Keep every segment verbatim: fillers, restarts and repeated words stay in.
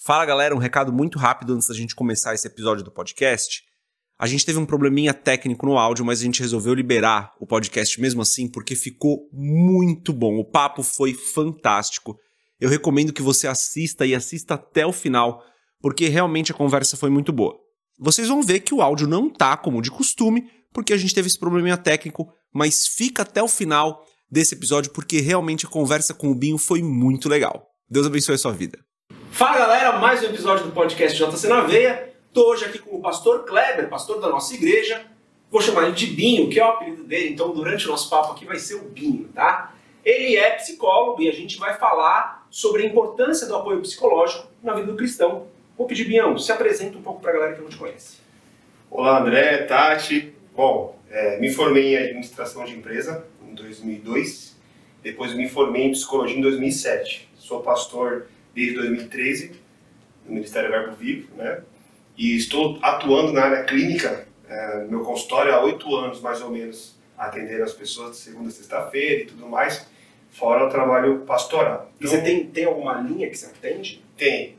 Fala galera, um recado muito rápido antes da gente começar esse episódio do podcast. A gente teve um probleminha técnico no áudio, mas a gente resolveu liberar o podcast mesmo assim porque ficou muito bom. O papo foi fantástico. Eu recomendo que você assista e assista até o final, porque realmente a conversa foi muito boa. Vocês vão ver que o áudio não tá como de costume, porque a gente teve esse probleminha técnico, mas fica até o final desse episódio porque realmente a conversa com o Binho foi muito legal. Deus abençoe a sua vida. Fala galera, mais um episódio do podcast J C na Veia. Tô hoje aqui com o pastor Kleber, pastor da nossa igreja. Vou chamar ele de Binho, que é o apelido dele, então durante o nosso papo aqui vai ser o Binho, tá? Ele é psicólogo e a gente vai falar sobre a importância do apoio psicológico na vida do cristão. Vou pedir, Binhão, se apresenta um pouco pra galera que não te conhece. Olá André, Tati. Bom, é, me formei em administração de empresa em dois mil e dois, depois me formei em psicologia em dois mil e sete. Sou pastor desde dois mil e treze, no Ministério Verbo Vivo, né? E estou atuando na área clínica, é, no meu consultório há oito anos mais ou menos, atendendo as pessoas de segunda a sexta-feira e tudo mais, fora o trabalho pastoral. E então, você tem, tem alguma linha que você atende? Tem.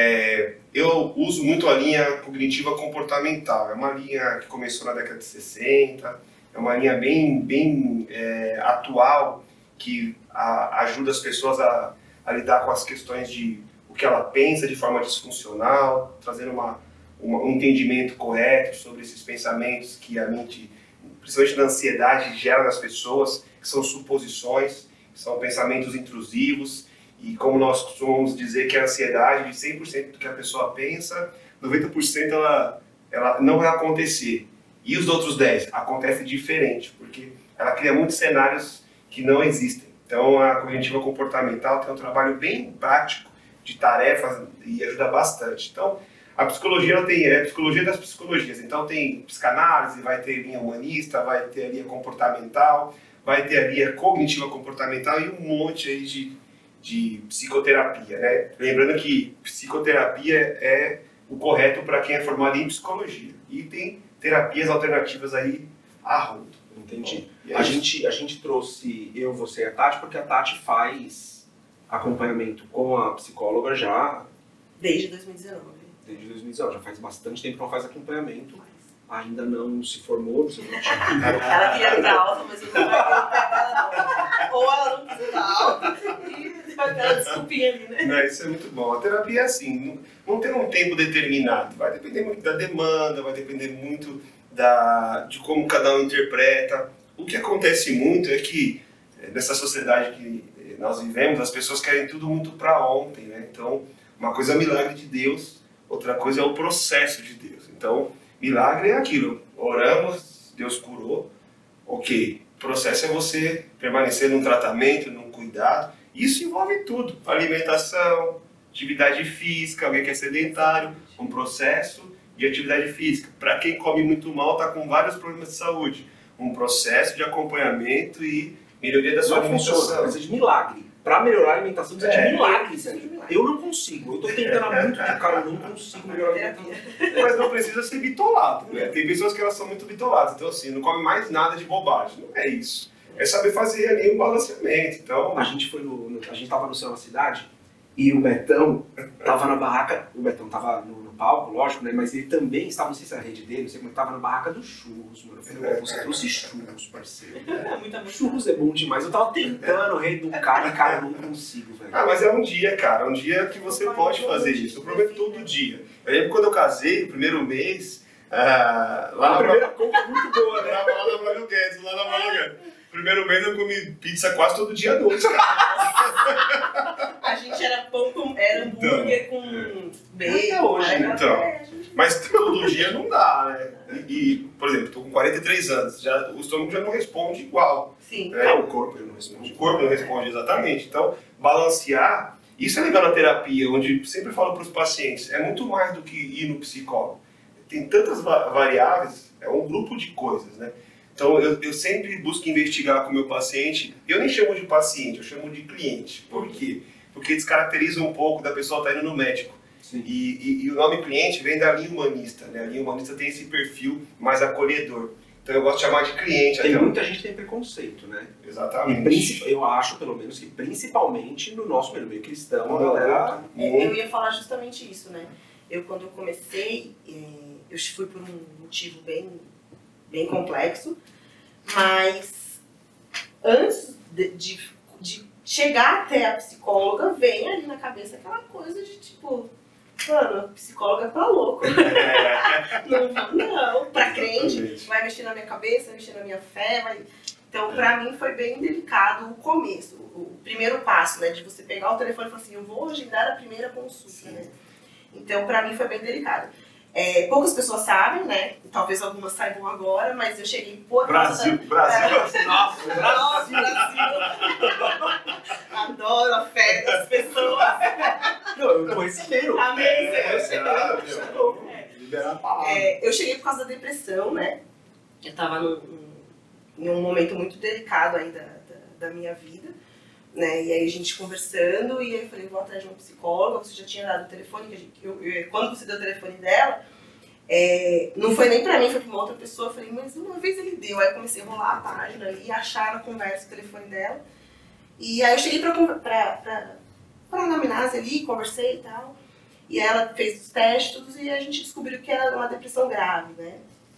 É, eu uso muito a linha cognitiva comportamental. É uma linha que começou na década de sessenta, é uma linha bem, bem é, atual, que a, ajuda as pessoas a a lidar com as questões de o que ela pensa de forma disfuncional, trazendo uma, uma, um entendimento correto sobre esses pensamentos que a mente, principalmente na ansiedade, gera nas pessoas, que são suposições, que são pensamentos intrusivos, e como nós costumamos dizer que a ansiedade, de cem por cento do que a pessoa pensa, noventa por cento ela, ela não vai acontecer. E os outros dez por cento acontece diferente, porque ela cria muitos cenários que não existem. Então, a cognitiva comportamental tem um trabalho bem prático de tarefas e ajuda bastante. Então, a psicologia ela tem é a psicologia das psicologias. Então, tem psicanálise, vai ter linha humanista, vai ter a linha comportamental, vai ter a linha cognitiva comportamental e um monte aí de, de psicoterapia, né? Lembrando que psicoterapia é o correto para quem é formado em psicologia. E tem terapias alternativas aí a rodo. Entendi. Bom, a, gente, a gente trouxe eu, você e a Tati, porque a Tati faz acompanhamento com a psicóloga já... Desde dois mil e dezenove. Desde dois mil e dezenove, já faz bastante tempo que ela faz acompanhamento. Ainda não se formou, não sei o que tinha. Ela queria dar alta, mas eu não vai ter o pé dela não. Ou ela não quis dar alta e aquela desculpinha ali, né? Não, isso é muito bom. A terapia é assim, não, não tem um tempo determinado. Vai depender muito da demanda, vai depender muito... Da, de como cada um interpreta. O que acontece muito é que nessa sociedade que nós vivemos, as pessoas querem tudo muito para ontem, né? Então, uma coisa é o milagre de Deus, outra coisa é o processo de Deus. Então, milagre é aquilo, oramos, Deus curou, ok. O processo é você permanecer num tratamento, num cuidado. Isso envolve tudo, alimentação, atividade física, alguém que é sedentário, um processo de atividade física. Para quem come muito mal, está com vários problemas de saúde. Um processo de acompanhamento e melhoria da sua alimentação. Precisa de milagre. Para melhorar a alimentação, precisa é, de milagre. Eu não consigo. Eu estou tentando há muito tempo, cara, eu não consigo melhorar a alimentação. Mas não precisa ser bitolado, né? Tem pessoas que elas são muito bitoladas. Então, assim, não come mais nada de bobagem. Não é isso. É saber fazer ali um balanceamento. Então... A gente foi no... no a gente estava no Céu na Cidade e o Betão estava na barraca... O Betão estava no palco, lógico, né? Mas ele também estava, não sei se era a rede dele, não sei como, estava na barraca dos churros, mano. Eu falei, você trouxe churros, parceiro. Muita churros é bom demais. Eu tava tentando reeducar e, cara, eu não consigo, velho. Ah, mas é um dia, cara. Um dia que você pode fazer isso. Eu prometo todo dia. Eu lembro quando eu casei, o primeiro mês, ah, lá a na primeira compra é muito boa, né? Lá na Mário Guedes, lá na Mário Guedes. Primeiro mês eu comi pizza quase todo dia à noite, cara. A gente era pão com... Era hambúrguer então, com bacon. Até hoje, né? Então. Mas todo dia não dá, né? E, e, por exemplo, tô com quarenta e três anos. Já, o estômago já não responde igual. Sim. Né? Ah, o corpo já não responde. O corpo não responde, exatamente. Então, balancear... Isso é legal na terapia, onde sempre falo para os pacientes, é muito mais do que ir no psicólogo. Tem tantas variáveis, é um grupo de coisas, né? Então, eu, eu sempre busco investigar com o meu paciente. Eu nem chamo de paciente, eu chamo de cliente. Por quê? Porque descaracteriza um pouco da pessoa estar indo no médico. E, e, e o nome cliente vem da linha humanista, né? A linha humanista tem esse perfil mais acolhedor. Então eu gosto de chamar de cliente. Tem até muita gente que tem preconceito, né? Exatamente. E princip... eu acho, pelo menos, que principalmente no nosso meio, meio cristão, a galera... É, eu ia falar justamente isso, né? Eu, quando eu comecei, eu fui por um motivo bem, bem complexo, mas antes de, de, de chegar até a psicóloga, vem ali na cabeça aquela coisa de tipo, mano, a psicóloga tá louco. não, não, pra crente, vai mexer na minha cabeça, vai mexer na minha fé, vai... Então, pra mim, foi bem delicado o começo, o primeiro passo, né? De você pegar o telefone e falar assim, eu vou agendar a primeira consulta, Sim. né? Então, pra mim, foi bem delicado. É, poucas pessoas sabem, né? Talvez algumas saibam agora, mas eu cheguei por Brasil, da... Brasil, é... nossa, Brasil, Brasil. Adoro a fé das pessoas. Não, eu tô recebendo. Amém, é, eu cheguei. É, liberar a palavra. É, eu cheguei por causa da depressão, né? Eu tava num, em um momento muito delicado aí da, da, da minha vida. Né? E aí a gente conversando, e aí eu falei, vou atrás de uma psicóloga, você já tinha dado o telefone, que a gente, eu, eu, quando você deu o telefone dela, é, não foi nem pra mim, foi pra uma outra pessoa, eu falei, mas uma vez ele deu, aí eu comecei a rolar a página e achar na conversa o telefone dela, e aí eu cheguei pra, pra, pra, pra anamnese ali, conversei e tal, e ela fez os testes tudo, e a gente descobriu que era uma depressão grave, né?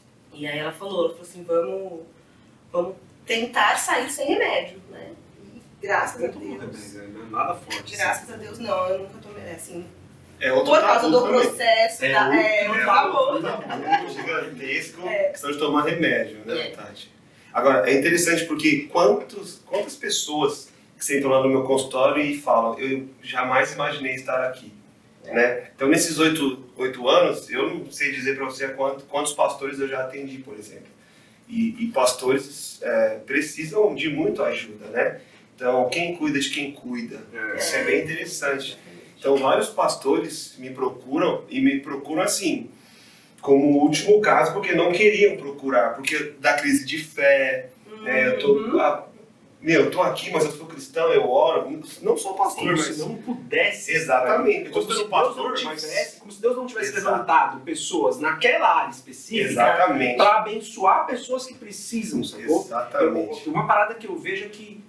E aí ela falou, ela falou assim, vamos, vamos tentar sair sem remédio, né? Graças a Deus. Nada forte. Graças a Deus, não, eu nunca tomei, assim, É outro por causa do também. processo, É da, outro é, É por favor. outro tabu gigantesco, É. questão de tomar remédio, né, É. Tati? Agora, é interessante porque quantos, quantas pessoas que sentam lá no meu consultório e falam, eu jamais imaginei estar aqui, É. né? Então, nesses oito, oito anos, eu não sei dizer para você quantos, quantos pastores eu já atendi, por exemplo. E, e pastores é, precisam de muito ajuda, né? Então, quem cuida de quem cuida. É. Isso é bem interessante. Então, vários pastores me procuram, e me procuram assim, como último caso, porque não queriam procurar, porque da crise de fé, Uhum. né, eu tô, ah, meu, eu tô aqui, mas eu sou cristão, eu oro, não sou pastor, Como mas... se não pudesse. Exatamente. Eu tô Como se, sendo Deus pastor, não mas... tivesse, como se Deus não tivesse Exato. levantado pessoas naquela área específica Exatamente. para abençoar pessoas que precisam, sacou? Exatamente. Eu, uma parada que eu vejo é que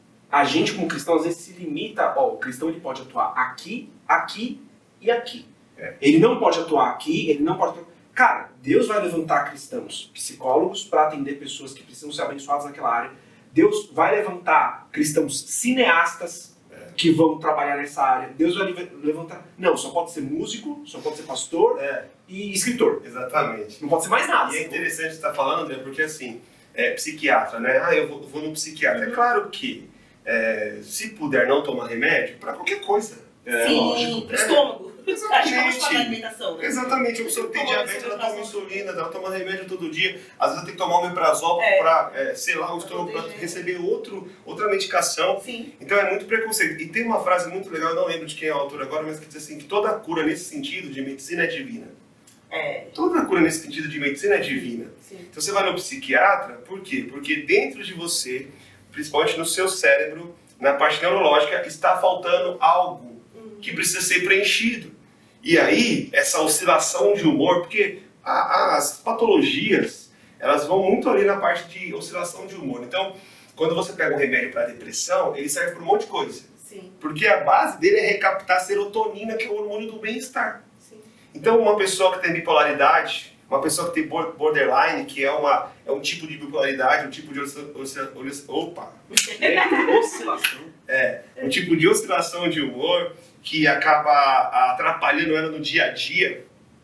a gente, como cristão, às vezes se limita. Ó, o cristão ele pode atuar aqui, aqui e aqui. É. Ele não pode atuar aqui, ele não pode atuar... Cara, Deus vai levantar cristãos, psicólogos, para atender pessoas que precisam ser abençoadas naquela área. Deus vai levantar cristãos cineastas é. que vão trabalhar nessa área. Deus vai levantar... Não, só pode ser músico, só pode ser pastor É. e escritor. Exatamente. Não pode ser mais nada. E é interessante você estar falando, André, porque assim, é, psiquiatra, né? Ah, eu vou, vou no psiquiatra. É claro que, é, se puder não tomar remédio, para qualquer coisa. É, Sim, lógico. pro estômago. Exatamente. Acho que a alimentação, né? Exatamente, a pessoa que tem Tomar diabetes, ela medicação. toma insulina, ela toma remédio todo dia. Às vezes ela tem que tomar um omeprazol É. para, é, sei lá, o Pra estômago para proteger. receber outro, outra medicação. Sim. Então é muito preconceito. E tem uma frase muito legal, eu não lembro de quem é o autor agora, mas que diz assim, que toda cura nesse sentido de medicina é divina. É. Toda cura nesse sentido de medicina é divina. Sim. Então você vai no psiquiatra, por quê? Porque dentro de você, principalmente no seu cérebro, na parte neurológica, está faltando algo que precisa ser preenchido. E aí, essa oscilação de humor, porque a, as patologias, elas vão muito ali na parte de oscilação de humor. Então, quando você pega um remédio para depressão, ele serve para um monte de coisa. Sim. Porque a base dele é recaptar serotonina, que é o hormônio do bem-estar. Sim. Então, uma pessoa que tem bipolaridade, uma pessoa que tem borderline, que é, uma, é um tipo de bipolaridade, um tipo de oscilação... Opa! Oscilação. É, um tipo de oscilação de humor que acaba atrapalhando ela no dia a dia,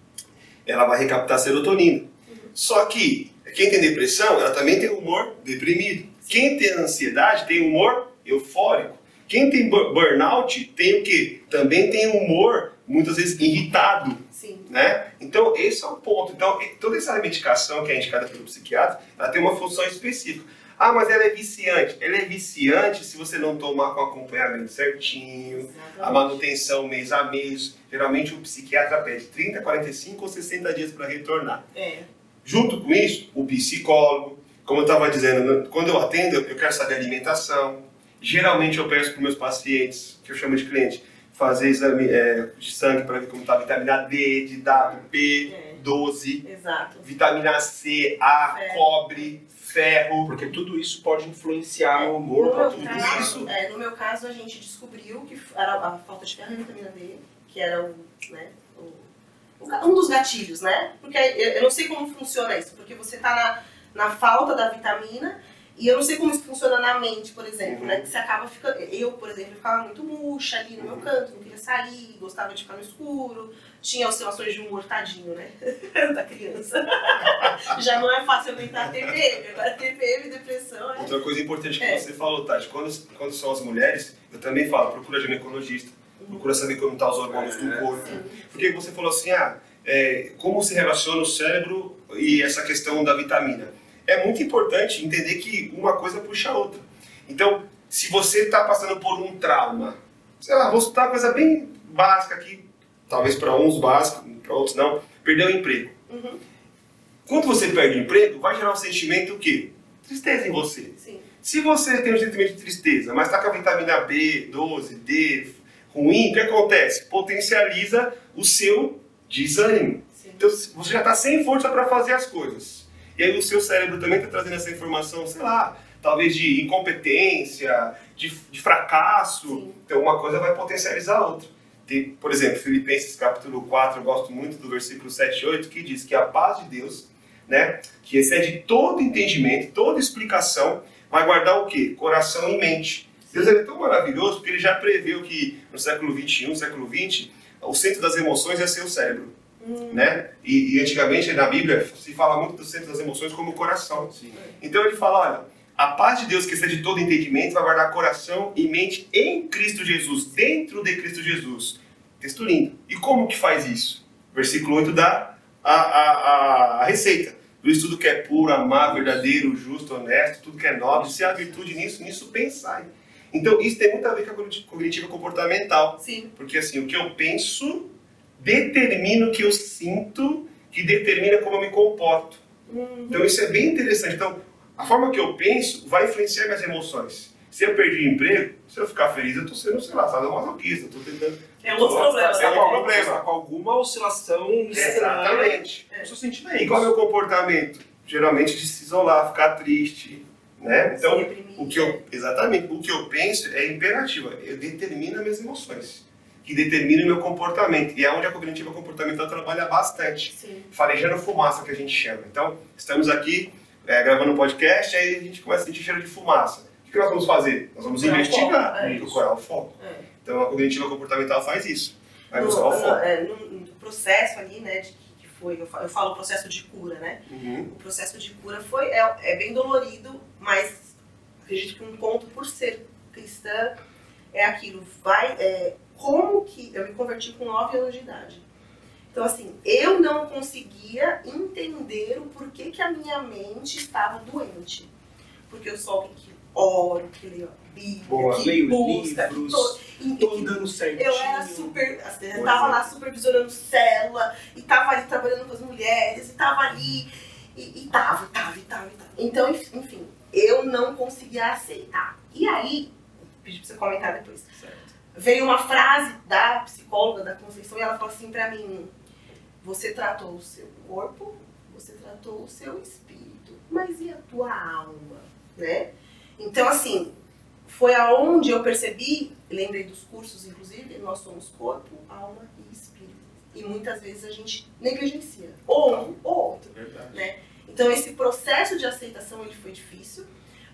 ela vai recaptar serotonina. Uhum. Só que quem tem depressão, ela também tem humor deprimido. Quem tem ansiedade tem humor eufórico. Quem tem burnout tem o quê? Também tem humor, muitas vezes, irritado. Sim. Né? Então, esse é o ponto. Então, toda essa medicação que é indicada pelo psiquiatra, ela tem uma função específica. Ah, mas ela é viciante. Ela é viciante se você não tomar com acompanhamento certinho, Exatamente. a manutenção mês a mês. Geralmente o psiquiatra pede trinta, quarenta e cinco ou sessenta dias para retornar. É. Junto com isso, o psicólogo, como eu estava dizendo, quando eu atendo, eu quero saber alimentação. Geralmente eu peço para os meus pacientes, que eu chamo de cliente, fazer exame é, de sangue para ver como está a vitamina D, de W, B doze, Exato. vitamina C, A, Ferro. cobre, ferro. Porque tudo isso pode influenciar É, no humor. no, pode meu influenciar. caso, é, no meu caso, a gente descobriu que era a falta de ferro e vitamina D, que era o, né, o, o ga- um dos gatilhos, né? Porque eu, eu não sei como funciona isso, porque você tá na, na falta da vitamina e eu não sei como isso funciona na mente, por exemplo, Uhum. né? Que você acaba ficando... Eu, por exemplo, eu ficava muito murcha ali no meu canto, não queria sair, gostava de ficar no escuro, tinha oscilações de humor, tadinho, né? Da criança. Já não é fácil aumentar a T P M, agora T P M, depressão... É... Outra coisa importante que É. você falou, Tati, quando, quando são as mulheres, eu também falo, procura ginecologista, procura saber como estão os hormônios do corpo. Sim. Porque você falou assim, ah, é, como se relaciona o cérebro e essa questão da vitamina? É muito importante entender que uma coisa puxa a outra. Então, se você está passando por um trauma, sei lá, vou citar uma coisa bem básica aqui, talvez para uns básico, para outros não, perdeu o emprego. Uhum. Quando você perde o emprego, vai gerar um sentimento o quê? Tristeza em você. Sim. Se você tem um sentimento de tristeza, mas está com a vitamina B, doze, D ruim, o que acontece? Potencializa o seu desânimo. Sim. Então você já está sem força para fazer as coisas. E aí o seu cérebro também está trazendo essa informação, sei lá, talvez de incompetência, de, de fracasso. Sim. Então uma coisa vai potencializar a outra. Tem, por exemplo, Filipenses capítulo quatro, eu gosto muito do versículo sete e oito, que diz que a paz de Deus, né, que excede todo entendimento, toda explicação, vai guardar o quê? Coração e mente. Deus é tão maravilhoso porque ele já preveu que no século vinte e um, século vinte, o centro das emoções ia ser o cérebro. Hum. Né? E, e antigamente na Bíblia se fala muito do centro das emoções como o coração. Sim. Então ele fala, olha, a paz de Deus que excede todo entendimento vai guardar coração e mente em Cristo Jesus, dentro de Cristo Jesus. Texto lindo. E como que faz isso? Versículo oito dá a, a, a, a receita. Por isso tudo que é puro, amável, verdadeiro, justo, honesto, tudo que é nobre, se há virtude nisso, nisso pensai. Então isso tem muito a ver com a cognitiva comportamental. Sim. Porque assim, o que eu penso determina o que eu sinto, que determina como eu me comporto. Uhum. Então isso é bem interessante. Então, a forma que eu penso vai influenciar minhas emoções. Se eu perdi o emprego, se eu ficar feliz, eu estou sendo, sei lá, sadomasoquista, estou tentando... É outro problema. É né? qual o problema? Está com alguma oscilação Exatamente. no seu E sentimento. qual é o meu comportamento? Geralmente de se isolar, ficar triste, né? Então, Se reprimir. o que eu, exatamente, o que eu penso é imperativo, eu determino as minhas emoções, que determina o meu comportamento. E é onde a cognitiva comportamental trabalha bastante. Sim. Farejando fumaça, que a gente chama. Então, estamos aqui é, gravando um podcast, aí a gente começa a sentir cheiro de fumaça. O que nós vamos fazer? Nós vamos Procurar o investigar, foco, é. procurar o foco. É. Então, a cognitiva comportamental faz isso. Vai No, buscar o no, foco. é, no, no processo ali, né, de, que foi, eu falo, eu falo processo de cura, né? Uhum. O processo de cura foi, é, é bem dolorido, mas acredito que um ponto por ser cristã é aquilo, vai, é, como que eu me converti com nove anos de idade. Então, assim, eu não conseguia entender o porquê que a minha mente estava doente. Porque eu sou alguém que oro, que leio a Bíblia, Boa, que leio busca, que livros, tô, e- Tô e- andando certinho. eu era super, assim, eu Pois tava é. lá supervisionando célula, e tava ali trabalhando com as mulheres, e tava ali, e, e tava, e tava, e tava, e tava. Então, enf- enfim, eu não conseguia aceitar. E aí, pedi pra você comentar depois, Certo. veio uma frase da psicóloga da Conceição, e ela falou assim pra mim, você tratou o seu corpo, você tratou o seu espírito, mas e a tua alma, né? Então, assim, foi aonde eu percebi, lembrei dos cursos, inclusive, nós somos corpo, alma e espírito. E muitas vezes a gente negligencia, ou um ou outro, Verdade. né? Então, esse processo de aceitação, ele foi difícil,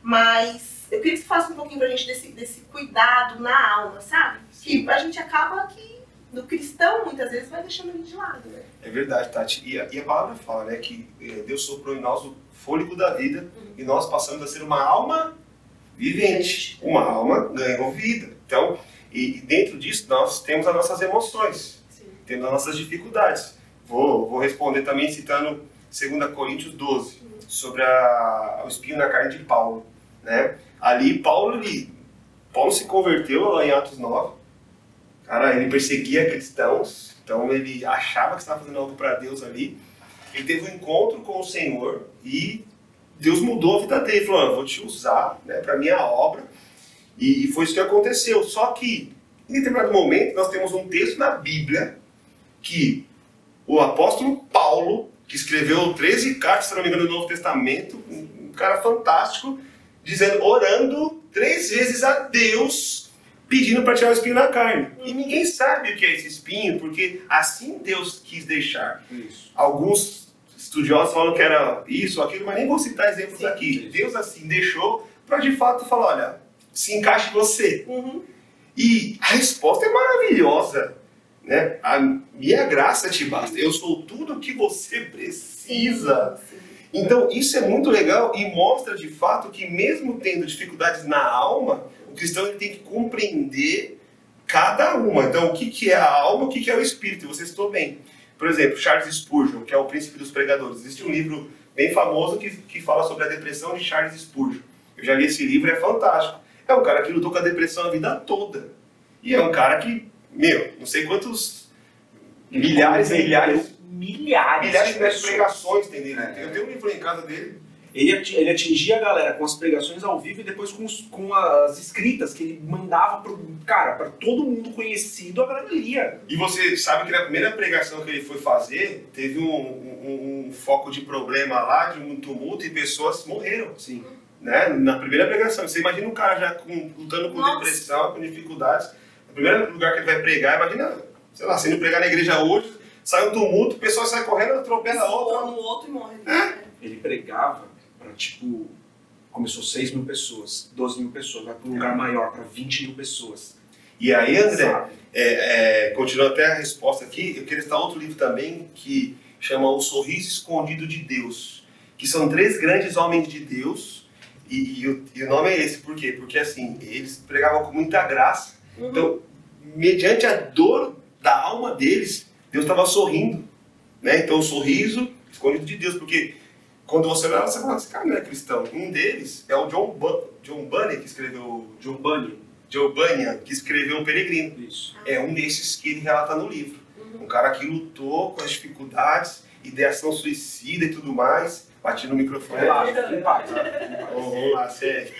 mas eu queria que você falasse um pouquinho pra gente desse, desse cuidado na alma, sabe? Que a gente acaba que, no cristão, muitas vezes, vai deixando ele de lado, né? É verdade, Tati. E a, e a palavra fala, né, que eh, Deus soprou em nós o fôlego da vida e nós passamos a ser uma alma vivente. Uma alma ganhou vida. Então, e, e dentro disso nós temos as nossas emoções, Sim. temos as nossas dificuldades. Vou, vou responder também citando dois Coríntios doze, sobre a, o espinho na carne de Paulo. Né? Ali, Paulo, ele, Paulo se converteu lá em Atos nove. Cara, ele perseguia cristãos, então ele achava que estava fazendo algo para Deus ali. Ele teve um encontro com o Senhor e Deus mudou a vida dele. Ele falou, eu vou te usar, né, para minha obra. E foi isso que aconteceu. Só que Em determinado momento, nós temos um texto na Bíblia que o apóstolo Paulo, que escreveu treze cartas, se não me engano, no Novo Testamento, um cara fantástico, dizendo, orando três vezes a Deus, pedindo para tirar o espinho da carne. E ninguém sabe o que é esse espinho, porque assim Deus quis deixar. Isso. Alguns estudiosos falam que era isso, aquilo, mas nem vou citar exemplos Sim. aqui. Deus assim deixou para de fato falar, olha, se encaixe você. Uhum. E a resposta é maravilhosa, né? A minha graça te basta. Eu sou tudo o que você precisa. Sim. Então isso é muito legal e mostra de fato que mesmo tendo dificuldades na alma, o cristão ele tem que compreender cada uma. Então o que, que é a alma, o que, que é o espírito. Você citou bem. Por exemplo, Charles Spurgeon, que é o príncipe dos pregadores. Existe um livro bem famoso que, que fala sobre a depressão de Charles Spurgeon. Eu já li esse livro, é fantástico. É um cara que lutou com a depressão a vida toda. E é um cara que, meu, não sei quantos milhares e milhares, milhares, milhares de pessoas. pregações tem dele. É. Eu tenho um livro em casa dele. Ele, ati- ele atingia a galera com as pregações ao vivo e depois com, os- com as escritas que ele mandava pro cara, para todo mundo conhecido, a galera lia. E você sabe que na primeira pregação que ele foi fazer, teve um, um, um foco de problema lá, de um tumulto, e pessoas morreram. Sim. Né? Na primeira pregação. Você imagina um cara já com, lutando com Nossa. depressão, com dificuldades. No primeiro lugar que ele vai pregar, imagina, sei lá, se ele pregar na igreja hoje, sai um tumulto, a pessoa sai correndo, atropela a Ou outra. no outro e morre. né? Ele pregava para, tipo, começou seis mil pessoas, doze mil pessoas, vai para um lugar maior, para vinte mil pessoas. E aí, André, Sabe? é, é, continuando até a resposta aqui, eu queria citar outro livro também que chama O Sorriso Escondido de Deus, que são três grandes homens de Deus, e, e, o, e o nome é esse, por quê? Porque assim, eles pregavam com muita graça, Uhum. então, mediante a dor da alma deles, Deus estava sorrindo, né? Então, o sorriso escondido de Deus, porque quando você olha, você fala, esse cara não é cristão. Um deles é o John, Bu- John Bunyan, que escreveu John Bunyan. John Bunyan, que escreveu O Peregrino. Isso. É um desses que ele relata no livro. Uhum. Um cara que lutou com as dificuldades, ideação suicida e tudo mais. Bati no microfone. Relaxa, fica em paz. Fica em paz. Oh, vamos lá, sério.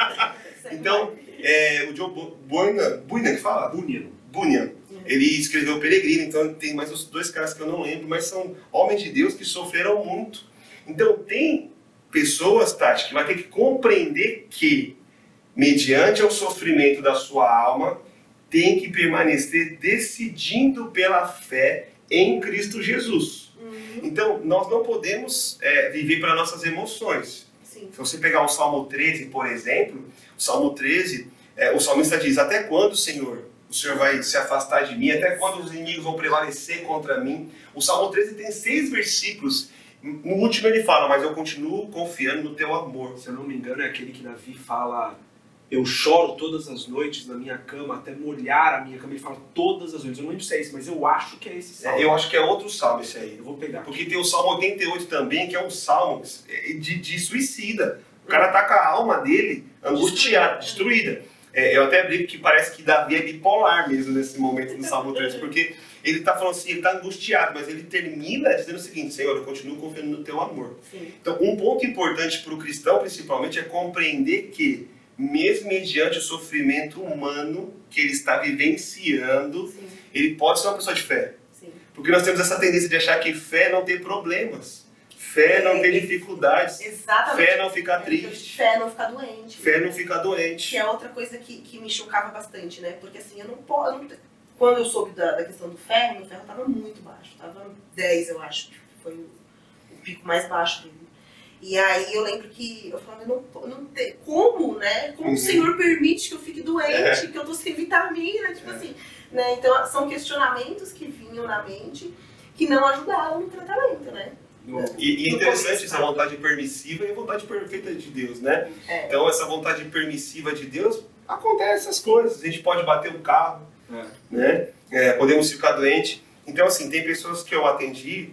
Então, é, o John Bu- Bunyan, Bunyan que fala? Bunyan. Bunyan. Ele escreveu O Peregrino, então tem mais os dois caras que eu não lembro, mas são homens de Deus que sofreram muito. Então tem pessoas, Tati, que vai ter que compreender que, mediante o sofrimento da sua alma, tem que permanecer decidindo pela fé em Cristo Jesus. Uhum. Então, nós não podemos é, viver para nossas emoções. Sim. Se você pegar o Salmo treze, por exemplo, o Salmo treze, é, o salmista diz, até quando, Senhor, o Senhor vai se afastar de mim? Até quando os inimigos vão prevalecer contra mim? O Salmo treze tem seis versículos. No último ele fala, mas eu continuo confiando no teu amor. Se eu não me engano, é aquele que Davi fala: eu choro todas as noites na minha cama, até molhar a minha cama. Ele fala todas as noites. Eu não lembro se é esse, mas eu acho que é esse salmo. É, eu acho que é outro salmo esse aí. Eu vou pegar. Porque tem o Salmo oitenta e oito também, que é um salmo de, de suicida. O cara tá com a alma dele angustiada, destruída. É, eu até brinco que parece que Davi é bipolar mesmo nesse momento do Salmo treze, porque ele tá falando assim, ele tá angustiado, mas ele termina dizendo o seguinte: Senhor, eu continuo confiando no teu amor. Sim. Então, um ponto importante para o cristão, principalmente, é compreender que, mesmo mediante o sofrimento humano que ele está vivenciando, Sim. ele pode ser uma pessoa de fé. Sim. Porque nós temos essa tendência de achar que fé não tem problemas, fé não tem dificuldades, Exatamente. fé não ficar triste, Fé não ficar doente. fé não ficar Que doente. é outra coisa que, que me chocava bastante, né? Porque assim, eu não posso. eu não te- Quando eu soube da, da questão do ferro, meu ferro tava muito baixo. Tava dez, eu acho. que Foi o, o pico mais baixo dele. E aí eu lembro que eu falava, eu não, po- não tem. Como, né? Como Uhum. o Senhor permite que eu fique doente, que eu tô sem vitamina, tipo É. assim. Né? Então são questionamentos que vinham na mente que não ajudaram no tratamento, né? E, e é No interessante começo, essa tá? vontade permissiva e a vontade perfeita de Deus, né? É. Então, essa vontade permissiva de Deus, acontece essas coisas. A gente pode bater um carro, É. né? É, podemos ficar doente. Então, assim, tem pessoas que eu atendi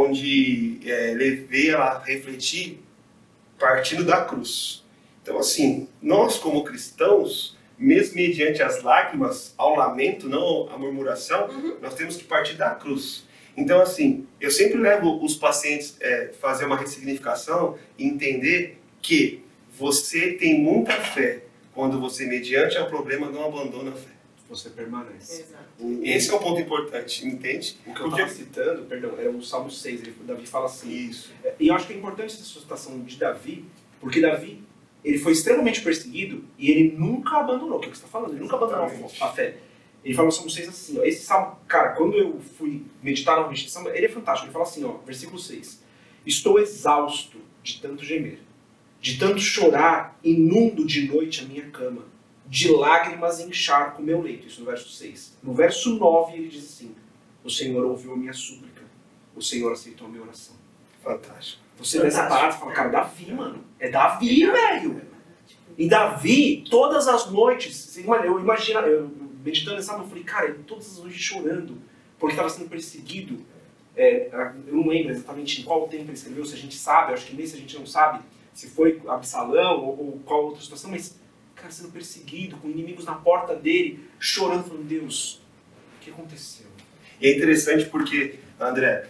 onde é, levei ela a refletir partindo da cruz. Então, assim, nós como cristãos, mesmo mediante as lágrimas, ao lamento, não à murmuração, Uhum. nós temos que partir da cruz. Então, assim, eu sempre levo os pacientes a é, fazer uma ressignificação e entender que você tem muita fé quando você, mediante ao problema, não abandona a fé. você permanece. Exato. O, Esse é um ponto importante, entende? O que eu Porque... estava citando, perdão, era o Salmo seis, ele, Davi fala assim. Isso. E eu acho que é importante essa citação de Davi, porque Davi, ele foi extremamente perseguido e ele nunca abandonou, o que você está falando, ele nunca abandonou Exatamente. a fé. Ele fala no Salmo seis assim, ó, esse Salmo, cara, quando eu fui meditar na meditação, ele é fantástico, ele fala assim, ó, versículo seis, estou exausto de tanto gemer, de tanto chorar, inundo de noite a minha cama, de lágrimas encharco o meu leito. Isso no verso seis. No verso nove ele diz assim, o Senhor ouviu a minha súplica, o Senhor aceitou a minha oração. Fantástico. Você lê essa parada e fala, cara, Davi, mano. É Davi, velho. E Davi, todas as noites, eu imagino, eu meditando nessa, eu falei, cara, ele todas as noites chorando, porque estava sendo perseguido. É, eu não lembro exatamente em qual tempo ele escreveu, se a gente sabe, acho que nesse a gente não sabe se foi Absalão ou, ou qual outra situação, mas cara, sendo perseguido, com inimigos na porta dele, chorando, falando, Deus, o que aconteceu? E é interessante porque, André,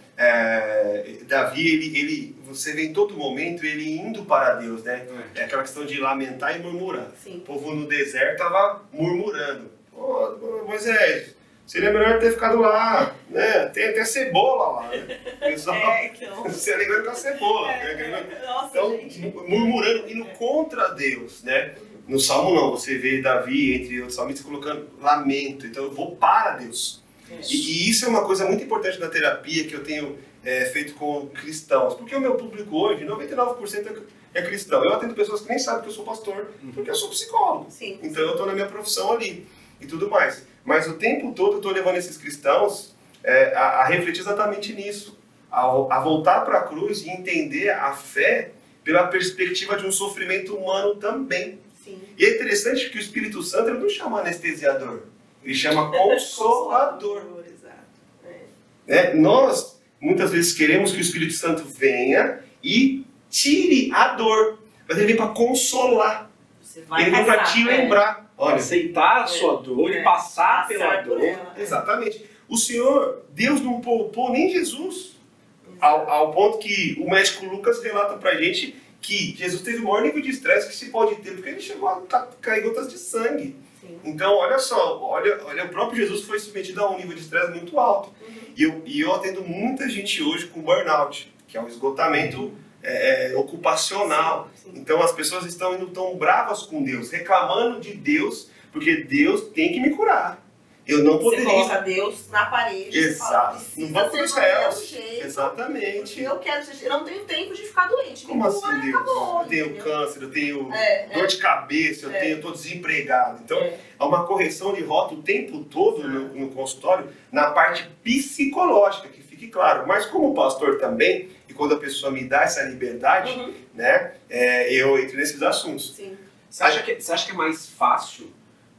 é, Davi, ele, ele, você vê em todo momento ele indo para Deus, né? É, é aquela questão de lamentar e murmurar. Sim. O povo no deserto estava murmurando. Pô, Moisés, seria melhor ter ficado lá, né? Tem até cebola lá, né? Pessoal, É, então. você lembrando com a cebola. É, né? nossa, Então, gente. murmurando, indo contra Deus, né? No Salmo não, você vê Davi, entre outros salmistas, colocando lamento. Então eu vou para Deus. E, e isso é uma coisa muito importante na terapia que eu tenho é, feito com cristãos. Porque o meu público hoje, noventa e nove por cento é cristão. Eu atendo pessoas que nem sabem que eu sou pastor, porque eu sou psicólogo. Sim. Então eu estou na minha profissão ali e tudo mais. Mas o tempo todo eu estou levando esses cristãos é, a, a refletir exatamente nisso. A, a voltar para a cruz e entender a fé pela perspectiva de um sofrimento humano também. Sim. E é interessante que o Espírito Santo ele não chama anestesiador, ele chama consolador. Exato. É. Né? Nós, muitas vezes, queremos que o Espírito Santo venha e tire a dor, mas ele vem para consolar, Você vai ele vem para passar, te é. lembrar. Olha, Olha, aceitar a sua dor É. e passar Passar pela por dor. ela. exatamente. O Senhor, Deus não poupou nem Jesus, ao, ao ponto que o médico Lucas relata pra gente que Jesus teve o maior nível de estresse que se pode ter, porque ele chegou a ca- cair gotas de sangue. Sim. Então, olha só, olha, olha, o próprio Jesus foi submetido a um nível de estresse muito alto. Uhum. E, eu, e eu atendo muita gente hoje com burnout, que é um esgotamento é, ocupacional. Sim, sim. Então, as pessoas estão indo tão bravas com Deus, reclamando de Deus, porque Deus tem que me curar. Eu não Você poderia... coloca Deus na parede. Exato. Você Não fala, vou precisa pros ser do meu céus. jeito. Exatamente. Porque eu quero ser... Eu não tenho tempo de ficar doente. Como Me assim, cura e Deus? acabou, Eu tenho entendeu? câncer, eu tenho É, dor é. de cabeça, eu É. tenho, estou desempregado. Então, É. há uma correção de rota o tempo todo no, no consultório, na parte psicológica, que fique claro. Mas como pastor também, e quando a pessoa me dá essa liberdade, Uhum. né, é, eu entro nesses assuntos. Sim. Você acha, que, você acha que é mais fácil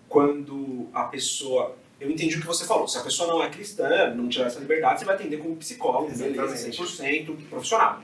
quando a pessoa... Eu entendi o que você falou. Se a pessoa não é cristã, não tiver essa liberdade, você vai atender como psicólogo, beleza, Exatamente. cem por cento profissional.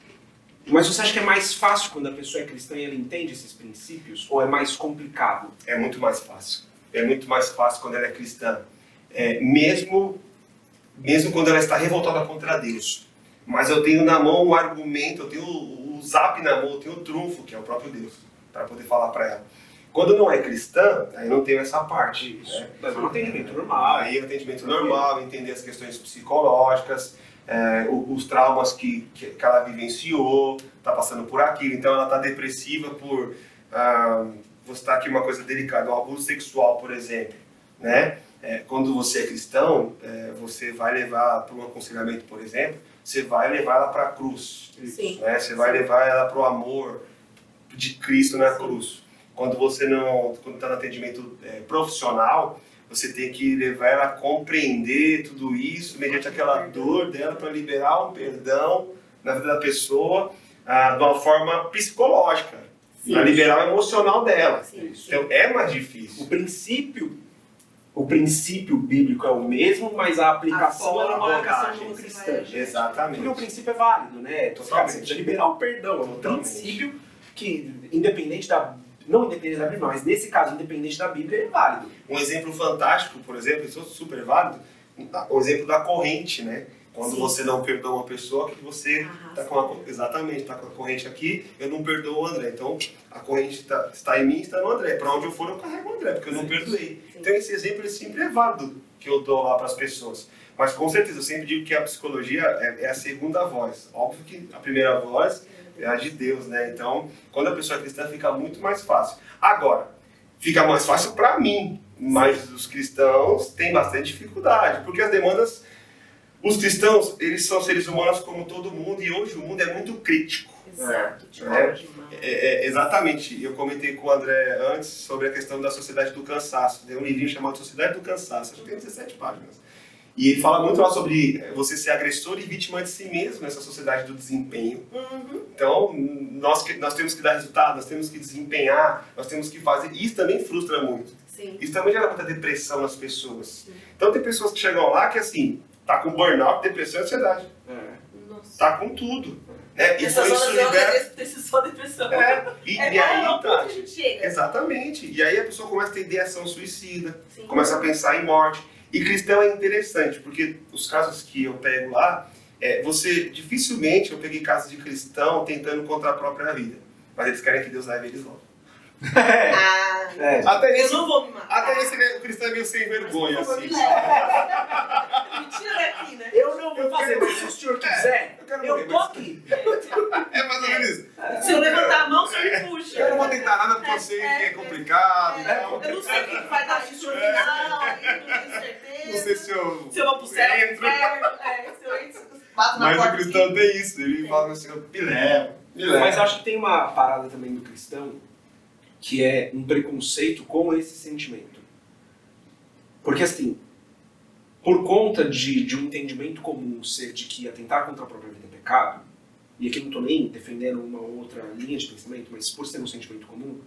Mas você acha que é mais fácil quando a pessoa é cristã e ela entende esses princípios? Ou é mais complicado? É muito mais fácil. É muito mais fácil quando ela é cristã. É, mesmo, mesmo quando ela está revoltada contra Deus. Mas eu tenho na mão um argumento, eu tenho o, o zap na mão, eu tenho o trunfo, que é o próprio Deus, para poder falar para ela. Quando não é cristã, aí não tenho essa parte. Né? Mas é um atendimento normal. Aí é um atendimento normal, entender as questões psicológicas, é, os traumas que, que ela vivenciou, está passando por aquilo. Então ela está depressiva por... Ah, vou citar aqui uma coisa delicada, um abuso sexual, por exemplo. Né? É, quando você é cristão, é, você vai levar para um aconselhamento, por exemplo, você vai levar ela para a cruz. Sim. Né? Você vai Sim. levar ela para o amor de Cristo na Sim. cruz. Quando você não, quando está no atendimento é, profissional, você tem que levar ela a compreender tudo isso, mediante aquela dor dela, para liberar um perdão na vida da pessoa, ah, de uma forma psicológica, para liberar o emocional dela. Sim. Então é mais O difícil. princípio, o princípio bíblico é o mesmo, mas a aplicação A é uma forma aplicação que de um você cristã. vai agir. Exatamente. Porque o princípio é válido, né? Totalmente. Cara, você precisa liberar o perdão. É um Totalmente. princípio que, independente da... Não independente da Bíblia, mas nesse caso, independente da Bíblia, é válido. Um exemplo fantástico, por exemplo, isso é super válido, o exemplo da corrente, né? Quando Sim. você não perdoa uma pessoa, que você está com a, exatamente, tá com a corrente aqui, eu não perdoo o André. Então, a corrente tá, está em mim, está no André. Para onde eu for, eu carrego o André, porque eu não perdoei. Sim. Então, esse exemplo ele sempre é válido que eu dou lá para as pessoas. Mas, com certeza, eu sempre digo que a psicologia é, é a segunda voz. Óbvio que a primeira voz é a de Deus, né? Então, quando a pessoa é cristã, fica muito mais fácil. Agora, fica mais fácil para mim, mas os cristãos têm bastante dificuldade, porque as demandas... Os cristãos, eles são seres humanos como todo mundo, e hoje o mundo é muito crítico. Exato, É, demais. é, é, exatamente. Eu comentei com o André antes sobre a questão da sociedade do cansaço. Tem um livrinho chamado Sociedade do Cansaço, acho que tem dezessete páginas. E ele fala muito lá sobre você ser agressor e vítima de si mesmo nessa sociedade do desempenho. Uhum. Então, nós, nós temos que dar resultado, nós temos que desempenhar, nós temos que fazer. E isso também frustra muito. Sim. Isso também gera muita depressão nas pessoas. Sim. Então, tem pessoas que chegam lá que, assim, tá com burnout, depressão e ansiedade. É. Nossa. Tá com tudo. Né? E Essas isso horas eu libera... agradeço só depressão. É. E, é e aí, ao tá. ponto que a gente chega. Exatamente. E aí a pessoa começa a ter ideação suicida, Sim. começa a pensar em morte. E cristão é interessante, porque os casos que eu pego lá, é, você, dificilmente eu peguei casos de cristão tentando contra a própria vida. Mas eles querem que Deus leve eles logo. É. Ah, É. Até eu isso, não vou me matar. até isso o cristão é meio sem vergonha, Mas, por assim. favor, me tira daqui, né? Eu não vou fazer, mas se o senhor quiser, eu quero eu morrer, tô mas- aqui. É mais ou menos isso. Se eu levantar a mão, você me puxa. Eu não vou tentar nada porque eu sei que é complicado. É, então... eu não sei o que vai dar xixi no final, aí não tenho certeza. Não sei se eu... Se eu vou pro céu, pro entro. inferno, é, se eu entro, bato na Mas o porta. cristão tem isso. Ele fala assim, me leva, me leva. Mas acho que tem uma parada também do cristão que é um preconceito com esse sentimento. Porque assim, por conta de, de um entendimento comum ser de que atentar contra a própria vida é pecado, e aqui eu não estou nem defendendo uma outra linha de pensamento, mas por ser um sentimento comum,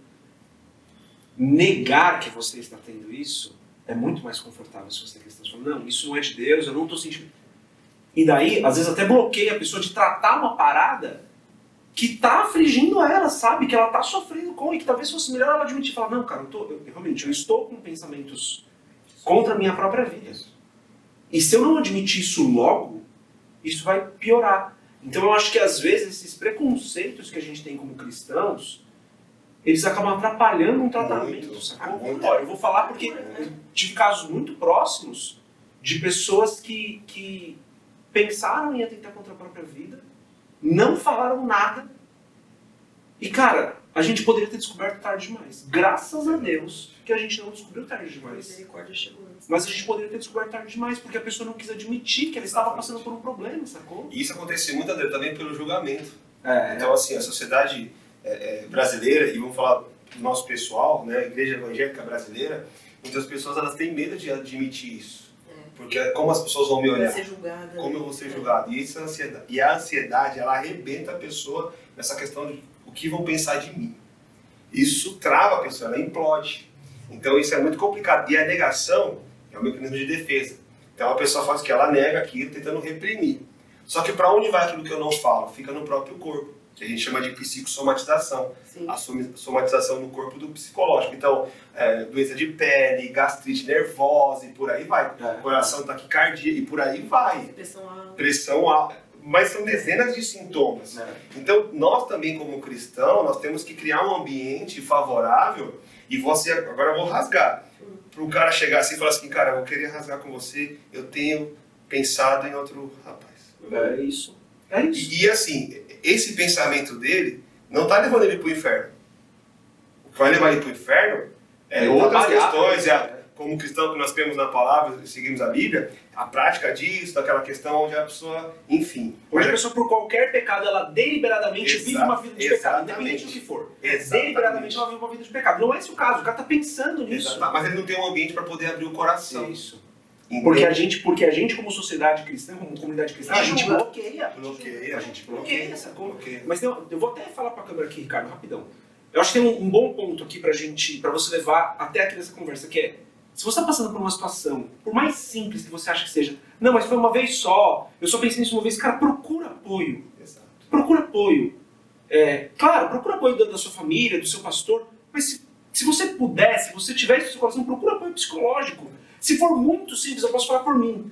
negar que você está tendo isso é muito mais confortável se você é cristão. Você fala, não, isso não é de Deus, eu não estou sentindo. E daí, às vezes até bloqueia a pessoa de tratar uma parada que tá afligindo ela, sabe? Que ela tá sofrendo com, e que talvez fosse melhor ela admitir e falar, não, cara, eu, tô, eu realmente eu estou com pensamentos contra a minha própria vida. E se eu não admitir isso logo, isso vai piorar. Então eu acho que às vezes esses preconceitos que a gente tem como cristãos, eles acabam atrapalhando um tratamento, Muito, sacou? muito. Olha, eu vou falar porque eu tive casos muito próximos de pessoas que, que pensaram em atentar contra a própria vida, não falaram nada. E, cara, a gente poderia ter descoberto tarde demais. Graças a Deus que a gente não descobriu tarde A demais. misericórdia chegou antes. Mas a gente poderia ter descoberto tarde demais, porque a pessoa não quis admitir que ela estava passando por um problema, sacou? E isso acontece muito, André, também pelo julgamento. É. Então, assim, a sociedade é, é, brasileira, e vamos falar do nosso pessoal, né, a igreja evangélica brasileira, muitas pessoas elas têm medo de admitir isso. Porque como as pessoas vão me Vai olhar? ser julgada. Como eu vou ser julgado? E, isso é a ansiedade. E a ansiedade, ela arrebenta a pessoa nessa questão de o que vão pensar de mim. Isso trava a pessoa, ela implode. Então isso é muito complicado. E a negação é um mecanismo de defesa. Então a pessoa faz o que? Ela nega aquilo, tentando reprimir. Só que para onde vai aquilo que eu não falo? Fica no próprio corpo, que a gente chama de psicossomatização. Sim. A somatização no corpo do psicológico. Então, é, doença de pele, gastrite nervosa e por aí vai. É. Coração, taquicardia e por aí vai. Pressão alta. Pressão alta. Mas são dezenas de sintomas. É. Então, nós também como cristão, nós temos que criar um ambiente favorável e você, agora eu vou rasgar. Para o cara chegar assim e falar assim, cara, eu queria rasgar com você, eu tenho pensado em outro rapaz. É isso. É isso. E, e assim, esse pensamento dele não está levando ele para o inferno. O que vai levar ele para o inferno é Ele outras trabalhar, questões, né? é a- como cristão que nós temos na palavra, seguimos a Bíblia, a prática disso, daquela questão onde a pessoa, enfim. Hoje a Mas- pessoa, por qualquer pecado, ela deliberadamente Exato, vive uma vida de pecado, exatamente. independente do que for. Exatamente. Deliberadamente ela vive uma vida de pecado. Não é esse o caso, o cara tá pensando nisso. Exato, mas ele não tem um ambiente para poder abrir o coração. Isso. Entende? Porque a gente, porque a gente como sociedade cristã, como comunidade cristã, a gente Julga. bloqueia. bloqueia, A gente bloqueia, sacou? bloqueia. Mas eu, eu vou até falar pra câmera aqui, Ricardo, rapidão. Eu acho que tem um, um bom ponto aqui pra gente, pra você levar até aqui nessa conversa, que é, se você tá passando por uma situação, por mais simples que você acha que seja, não, mas foi uma vez só, eu só pensei nisso uma vez, cara, procura apoio. Exato. Procura apoio. É, claro, procura apoio da, da sua família, do seu pastor, mas se, se você puder, se você tiver isso no seu coração, procura apoio psicológico. Se for muito simples, eu posso falar por mim.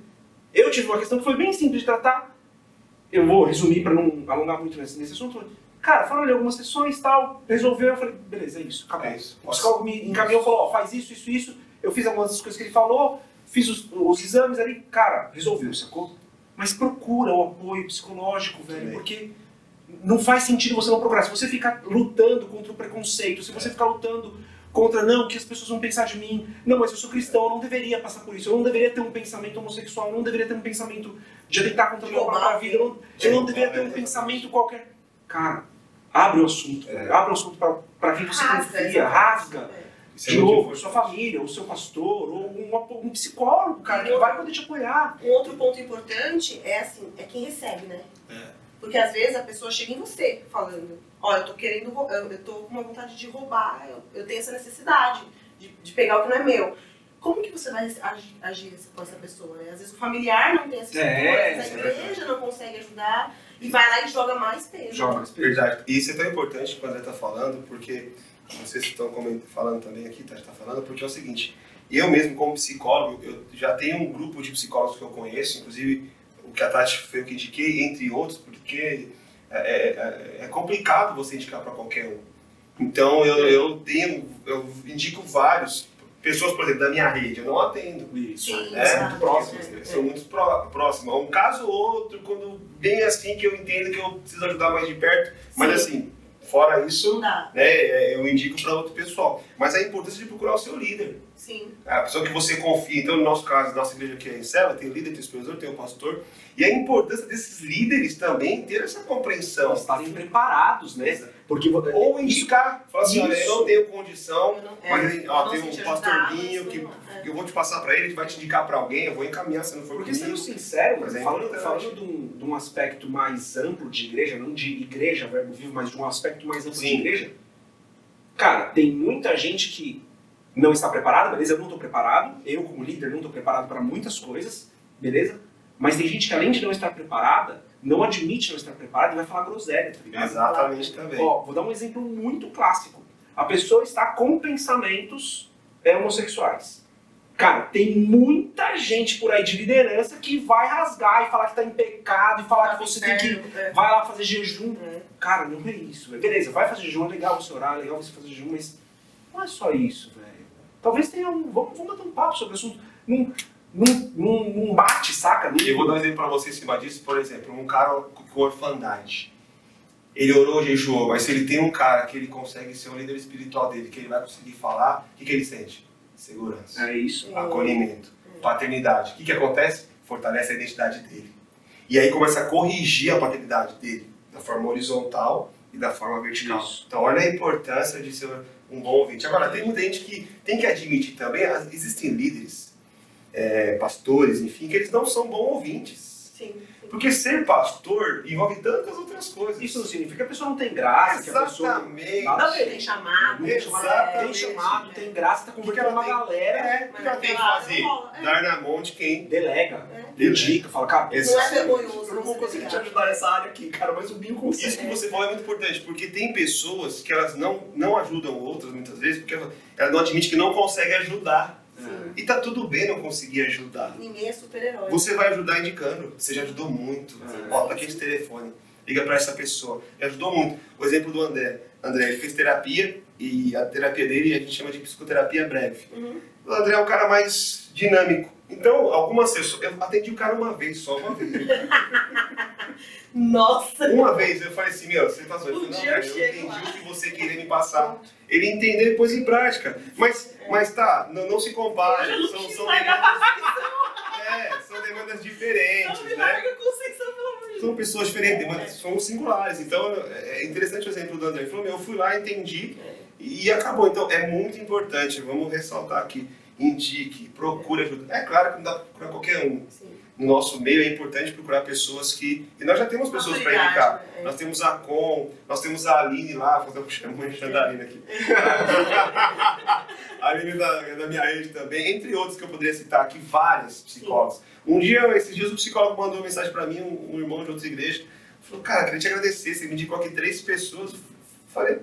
Eu tive uma questão que foi bem simples de tratar. Eu vou resumir para não alongar muito nesse, nesse assunto. Cara, foram ali algumas sessões e tal, resolveu, eu falei, beleza, é isso, acabou. É isso. O psicólogo me encaminhou e falou, ó, faz isso, isso, isso. Eu fiz algumas das coisas que ele falou, fiz os, os exames ali, cara, resolveu, sacou? Mas procura o apoio psicológico, velho, Também. porque não faz sentido você não procurar. Se você ficar lutando contra o preconceito, se você ficar lutando contra, não, que as pessoas vão pensar de mim, não, mas eu sou cristão, eu não deveria passar por isso, eu não deveria ter um pensamento homossexual, eu não deveria ter um pensamento de atentar contra a minha própria vida, eu não, eu não deveria ter um pensamento qualquer. Cara, abre o assunto, é. abre o assunto para quem você rasga, confia, rasga. É. De novo, sua família, o seu pastor, ou um, um psicólogo, cara, que vai poder te apoiar. Um outro ponto importante é assim, é quem recebe, né? É. Porque às vezes a pessoa chega em você falando, ó, eu tô querendo, eu, eu tô com uma vontade de roubar, eu, eu tenho essa necessidade de, de pegar o que não é meu. Como que você vai agir, agir com essa pessoa, né? Às vezes o familiar não tem essa estrutura, é, às vezes a igreja é. não consegue ajudar e vai lá e joga mais peso. Joga mais peso. Verdade. E isso é tão importante que o André tá falando, porque vocês estão falando também aqui, tá, tá falando, porque é o seguinte, eu mesmo como psicólogo, eu já tenho um grupo de psicólogos que eu conheço, inclusive o que a Tati foi o que indiquei, entre outros, porque é, é, é complicado você indicar para qualquer um. Então eu, eu tenho, eu indico vários, pessoas, por exemplo, da minha rede, eu não atendo. Isso, é, é muito próximo, é, são muito próximos. Um caso ou outro, quando bem assim que eu entendo que eu preciso ajudar mais de perto, mas assim, fora isso, né, eu indico para outro pessoal. Mas a importância de procurar o seu líder. Sim. A pessoa que você confia. Então, no nosso caso, nossa igreja aqui é em célula, tem o líder, tem o supervisor, tem o pastor. E a importância desses líderes também ter essa compreensão. Estarem preparados, né? Porque, ou indicar, falar assim, olha, eu não tenho condição, eu não, é, mas ó, tem um pastorzinho que é. eu vou te passar para ele, ele vai te indicar para alguém, eu vou encaminhar se não for Porque, sendo sincero, mas é falando, falando de, um, de um aspecto mais amplo de igreja, não de igreja, verbo vivo, mas de um aspecto mais amplo Sim. de igreja, cara, tem muita gente que não está preparada, beleza? Eu não estou preparado, eu como líder não estou preparado para muitas coisas, beleza? Mas tem gente que além de não estar preparada, não admite não estar preparada e vai falar groselha, tá ligado? Exatamente também. Ó, vou dar um exemplo muito clássico. A pessoa está com pensamentos é, homossexuais. Cara, tem muita gente por aí de liderança que vai rasgar e falar que está em pecado e falar que você tem que... É. Vai lá fazer jejum. É. Cara, não é isso. Véio. Beleza, vai fazer jejum, é legal você orar, é legal você fazer jejum, mas não é só isso, velho. Talvez tenha um... Vamos, vamos bater um papo sobre o assunto. Num, num, num, num bate, saca? Eu vou dar um exemplo pra você em cima disso. Por exemplo, um cara com orfandade. Ele orou, jejuou, mas se ele tem um cara que ele consegue ser o líder espiritual dele, que ele vai conseguir falar, o que, que ele sente? Segurança. É isso. Acolhimento. É. Paternidade. O que, que acontece? Fortalece a identidade dele. E aí começa a corrigir a paternidade dele, da forma horizontal e da forma vertical. Isso. Então olha a importância de ser um bom ouvinte. Agora, tem muita gente que tem que admitir também, existem líderes, é, pastores, enfim, que eles não são bons ouvintes. Sim. Porque ser pastor envolve tantas outras coisas. Isso não significa que a pessoa não tem graça, Exatamente. que a pessoa... Nada a ver. Tem chamado. Tem chamado, tem, chamado, tem graça, tá convertendo uma tem, galera. É, o que ela tem que fazer? É. Dar na mão de quem? Delega. É. Dedica, fala, cara, esse não é vergonhoso. Eu não vou conseguir te ajudar nessa área aqui, cara, mas o Binho consegue. Isso que você falou é muito importante, porque tem pessoas que elas não, não ajudam outras muitas vezes, porque elas não admitem que não conseguem ajudar. Sim. E tá tudo bem não conseguir ajudar. Ninguém é super-herói. Você vai ajudar indicando. Você já ajudou muito. É. Ó, tá aqui esse telefone. Liga pra essa pessoa. Ele ajudou muito. O exemplo do André. André, ele fez terapia e a terapia dele a gente chama de psicoterapia breve. Uhum. O André é um cara mais dinâmico. Então, algumas pessoas... Eu atendi o cara uma vez, só uma vez. Nossa! Uma vez eu falei assim, meu, você tá zoando. Um não, dia eu, eu chego entendi lá. o que você queria me passar. Ele entendeu depois em prática. Mas, é. mas tá, não, não se compare. Eu são, não são, demandas, é, são demandas diferentes, não, né? Conceição, pelo amor de Deus. São pessoas diferentes, demandas, é. são singulares. Então, é interessante o exemplo do André. Ele falou, meu, eu fui lá, entendi é. e acabou. Então, é muito importante, vamos ressaltar aqui, indique, procure ajuda. É claro que não dá para procurar qualquer um. Sim. No nosso meio é importante procurar pessoas que... E nós já temos pessoas para indicar. É. Nós temos a Com, nós temos a Aline lá, fazer um chamando da Aline aqui. A Aline da, da minha rede também, entre outros que eu poderia citar aqui, vários psicólogos. Sim. Um dia, esses dias, o psicólogo mandou uma mensagem para mim, um, um irmão de outra igreja, falou, cara, queria te agradecer, você me indicou aqui três pessoas. Falei,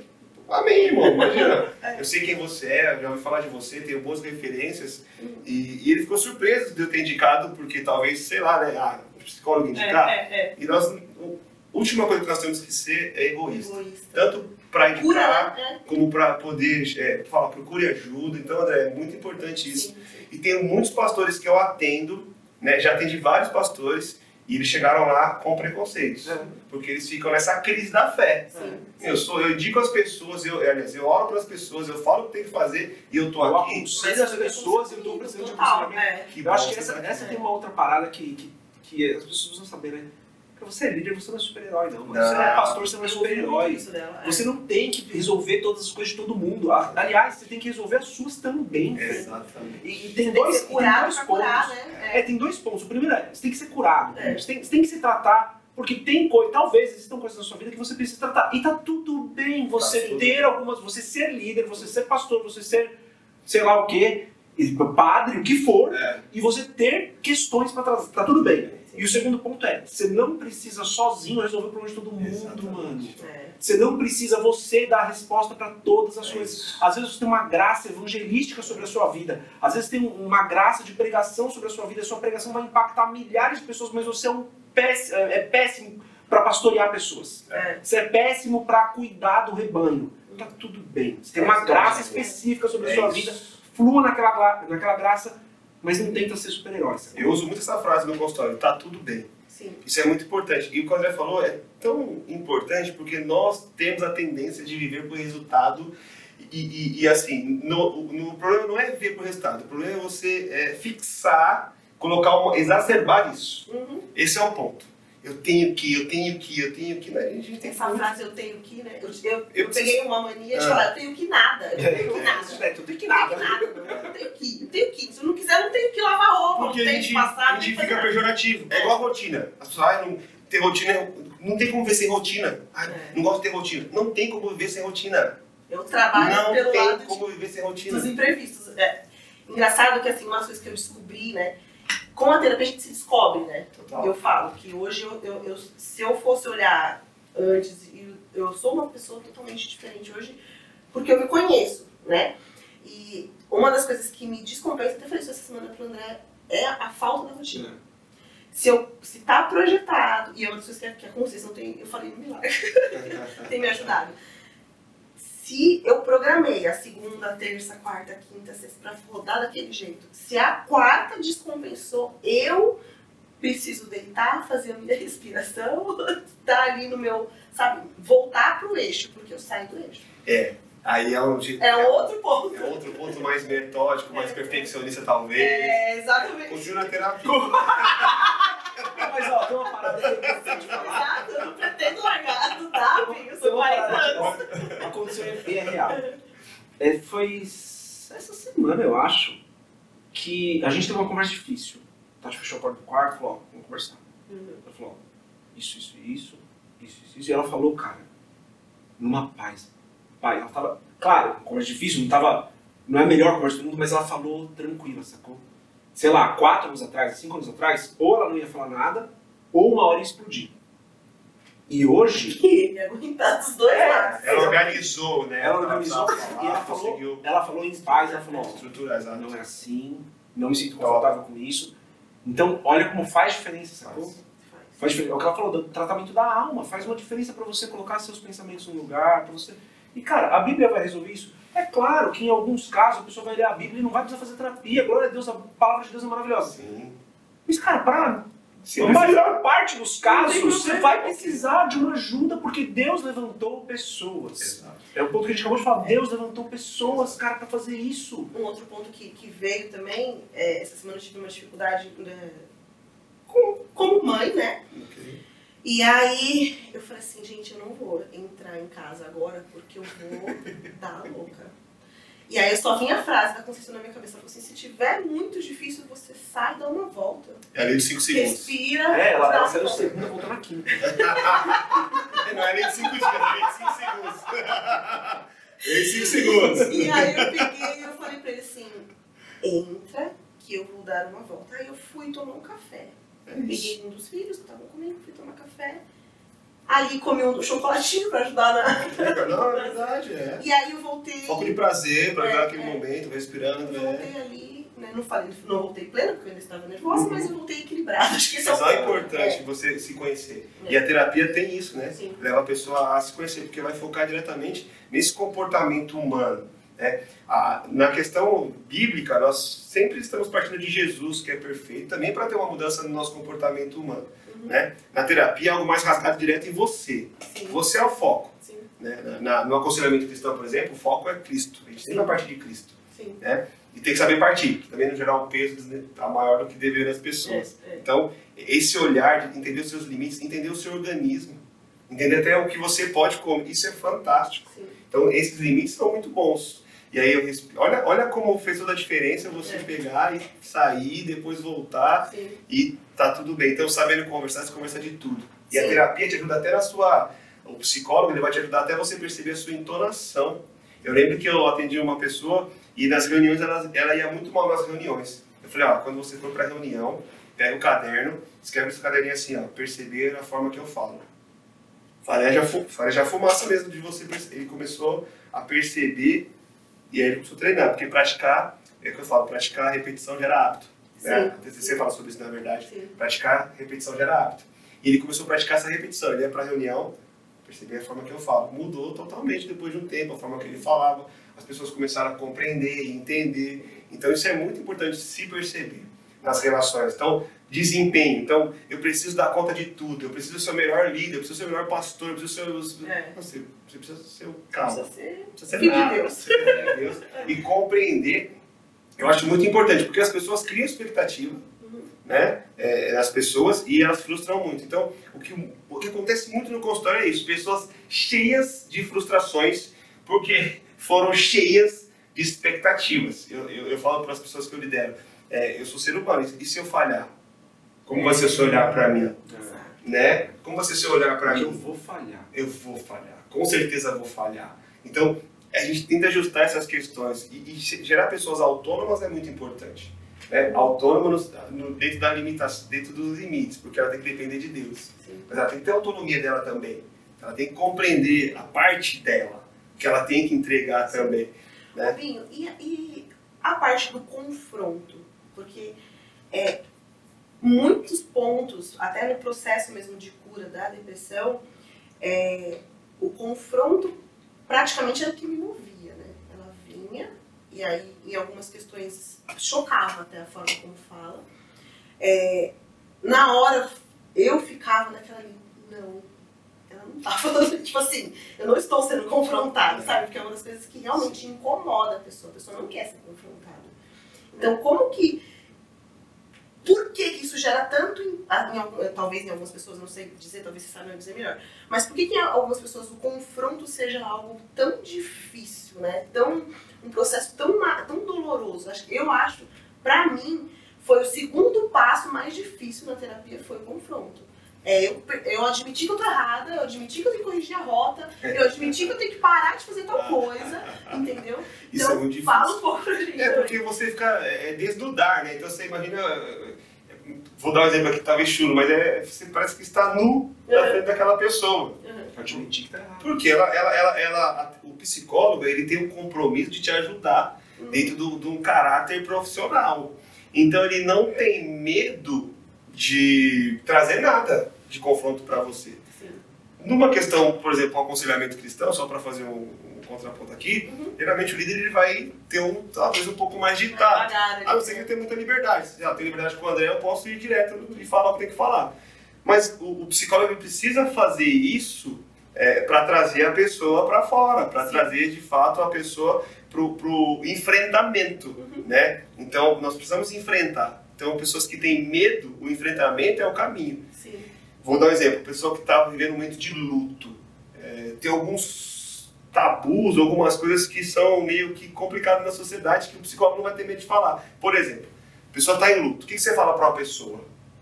amém, irmão, imagina. Eu sei quem você é, já ouvi falar de você, tenho boas referências. Uhum. E, e ele ficou surpreso de eu ter indicado, porque talvez, sei lá, né, ah, o psicólogo indicar. É, é, é. E nós, a última coisa que nós temos que ser é egoísta. egoísta. Tanto para indicar, né? Como para poder é, falar, procure ajuda. Então, André, é muito importante isso. Sim, sim. E tenho muitos pastores que eu atendo, né, já atendi vários pastores, e eles chegaram lá com preconceitos, é. Porque eles ficam nessa crise da fé. Sim, sim. Eu, sou, eu indico às pessoas, eu, aliás, eu oro para as pessoas, eu falo o que tem que fazer e eu tô eu aqui. Eu aconselho as pessoas e eu estou precisando de aconselhamento. É. Eu acho que essa, essa tem uma outra parada que, que, que as pessoas não sabem, né? Porque você é líder, você não é super-herói, não. não. Você é pastor, você não é super-herói. Você não tem que resolver todas as coisas de todo mundo. Aliás, você tem que resolver as suas também. Exatamente. E, e tem, dois, tem dois pontos. Curar, né? é. É, tem dois pontos. O primeiro é, você tem que ser curado. É. Você, tem, você tem que se tratar, porque tem coisa, talvez existam coisas na sua vida que você precisa tratar. E tá tudo bem você tá ter bem. algumas, você ser líder, você ser pastor, você ser, sei lá o quê, padre, o que for, é. E você ter questões para trazer. Tá tudo bem. E o segundo ponto é, você não precisa sozinho resolver o problema de todo mundo, Exatamente. mano. É. Você não precisa você dar a resposta para todas as é coisas. Isso. Às vezes você tem uma graça evangelística sobre a sua vida. Às vezes tem uma graça de pregação sobre a sua vida. A sua pregação vai impactar milhares de pessoas, mas você é, um péssimo, é péssimo para pastorear pessoas. É. Você é péssimo para cuidar do rebanho. Tá tudo bem. Você tem uma graça específica sobre a sua vida. Flua naquela, naquela graça, mas não tenta ser super-herói. Eu uso muito essa frase no consultório, tá tudo bem. Sim. Isso é muito importante. E o que o André falou é tão importante porque nós temos a tendência de viver por resultado e, e, e assim, no, no, o problema não é viver por resultado, o problema é você é, fixar, colocar, uma, exacerbar isso. Uhum. Esse é o ponto. Eu tenho que, eu tenho que, eu tenho que, né? A gente tem essa frase, eu tenho que, né? Eu, eu, eu, eu peguei uma mania de ah. falar, eu tenho que nada, eu tenho que nada. É, tu tem que nada. Eu tenho que nada, eu tenho que, eu tenho que. Se eu não quiser, não tenho que lavar roupa, Porque não tenho gente, que passar, a gente fica pejorativo. É igual a rotina. As pessoas, ah, não tem rotina, não tem como viver sem rotina. Ah, é. Não gosto de ter rotina. Não tem como viver sem rotina. Eu trabalho não pelo lado Não tem como viver sem rotina. Dos imprevistos. É. Engraçado que, assim, uma das coisas que eu descobri, né? Com a terapia a gente se descobre, né? Total. Eu falo que hoje, eu, eu, eu, se eu fosse olhar antes, eu, eu sou uma pessoa totalmente diferente hoje, porque eu me conheço, né? E uma das coisas que me descompensa, até falei isso essa semana pro André, é a, a falta da rotina. Se, eu, se tá projetado, e é uma das coisas que a, que a Conceição tem, eu falei no milagre, tem me ajudado. Se eu programei a segunda, terça, quarta, quinta, sexta pra rodar daquele jeito, se a quarta descompensou, eu preciso deitar, fazer a minha respiração, estar ali no meu, sabe, voltar pro eixo, porque eu saio do eixo. É, aí é onde... É, é outro ponto. É outro ponto mais metódico, mais é, perfeccionista talvez. É, exatamente. Continua na terapia. Mas ó, tem uma parada que eu preciso te falar. Exato, eu não pretendo largar, não dá, filho, eu sou quarenta anos. Aconteceu e é real. É, foi essa semana, eu acho, que a gente teve uma conversa difícil. A Tati fechou a porta do quarto e falou, ó, vamos conversar. Uhum. Ela falou, ó, isso, isso, isso, isso, isso, isso. E ela falou, cara, numa paz. Pai, ela tava, claro, uma conversa difícil, não tava, não é a melhor conversa do mundo, mas ela falou tranquila, sacou? Sei lá, quatro anos atrás, cinco anos atrás, ou ela não ia falar nada, ou uma hora ia explodir. E hoje... E aguentar dos dois lados. Ela organizou, né? Ela organizou falar, e ela falou, conseguiu... ela falou em paz, ela falou, estrutura, exato. Não é assim, não me sinto confortável com isso. Então, olha como faz diferença, sacou? Faz. Faz diferença. É o que ela falou, do tratamento da alma, faz uma diferença para você colocar seus pensamentos no lugar, para você... E cara, a Bíblia vai resolver isso? É claro que em alguns casos a pessoa vai ler a Bíblia e não vai precisar fazer terapia. Glória a Deus, a palavra de Deus é maravilhosa. Sim. Mas cara, para a maior parte dos casos você vai precisar de uma ajuda porque Deus levantou pessoas. Exato. É o ponto que a gente acabou de falar. Deus levantou pessoas, cara, para fazer isso. Um outro ponto que, que veio também, é, essa semana eu tive uma dificuldade né, com, como mãe, né? Okay. E aí eu falei assim, gente, eu não vou entrar em casa agora porque eu vou dar louca. E aí só vinha a frase da Conceição na minha cabeça, ela falou assim, se tiver muito difícil, você sai e dá uma volta. É ali de cinco segundos. Respira. É, ela, ela saiu segunda, voltou na quinta. Não é nem de cinco dias, é nem de cinco segundos. É de cinco segundos. E aí eu peguei e eu falei pra ele assim, entra que eu vou dar uma volta. Aí eu fui tomar um café. É Peguei um dos filhos que estavam comigo, fui tomar café. ali comi um chocolatinho pra ajudar na... Não, é verdade, é. E aí eu voltei... Foco de prazer, pra é, ver aquele é. momento, respirando, Eu né? voltei ali, né? Não falei, não voltei plena, porque eu ainda estava nervosa, uhum. mas eu voltei equilibrada. Acho que isso mas é é importante é. você se conhecer. É. E a terapia tem isso, né? Sim. Leva a pessoa a se conhecer, porque vai focar diretamente nesse comportamento humano. Né? A, na questão bíblica, nós sempre estamos partindo de Jesus, que é perfeito, também para ter uma mudança no nosso comportamento humano. Uhum. Né? Na terapia é algo mais rasgado direto em você. Sim. Você é o foco. Sim. Né? Na, na, no aconselhamento cristão, por exemplo, o foco é Cristo. A gente sempre vai partir de Cristo. Sim. Né? E tem que saber partir, que também não gerar um peso tá maior do que deveria nas pessoas. É, é. Então, esse olhar de entender os seus limites, entender o seu organismo, entender até o que você pode comer, isso é fantástico. Sim. Então, esses limites são muito bons. E aí, eu resp... olha, olha como fez toda a diferença você é. pegar e sair, depois voltar. Sim. E tá tudo bem. Então, sabendo conversar, você conversa de tudo. E Sim. a terapia te ajuda até na sua... O psicólogo, ele vai te ajudar até você perceber a sua entonação. Eu lembro que eu atendi uma pessoa e nas reuniões, ela, ela ia muito mal nas reuniões. Eu falei, ó, quando você for pra reunião, pega o caderno, escreve esse caderninho assim, ó, perceber a forma que eu falo. Fareja, fareja a fumaça mesmo de você perceber. Ele começou a perceber e aí ele começou a treinar, porque praticar, é o que eu falo, praticar repetição gera hábito. Né? A T C C fala sobre isso, na verdade. Sim. Praticar repetição gera hábito. E ele começou a praticar essa repetição, ele ia pra reunião, perceber a forma que eu falo. Mudou totalmente depois de um tempo, a forma que ele falava. As pessoas começaram a compreender e entender. Então isso é muito importante se perceber nas relações. Então, desempenho. Então, eu preciso dar conta de tudo. Eu preciso ser o melhor líder, eu preciso ser o melhor pastor, eu preciso ser o... É. Você, você precisa ser o calmo. Precisa ser, precisa ser filho nada, de Deus. Ser filho de Deus. E compreender. Eu acho muito importante, porque as pessoas criam expectativa. Né, é, nas pessoas e elas frustram muito. Então, o que, o que acontece muito no consultório é isso, pessoas cheias de frustrações porque foram cheias de expectativas. Eu, eu, eu falo para as pessoas que eu lidero, é, eu sou ser humano, e se eu falhar? Como vai ser o seu olhar para mim? É. Né? Como vai ser o seu olhar para mim? Eu vou falhar. Eu vou falhar, com certeza vou falhar. Então, a gente tenta ajustar essas questões e, e gerar pessoas autônomas é muito importante. É, autônoma no, no, dentro, da limitação, dentro dos limites, porque ela tem que depender de Deus. Sim. Mas ela tem que ter a autonomia dela também. Ela tem que compreender a parte dela, que ela tem que entregar Sim. também. Né? Binho, e, e a parte do confronto? Porque é, muitos pontos, até no processo mesmo de cura da depressão, é, o confronto praticamente era o que me movia. Né? Ela vinha... E aí, em algumas questões, chocava até a forma como fala. É, na hora, eu ficava naquela ali, não, ela não tá falando, tipo assim, eu não estou sendo confrontada, sabe? Porque é uma das coisas que realmente incomoda a pessoa, a pessoa não quer ser confrontada. Então, como que, por que que isso gera tanto, em, em, talvez em algumas pessoas, não sei dizer, talvez você saiba dizer melhor, mas por que que em algumas pessoas o confronto seja algo tão difícil, né? Tão... um processo tão, tão doloroso. Eu acho, pra mim, foi o segundo passo mais difícil na terapia, foi o confronto. É, eu, eu admiti que eu tô errada, eu admiti que eu tenho que corrigir a rota, eu admiti que eu tenho que parar de fazer tal coisa, entendeu? Isso então, é muito difícil. Fala um pouco pra gente. É porque você fica é, desnudar, né? Então você imagina... Vou dar um exemplo aqui, talvez chulo, mas é, você parece que está nu na frente uhum. daquela pessoa. Uhum. Admitir que tá errado. Porque ela, ela, ela, ela, o psicólogo ele tem um compromisso de te ajudar uhum. dentro do, de um caráter profissional. Então ele não tem medo de trazer nada de confronto para você. Sim. Numa questão, por exemplo, um aconselhamento cristão, só para fazer um, um contraponto aqui, uhum. geralmente o líder ele vai ter um, talvez um pouco mais ditado. Ah, você quer ter muita liberdade. Se ela tem liberdade com o André, eu posso ir direto e falar o que tem que falar. Mas o, o psicólogo ele precisa fazer isso é, para trazer a pessoa para fora, para trazer de fato a pessoa para o enfrentamento. Uhum. Né? Então, nós precisamos enfrentar. Então, pessoas que têm medo, o enfrentamento é o caminho. Sim. Vou dar um exemplo. Pessoa que está vivendo um momento de luto. É, tem alguns tabus, algumas coisas que são meio que complicadas na sociedade que o psicólogo não vai ter medo de falar. Por exemplo, a pessoa está em luto. O que você fala para uma pessoa?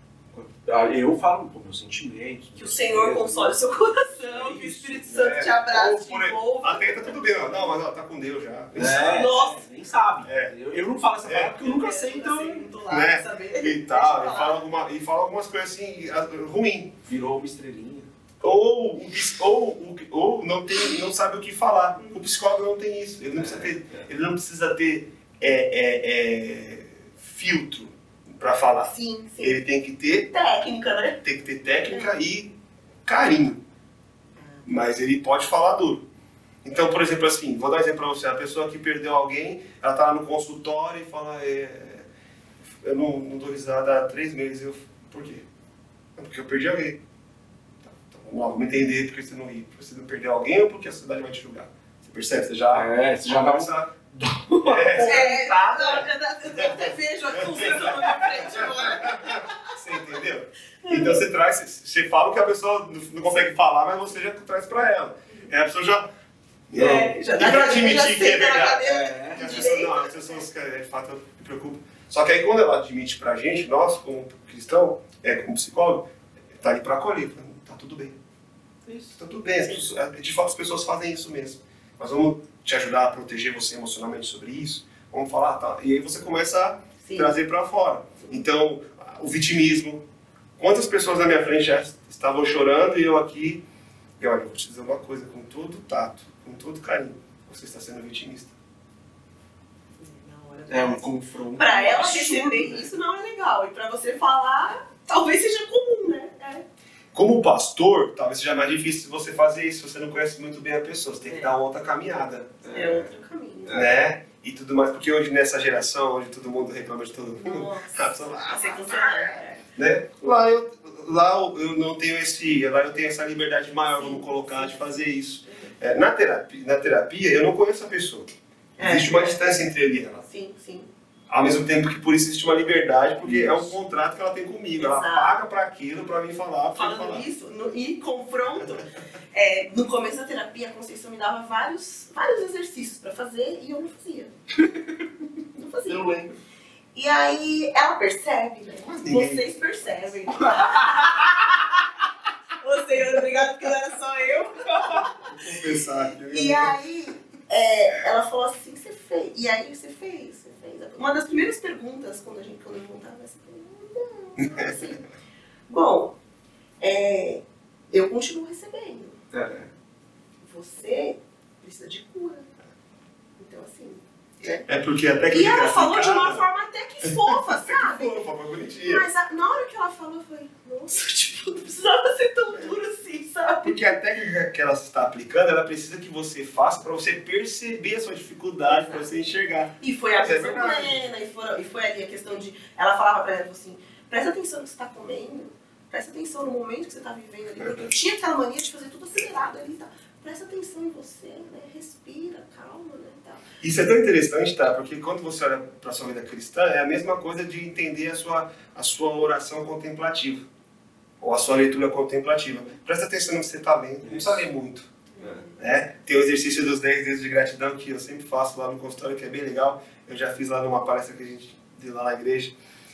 Eu falo do meu sentimento. Que o Senhor console o seu coração, é que o Espírito Santo é, te abrace, te envolva. Até tá tudo bem, não, mas ó, tá com Deus já. É, Nossa, nem sabe. É. Eu, eu não falo essa palavra é. porque eu nunca sei, então... Lá, né? saber, e tal, e fala, alguma, e fala algumas coisas assim, ruim. Virou uma estrelinha. ou, ou, ou não, tem, não sabe o que falar. O psicólogo não tem isso. Ele não precisa ter, ele não precisa ter é, é, é, filtro para falar. Sim, sim. Ele tem que ter técnica, né? Tem que ter técnica e carinho. Mas ele pode falar duro. Então, por exemplo, assim, vou dar um exemplo para você. A pessoa que perdeu alguém, ela tá lá no consultório e fala, é, eu não, não dou risada há três meses. Eu, por quê? É porque eu perdi alguém. Tá, então, vamos lá, vamos entender porque você não ri. Porque você não perdeu alguém ou porque a sociedade vai te julgar? Você percebe? Você já... É, você já vai começar... É, é, não, eu até vejo a construção na frente agora. Você entendeu? Então você traz, você fala o que a pessoa não consegue falar, mas você já traz pra ela. Aí a pessoa já... Não. É, já e pra já admitir que é verdade? É, que as pessoas, não, as pessoas que de fato eu me preocupo. Só que aí quando ela admite pra gente, nós como cristão, é, como psicólogo, tá ali pra acolher, tá tudo bem. Isso, tá tudo bem. De fato as pessoas fazem isso mesmo. Nós vamos te ajudar a proteger você emocionalmente sobre isso. Vamos falar, tá? E aí você começa a Sim. trazer pra fora. Então, o vitimismo. Quantas pessoas na minha frente já estavam chorando e eu aqui... E olha, eu vou te dizer uma coisa, com todo tato, com todo carinho, você está sendo vitimista. É um confronto. Pra ela absurdo, receber né? isso não é legal. E pra você falar, talvez seja comum, né? É. Como pastor, talvez seja mais difícil você fazer isso se você não conhece muito bem a pessoa. Você tem que é. dar outra caminhada. É outro caminho. Né? E tudo mais. Porque hoje, nessa geração, onde todo mundo reclama de todo mundo... Nossa, a pessoa lá, você consegue. Né? Lá, eu, lá eu não tenho esse... Lá eu tenho essa liberdade maior, sim, vamos colocar, sim. de fazer isso. É, na, terapia, na terapia, eu não conheço a pessoa. É. Existe uma distância entre ele e ela. Sim, sim. Ao mesmo tempo que por isso existe uma liberdade, porque isso. é um contrato que ela tem comigo. Exato. Ela paga para aquilo, para mim falar. Pra Falando falar. isso, no, e confronto, é, no começo da terapia, a Conceição me dava vários, vários exercícios para fazer e eu não fazia. Não fazia. Eu lembro. E aí ela percebe, né? Vocês percebem. Você, obrigada porque não era só eu. Vou confessar aqui. E aí, é, ela falou assim, você fez? E aí você fez? Você fez? Uma das primeiras perguntas, quando a gente quando eu montava essa pergunta, não, assim. Bom, é, eu continuo recebendo. É. Você precisa de cura. Então, assim... É, é porque até que e ela falou de uma forma até que fofa, sabe? Fofa, foi bonitinha. Mas a, na hora que ela falou, eu falei, nossa, tipo, não precisava ser tão duro assim, sabe? Porque a técnica que ela está aplicando, ela precisa que você faça para você perceber a sua dificuldade, para você enxergar. E foi a visão plena, e foi, e foi ali a questão de... Ela falava pra ela assim, presta atenção no que você está comendo, presta atenção no momento que você está vivendo ali, porque eu tinha aquela mania de fazer tudo acelerado ali e tal. Presta atenção em você, né? Respira, calma, né? Tal. Isso é tão interessante, tá? Porque quando você olha para a sua vida cristã, é a mesma coisa de entender a sua, a sua oração contemplativa. Ou a sua leitura contemplativa. Presta atenção no que você está lendo. Não precisa ler muito. É. Né? Tem o exercício dos dez dedos de gratidão que eu sempre faço lá no consultório, que é bem legal. Eu já fiz lá numa palestra que a gente deu lá na igreja.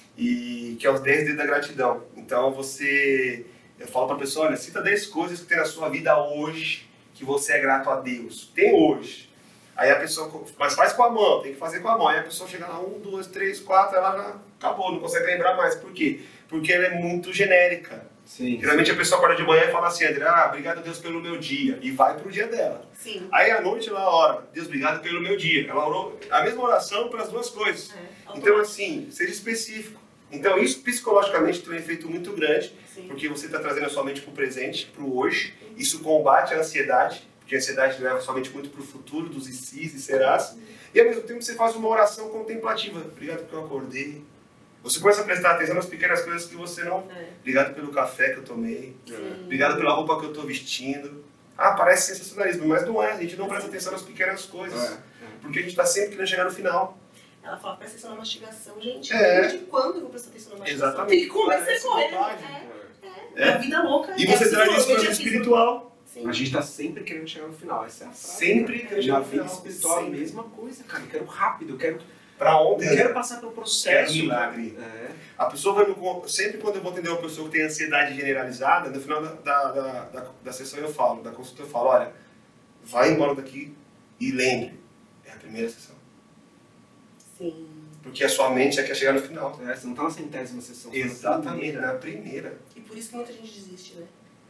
E que é os dez dedos da gratidão. Então você... Eu falo para a pessoa, olha, cita dez coisas que tem na sua vida hoje que você é grato a Deus. Tem hoje. Aí a pessoa... Mas faz com a mão, tem que fazer com a mão. Aí a pessoa chega lá, um, dois, três, quatro, ela já acabou, não consegue lembrar mais. Por quê? Porque ela é muito genérica. Sim, Geralmente sim. a pessoa acorda de manhã e fala assim, André, ah, obrigado a Deus pelo meu dia. E vai pro dia dela. Sim. Aí à noite ela ora, Deus, obrigado pelo meu dia. Ela orou a mesma oração para as duas coisas. É, então assim, seja específico. Então isso psicologicamente tem um efeito muito grande, sim, porque você está trazendo a sua mente para o presente, para o hoje. Isso combate a ansiedade, porque a ansiedade leva sua mente muito para o futuro, dos e sis e serás. E ao mesmo tempo você faz uma oração contemplativa. Obrigado porque eu acordei. Você começa a prestar atenção nas pequenas coisas que você não... É. Obrigado pelo café que eu tomei. Sim. Obrigado pela roupa que eu estou vestindo. Ah, parece sensacionalismo, mas não é. A gente não presta atenção nas pequenas coisas. É. Porque a gente está sempre querendo chegar no final. Ela fala, presta atenção na mastigação. Gente, é. desde quando eu vou prestar atenção na mastigação? Exatamente. Tem que começar a correr. É. É. É. A vida louca. E você traz isso para o espiritual. Sim. A gente está sempre querendo chegar no final. Essa é a frase. Sempre querendo chegar no final. Na vida espiritual é a mesma coisa, cara. Eu quero rápido, eu quero... Pra ontem. Eu quero passar pelo processo. É um milagre. É. A pessoa vai no... Sempre quando eu vou atender uma pessoa que tem ansiedade generalizada, no final da, da, da, da, da sessão eu falo, da consulta eu falo, olha, vai embora daqui e lembre, é a primeira sessão. Sim. Porque a sua mente já quer chegar no final. É, você não tá na centésima sessão. Exatamente, na primeira. E por isso que muita gente desiste, né?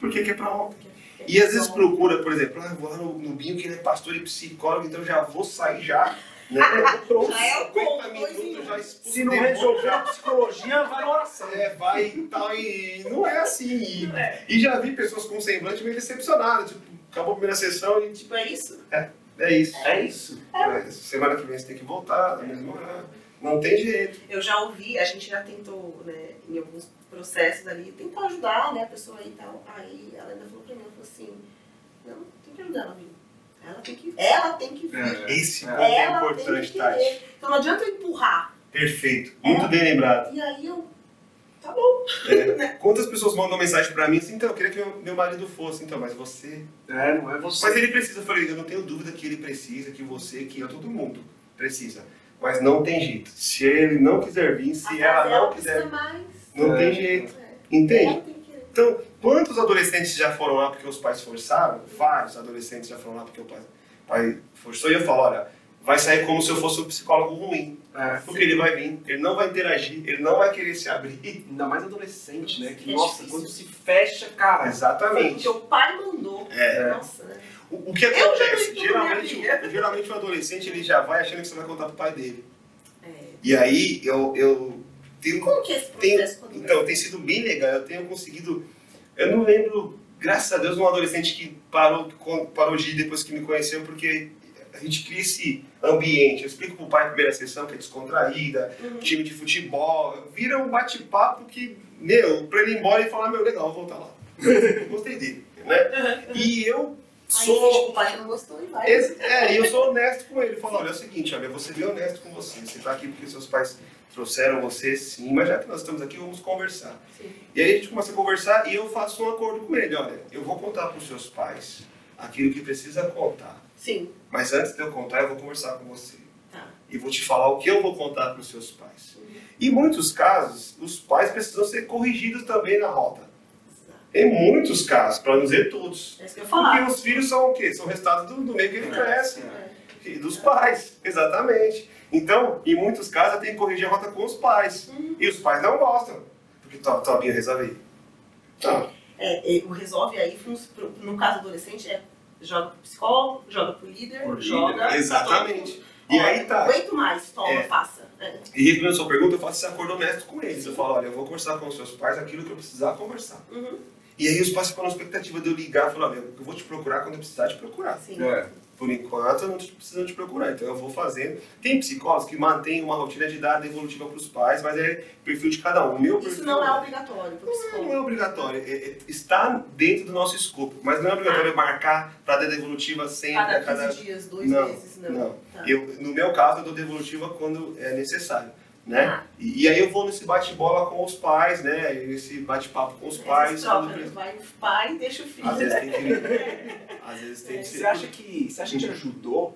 Porque quer pra ontem. E às vezes procura, por exemplo, ah, vou lá no, no Binho que ele é pastor e psicólogo, então já vou sair já. Né? Pronto, já é o cinquenta minutos, já se não resolver a psicologia, vai na oração. É, vai e tal, e não é assim. E, é. e já vi pessoas com semblante meio decepcionadas, tipo, acabou a primeira sessão e... Tipo, é isso? É, é isso. É isso. É. Semana que vem você tem que voltar, na mesma hora. Não tem jeito. Eu já ouvi, a gente já tentou, né, em alguns processos ali, tentar ajudar, né, a pessoa aí e tal. Aí ela ainda falou pra mim, ela falou assim, não, tem que ajudar ela, viu? Ela tem que, ela tem que vir. É, esse ponto é importante, Tati. Então não adianta eu empurrar. Perfeito. Muito é. bem lembrado. E aí eu, tá bom. É. Quantas pessoas mandam mensagem pra mim assim, então, eu queria que meu, meu marido fosse, então, mas você... É, não é você. Mas ele precisa, eu falei, eu não tenho dúvida que ele precisa, que você, que eu, todo mundo precisa. Mas não tem jeito. Se ele não quiser vir, se ela não ela quiser... Mais. Não é. tem jeito. É. Entende? Então, quantos adolescentes já foram lá porque os pais forçaram? Vários adolescentes já foram lá porque o pai, pai forçou. E eu falo, olha, vai sair como se eu fosse um psicólogo ruim. É, porque sim. ele vai vir, ele não vai interagir, ele não vai querer se abrir. Ainda mais adolescente, né? Que, é nossa, difícil. Quando se fecha, cara. Exatamente. Porque o pai mandou. É. Nossa, né? O, o que acontece? Geralmente, o, geralmente o adolescente ele já vai achando que você vai contar pro pai dele. É. E aí eu... eu Tenho, Como que é esse processo? Tenho, então, tem sido bem legal. Eu tenho conseguido... Eu não lembro, graças a Deus, um adolescente que parou, parou de ir depois que me conheceu, porque a gente cria esse ambiente. Eu explico pro pai a primeira sessão, que é descontraída, uhum. time de futebol. Vira um bate-papo que, meu, pra ele ir embora e falar, meu, legal, vou voltar lá. Gostei dele, né? Uhum. E eu Aí, sou... tipo, o pai não gostou e vai. É, e eu sou honesto com ele. Falo, olha, é o seguinte, olha, eu vou ser bem honesto com você. Você tá aqui porque seus pais... trouxeram você, sim, mas já que nós estamos aqui, vamos conversar. Sim. E aí a gente começa a conversar e eu faço um acordo com ele. Olha, eu vou contar para os seus pais aquilo que precisa contar. Sim. Mas antes de eu contar, eu vou conversar com você. Tá. E vou te falar o que eu vou contar para os seus pais. Uhum. E em muitos casos, os pais precisam ser corrigidos também na rota. Exato. Em muitos casos, para não dizer todos. É isso que eu falar. Porque os filhos são o quê? São resultados do, do meio que ele é. cresce. É. E dos pais, exatamente. Então, em muitos casos, eu tenho que corrigir a rota com os pais. Uhum. E os pais não gostam. Porque tua Bia resolve aí. Não. É, é, o resolve aí, no caso adolescente, é joga pro psicólogo, joga pro líder, Por joga... Líder. Exatamente. E olha, aí tá. Não aguento mais, toma, é. faça. É. E respondendo a sua pergunta, eu faço esse acordo honesto com eles. Eu falo, olha, eu vou conversar com os seus pais aquilo que eu precisar conversar. Uhum. E aí os pais ficam na expectativa de eu ligar e falar, olha, eu vou te procurar quando eu precisar te procurar. Sim. É. Por enquanto, eu não estou precisando te procurar, então eu vou fazendo. Tem psicólogos que mantêm uma rotina de dada evolutiva para os pais, mas é perfil de cada um. Meu Isso perfil, não é obrigatório para o psicólogo. Não é obrigatório, é, é, está dentro do nosso escopo, mas não é obrigatório ah. marcar para dar devolutiva sempre. Cada a cada quinze dias, dois não, meses, não. Não, tá. eu, no meu caso, eu dou devolutiva quando é necessário. Né? Ah. E, e aí eu vou nesse bate-bola com os pais, né? Esse bate-papo com os pais. Troca, vai o pai e deixa o filho. Às vezes tem que Às vezes tem que Você acha que, você acha que te ajudou,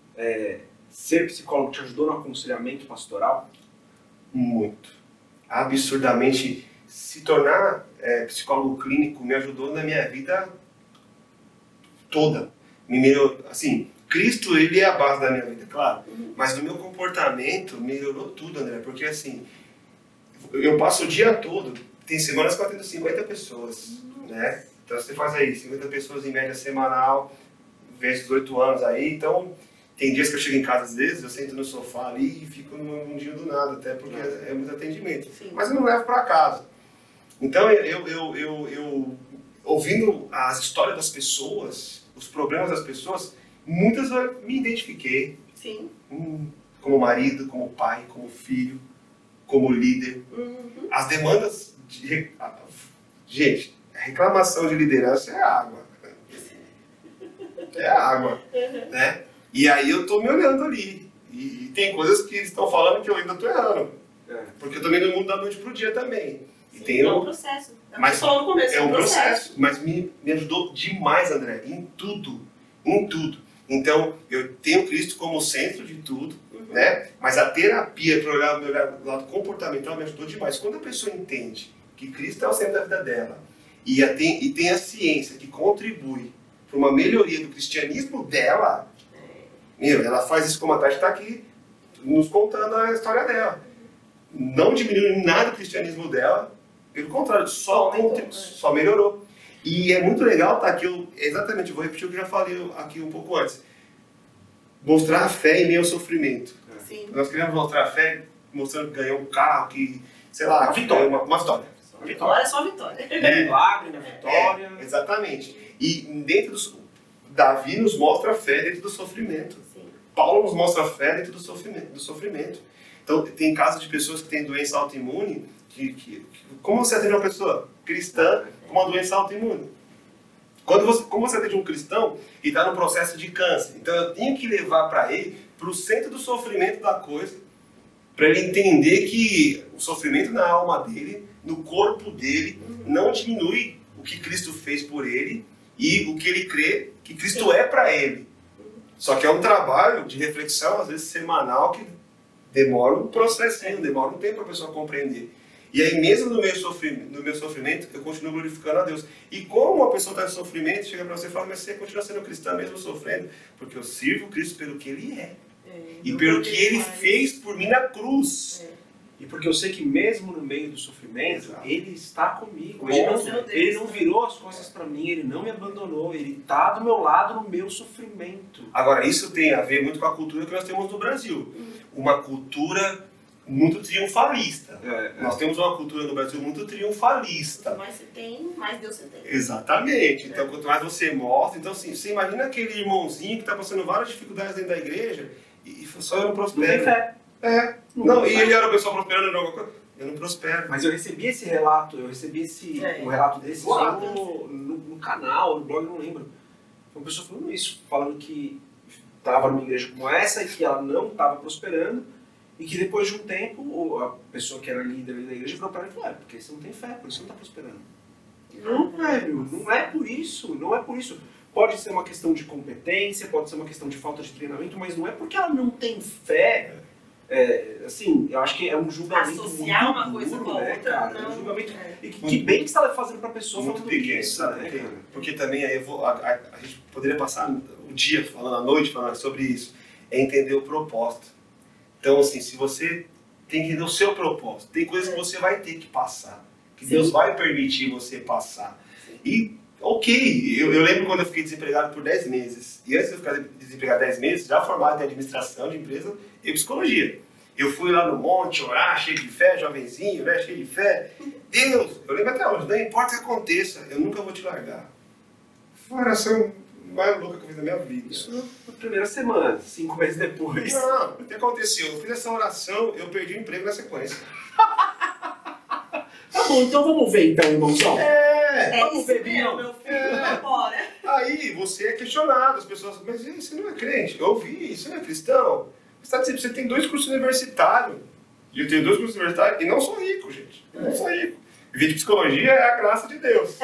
é, ser psicólogo te ajudou no aconselhamento pastoral? Muito. Absurdamente. Se tornar é, psicólogo clínico me ajudou na minha vida toda. Me melhorou, assim... Cristo, ele é a base da minha vida, claro. Uhum. Mas no meu comportamento, melhorou tudo, André. Porque, assim, eu passo o dia todo, tem semanas que eu atendo cinquenta pessoas, uhum. né? Então, você faz aí, cinquenta pessoas em média semanal, vezes oito anos aí. Então, tem dias que eu chego em casa, às vezes, eu sento no sofá ali e fico num mundinho do nada, até porque uhum. é muito atendimento. Sim. Mas eu não levo para casa. Então, eu, eu, eu, eu, ouvindo as histórias das pessoas, os problemas das pessoas... Muitas eu me identifiquei. Sim. Hum, como marido, como pai, como filho, como líder. Uhum. As demandas de... Gente, a reclamação de liderança é água. É água. Uhum. Né? E aí eu tô me olhando ali. E, e tem coisas que eles estão falando que eu ainda tô errando. É. Porque eu também não mudo da noite pro dia também. E Sim, tem é um, um processo. É mas só no começo, é um processo. processo. Mas me, me ajudou demais, André, em tudo. Em tudo. Então, eu tenho Cristo como centro de tudo, uhum. né? Mas a terapia, para olhar o meu lado comportamental, me ajudou demais. Quando a pessoa entende que Cristo é o centro da vida dela e, a tem, e tem a ciência que contribui para uma melhoria do cristianismo dela, meu, ela faz isso como a Tati está aqui nos contando a história dela. Não diminuiu nada o cristianismo dela, pelo contrário, só, contribu- só melhorou. E é muito legal, tá? Que eu, exatamente, eu vou repetir o que eu já falei aqui um pouco antes. Mostrar a fé em meio ao sofrimento. Sim. Nós queremos mostrar a fé mostrando que ganhou um carro, que, sei lá, Uma vitória. Uma, uma vitória. Uma vitória. Olha só a vitória. É. Milagre na vitória. É, exatamente. E dentro do... Davi nos mostra a fé dentro do sofrimento. Sim. Paulo nos mostra a fé dentro do sofrimento. Do sofrimento. Então, tem casos de pessoas que têm doença autoimune, que, que, que, como você atende uma pessoa cristã com uma doença autoimune? Quando você, como você atende um cristão e está no processo de câncer? Então, eu tenho que levar para ele, para o centro do sofrimento da coisa, para ele entender que o sofrimento na alma dele, no corpo dele, não diminui o que Cristo fez por ele e o que ele crê que Cristo é para ele. Só que é um trabalho de reflexão, às vezes semanal, que demora um processinho, demora um tempo para a pessoa compreender. E aí, mesmo no meu, sofrimento, no meu sofrimento, eu continuo glorificando a Deus. E como uma pessoa está em sofrimento, chega para você e fala, mas você continua sendo cristã mesmo sofrendo? Porque eu sirvo Cristo pelo que Ele é. É, E pelo que Ele fez por mim na cruz. É. E porque eu sei que mesmo no meio do sofrimento, Exato. Ele está comigo. Bom, Ele não, Deus. ele não virou as costas para mim, Ele não me abandonou. Ele está do meu lado no meu sofrimento. Agora, isso tem a ver muito com a cultura que nós temos no Brasil. Uma cultura muito triunfalista. É, é. Nós temos uma cultura no Brasil muito triunfalista. Quanto mais você tem, mais Deus você tem. Exatamente. Então, quanto mais você mostra... Então, assim, você imagina aquele irmãozinho que está passando várias dificuldades dentro da igreja e só eu não Não prospero. tem fé. É. Não Não, tem e fé. ele era o pessoal prosperando em alguma coisa. Eu não prospero. Mas eu recebi esse relato, eu recebi esse, É. um relato desse Boa. no, no, no canal, no blog, não lembro. Foi uma pessoa falando isso, falando que estava numa igreja como essa e que ela não estava prosperando e que depois de um tempo a pessoa que era líder ali da igreja virou para ela e falou, é, porque você não tem fé, por isso você não está prosperando. Não, velho, não é por isso, não é por isso. Pode ser uma questão de competência, pode ser uma questão de falta de treinamento, mas não é porque ela não tem fé. É, assim, eu acho que é um julgamento Associar muito uma coisa duro, com a né, outra, cara? É um não. julgamento. É. E que, que bem que você está fazendo pra pessoa Muito falando pequeno, isso, sabe? né, Porque, cara? porque também aí eu vou, a, a, a gente poderia passar o dia falando, a noite falando sobre isso. É entender o propósito. Então, assim, se você tem que entender o seu propósito, tem coisas que você vai ter que passar. Que Sim. Deus vai permitir você passar. E, ok, eu, eu lembro quando eu fiquei desempregado por dez meses. E antes de eu ficar desempregado dez meses, já formado em administração de empresa e psicologia. Eu fui lá no monte orar, cheio de fé, jovenzinho, né, cheio de fé. Deus, eu lembro até hoje, não importa o que aconteça, eu nunca vou te largar. Foi a oração mais louca que eu fiz na minha vida. Isso na primeira semana, cinco meses depois. Não, o que aconteceu? Eu fiz essa oração, eu perdi o emprego na sequência. Tá bom, então vamos ver então, irmãozão. É! É Vamos isso ver, mesmo, Bião. meu filho, vai embora. Aí você é questionado, as pessoas falam, mas você não é crente? Eu ouvi, você não é cristão? Você tá dizendo, você tem dois cursos universitários. E eu tenho dois cursos universitários e não sou rico, gente. Eu não sou rico. Viver de psicologia é a graça de Deus. É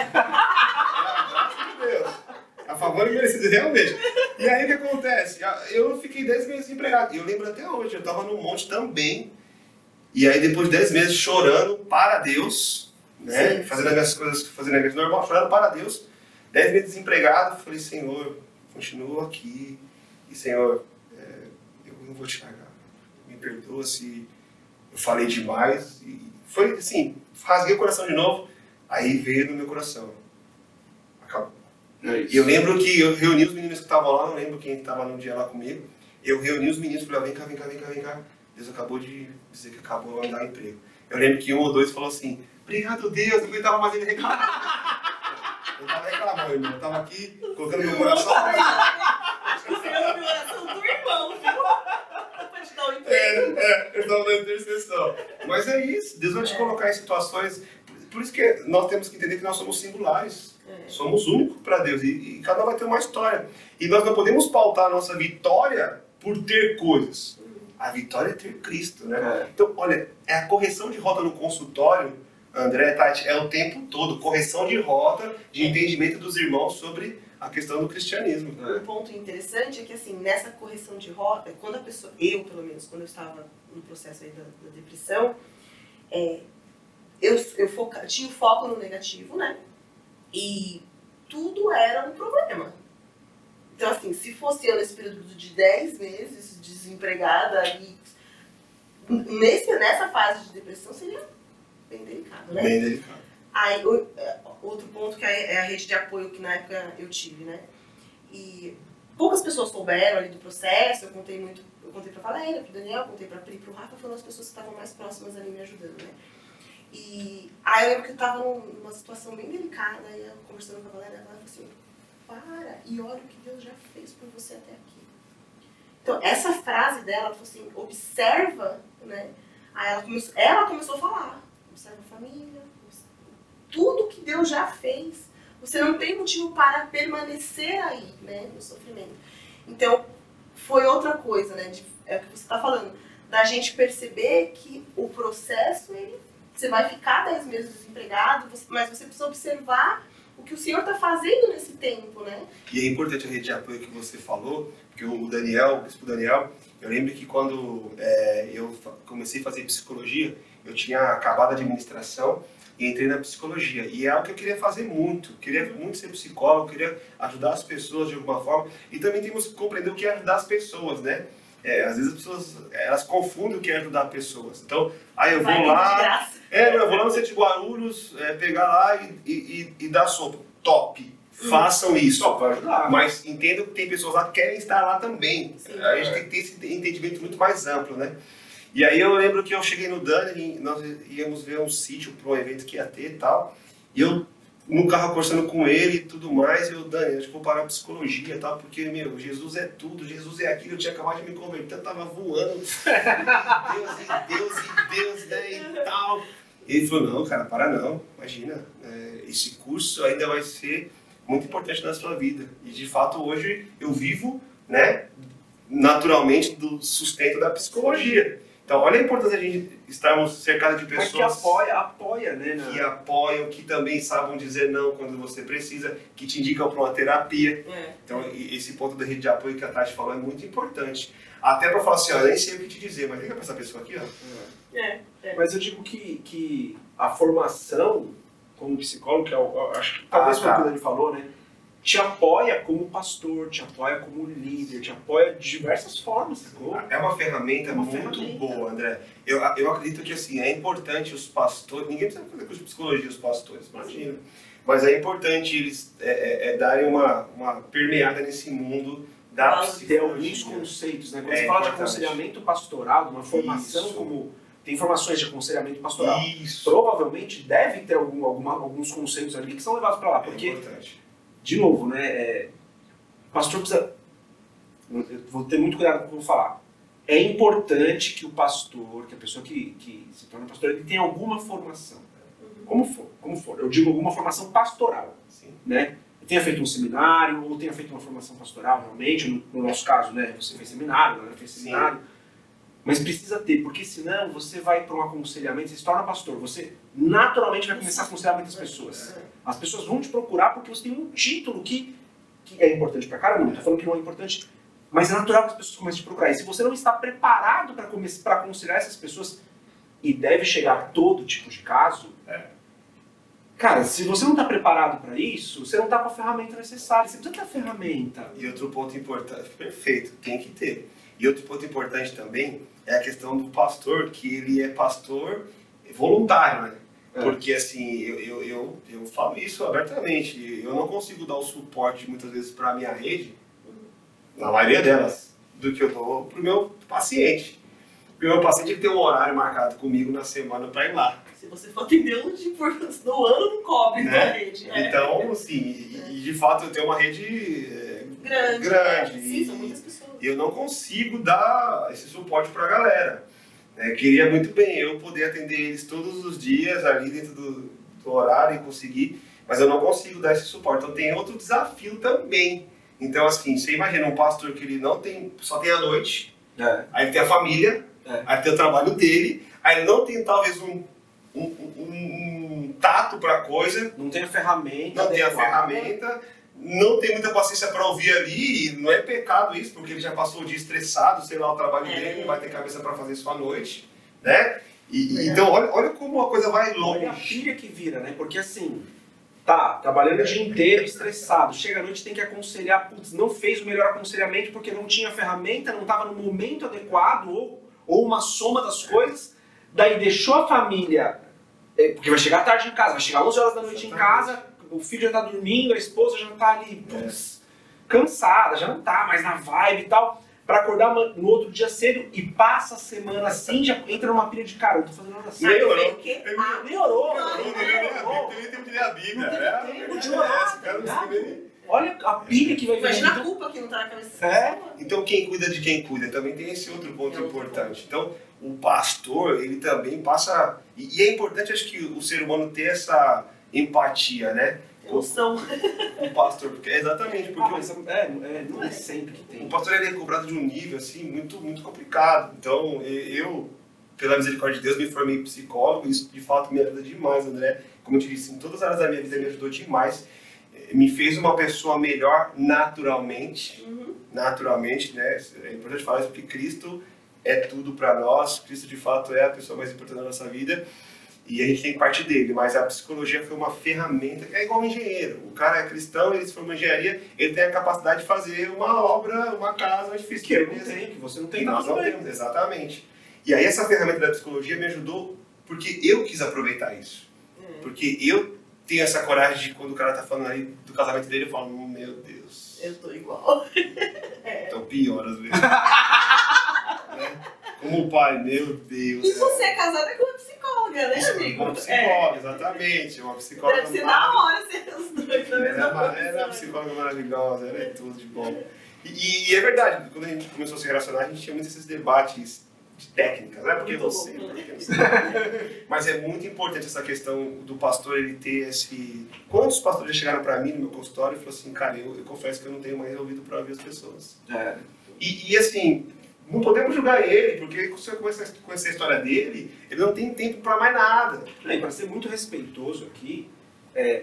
a graça de Deus. A favor e merecido, realmente. E aí o que acontece? Eu fiquei dez meses desempregado. E eu lembro até hoje, eu estava no monte também. E aí depois de dez meses chorando para Deus, né? Sim. Fazendo as minhas coisas, fazendo a igreja normal, chorando para Deus. dez meses desempregado, falei, Senhor, continuo aqui. E Senhor, é, eu não vou te largar. Me perdoa se eu falei demais. E foi assim, rasguei o coração de novo. Aí veio no meu coração. Acabou. E eu lembro que eu reuni os meninos que estavam lá, não lembro quem estava no dia lá comigo. Eu reuni os meninos e falei, vem cá, vem cá, vem cá, vem cá. Deus acabou de dizer que acabou de me dar emprego. Eu lembro que um ou dois falou assim, obrigado Deus, eu não estava mais ele reclamar. Eu não estava reclamando, irmão. Eu estava aqui colocando meu coração pra ele. Você é a oração do irmão, viu? Pra te dar um emprego. É, é, eu estava na intercessão. Mas é isso, Deus vai te colocar em situações... Por isso que nós temos que entender que nós somos singulares. É. Somos únicos para Deus e, e cada um vai ter uma história. E nós não podemos pautar a nossa vitória por ter coisas. A vitória é ter Cristo, né? É. Então, olha, é a correção de rota no consultório, André, Tati, é o tempo todo. Correção de rota, de entendimento dos irmãos sobre a questão do cristianismo. Um ponto interessante é que, assim, nessa correção de rota, quando a pessoa, eu pelo menos, quando eu estava no processo aí da, da depressão, é, eu, eu foca, tinha o foco no negativo, né? E tudo era um problema. Então, assim, se fosse eu nesse período de dez meses desempregada, e nesse, nessa fase de depressão seria bem delicado, né? Bem delicado. Aí, o, outro ponto que é a rede de apoio que na época eu tive, né? E poucas pessoas souberam ali do processo, eu contei muito, eu contei pra Valéria, pro Daniel, contei pra Pri, pro Rafa, foram as pessoas que estavam mais próximas ali me ajudando, né? E aí eu lembro que eu tava numa situação bem delicada, aí eu conversando com a Valéria, ela falou assim, para e olha o que Deus já fez por você até aqui. Então, essa frase dela, ela falou assim, observa, né? Aí ela começou, ela começou a falar, observa a família, tudo que Deus já fez. Você não tem motivo para permanecer aí, né, no sofrimento. Então, foi outra coisa, né, de, é o que você está falando, da gente perceber que o processo, ele, você vai ficar dez meses desempregado, você, mas você precisa observar o que o Senhor está fazendo nesse tempo, né? E é importante a rede de apoio que você falou, porque o Daniel, o bispo Daniel, eu lembro que quando é, eu comecei a fazer psicologia, eu tinha acabado a administração e entrei na psicologia. E é algo que eu queria fazer muito. Eu queria muito ser psicólogo, queria ajudar as pessoas de alguma forma. E também temos que compreender o que é ajudar as pessoas, né? É, às vezes as pessoas, elas confundem o que é ajudar pessoas. Então, aí eu vou Vai lá... É, não, eu vou lá no centro de Guarulhos, é, pegar lá e, e, e dar sopa. Top! Façam isso. Só para ajudar. Mas entendam que tem pessoas lá que querem estar lá também. Sim. A gente tem que ter esse entendimento muito mais amplo, né? E aí eu lembro que eu cheguei no Dani, nós íamos ver um sítio para um evento que ia ter e tal. E eu, no carro, conversando com ele e tudo mais, eu, Dani, acho que vou parar a psicologia e tal, porque, meu, Jesus é tudo, Jesus é aquilo, eu tinha acabado de me converter, eu tava voando. Deus e Deus e Deus, né, e tal. E ele falou, não, cara, para não, imagina, é, esse curso ainda vai ser muito importante na sua vida. E, de fato, hoje eu vivo, né, naturalmente do sustento da psicologia. Então, olha a importância de a gente estarmos cercados de pessoas... Mas que apoia, apoia, né? Na... Que apoiam, que também sabem dizer não quando você precisa, que te indicam para uma terapia. É. Então, esse ponto da rede de apoio que a Tati falou é muito importante. Até para falar assim, ó, eu nem sei o que te dizer, mas liga para essa pessoa aqui, ó. É, é. Mas eu digo que, que a formação como psicólogo, que eu, eu acho que talvez Ah, foi o tá. que ele falou, né? Te apoia como pastor, te apoia como líder, te apoia de diversas formas, sacou? É uma ferramenta É uma muito ferramenta. boa, André. Eu, eu acredito que assim, é importante os pastores, ninguém precisa fazer curso de psicologia, os pastores, imagina. Mas é importante eles é, é, é darem uma, uma permeada nesse mundo da Tem Tem alguns psicologia. conceitos, né? Quando É você fala de importante. aconselhamento pastoral, uma formação Isso. como... Tem formações de aconselhamento pastoral. Isso. Provavelmente deve ter algum, alguma, alguns conceitos ali que são levados para lá, É porque... importante. De novo, né? É, o pastor precisa. Eu vou ter muito cuidado com o que eu vou falar. É importante que o pastor, que a pessoa que, que se torna pastor, ele tenha alguma formação. Como for, como for. Eu digo alguma formação pastoral. Sim. Né? Tenha feito um seminário, ou tenha feito uma formação pastoral, realmente. No, no nosso caso, né? Você fez seminário, ela fez seminário. Mas precisa ter, porque senão você vai para um aconselhamento, você se torna pastor, você naturalmente vai começar a aconselhar muitas pessoas. As pessoas vão te procurar porque você tem um título que, que é importante pra caramba, não tô falando que não é importante, mas é natural que as pessoas comecem a te procurar. E se você não está preparado para para aconselhar essas pessoas, e deve chegar a todo tipo de caso, É. cara, se você não está preparado para isso, você não está com a ferramenta necessária, você precisa ter a ferramenta. E outro ponto importante, perfeito, tem que ter. E outro ponto importante também é a questão do pastor, que ele é pastor voluntário, né? É. Porque assim, eu, eu, eu, eu falo isso abertamente, eu não consigo dar o suporte muitas vezes para a minha rede, na maioria delas, do que eu dou para o meu paciente. Porque o meu paciente tem que ter um horário marcado comigo na semana para ir lá. Se você for atender um de por no ano, não cobre Né? na rede. É. Então, assim, e, e de fato eu tenho uma rede é, Grande. grande. Sim, e- são muitas pessoas. E eu não consigo dar esse suporte para a galera. É, queria muito bem eu poder atender eles todos os dias ali dentro do, do horário e conseguir, mas eu não consigo dar esse suporte. Então tem outro desafio também. Então assim, você imagina um pastor que ele não tem, só tem a noite, É. aí ele tem a família, É. aí tem o trabalho dele, aí ele não tem talvez um, um, um, um tato para a coisa, Não tem a ferramenta. não tem a adequada. ferramenta, não tem muita paciência para ouvir ali, e não é pecado isso, porque ele já passou o dia estressado, sei lá, o trabalho É. dele, não vai ter cabeça para fazer isso à noite, né? E, e- É. então, olha, olha como a coisa vai Olha a longe. pilha que vira, né? Porque assim, tá, trabalhando o dia inteiro, estressado, chega à noite tem que aconselhar, putz, não fez o melhor aconselhamento porque não tinha ferramenta, não estava no momento adequado, ou, ou uma soma das coisas, daí deixou a família É, porque vai chegar tarde em casa, vai chegar onze horas da noite em casa, o filho já tá dormindo, a esposa já tá ali, putz, cansada, já não tá mais na vibe e tal, pra acordar no outro dia cedo e passa a semana assim, já entra numa pilha de cara, eu não tô fazendo nada assim. Melhorou. Que... Ah, melhorou, Não, não tem tempo de ler a Bíblia. Não tem tempo de orar, cara, tá não tem. Olha a pilha que vai vir. Imagina a culpa que não tá na cabeça. É. Então quem cuida de quem cuida também tem esse outro ponto importante. Então o pastor, ele também passa... E é importante, acho que o ser humano ter essa empatia, né? Emoção. O pastor, porque, exatamente, porque Ah, mas é, é, não é sempre que tem. o pastor ele é cobrado de um nível assim, muito, muito complicado. Então eu, pela misericórdia de Deus, me formei psicólogo, isso de fato me ajuda demais, André. Como eu te disse, em todas as áreas da minha vida me ajudou demais. Me fez uma pessoa melhor naturalmente, Uhum. naturalmente, né? É importante falar isso porque Cristo é tudo para nós, Cristo de fato é a pessoa mais importante da nossa vida e a gente tem que partir dele, mas a psicologia foi uma ferramenta, é igual um engenheiro, o cara é cristão, ele se formou em engenharia, ele tem a capacidade de fazer uma obra, uma casa mais difícil. Que eu não tenho, que você não tem, E tá nós tudo não bem. temos, exatamente. E aí essa ferramenta da psicologia me ajudou porque eu quis aproveitar isso, É. porque eu tenho essa coragem de quando o cara tá falando aí do casamento dele, eu falo, meu Deus. Eu tô igual. Então pior às vezes. Né? Como pai, meu Deus. E você é casada com uma psicóloga, né, amigo? Uma psicóloga, exatamente. Uma psicóloga. Deve ser da hora ser os dois na Ela mesma é uma, ela é uma profissão. psicóloga maravilhosa, ela é tudo de bom. E, e é verdade, quando a gente começou a se relacionar, a gente tinha muitos esses debates de técnicas, não é porque Muito você, bom, né? porque você. Mas é muito importante essa questão do pastor, ele ter esse... Quantos pastores já chegaram pra mim no meu consultório e falaram assim, cara, eu, eu confesso que eu não tenho mais ouvido pra ouvir as pessoas. É. E, e assim, não podemos julgar ele, porque se você conhecer, conhecer a história dele, ele não tem tempo pra mais nada. E para ser muito respeitoso aqui, é,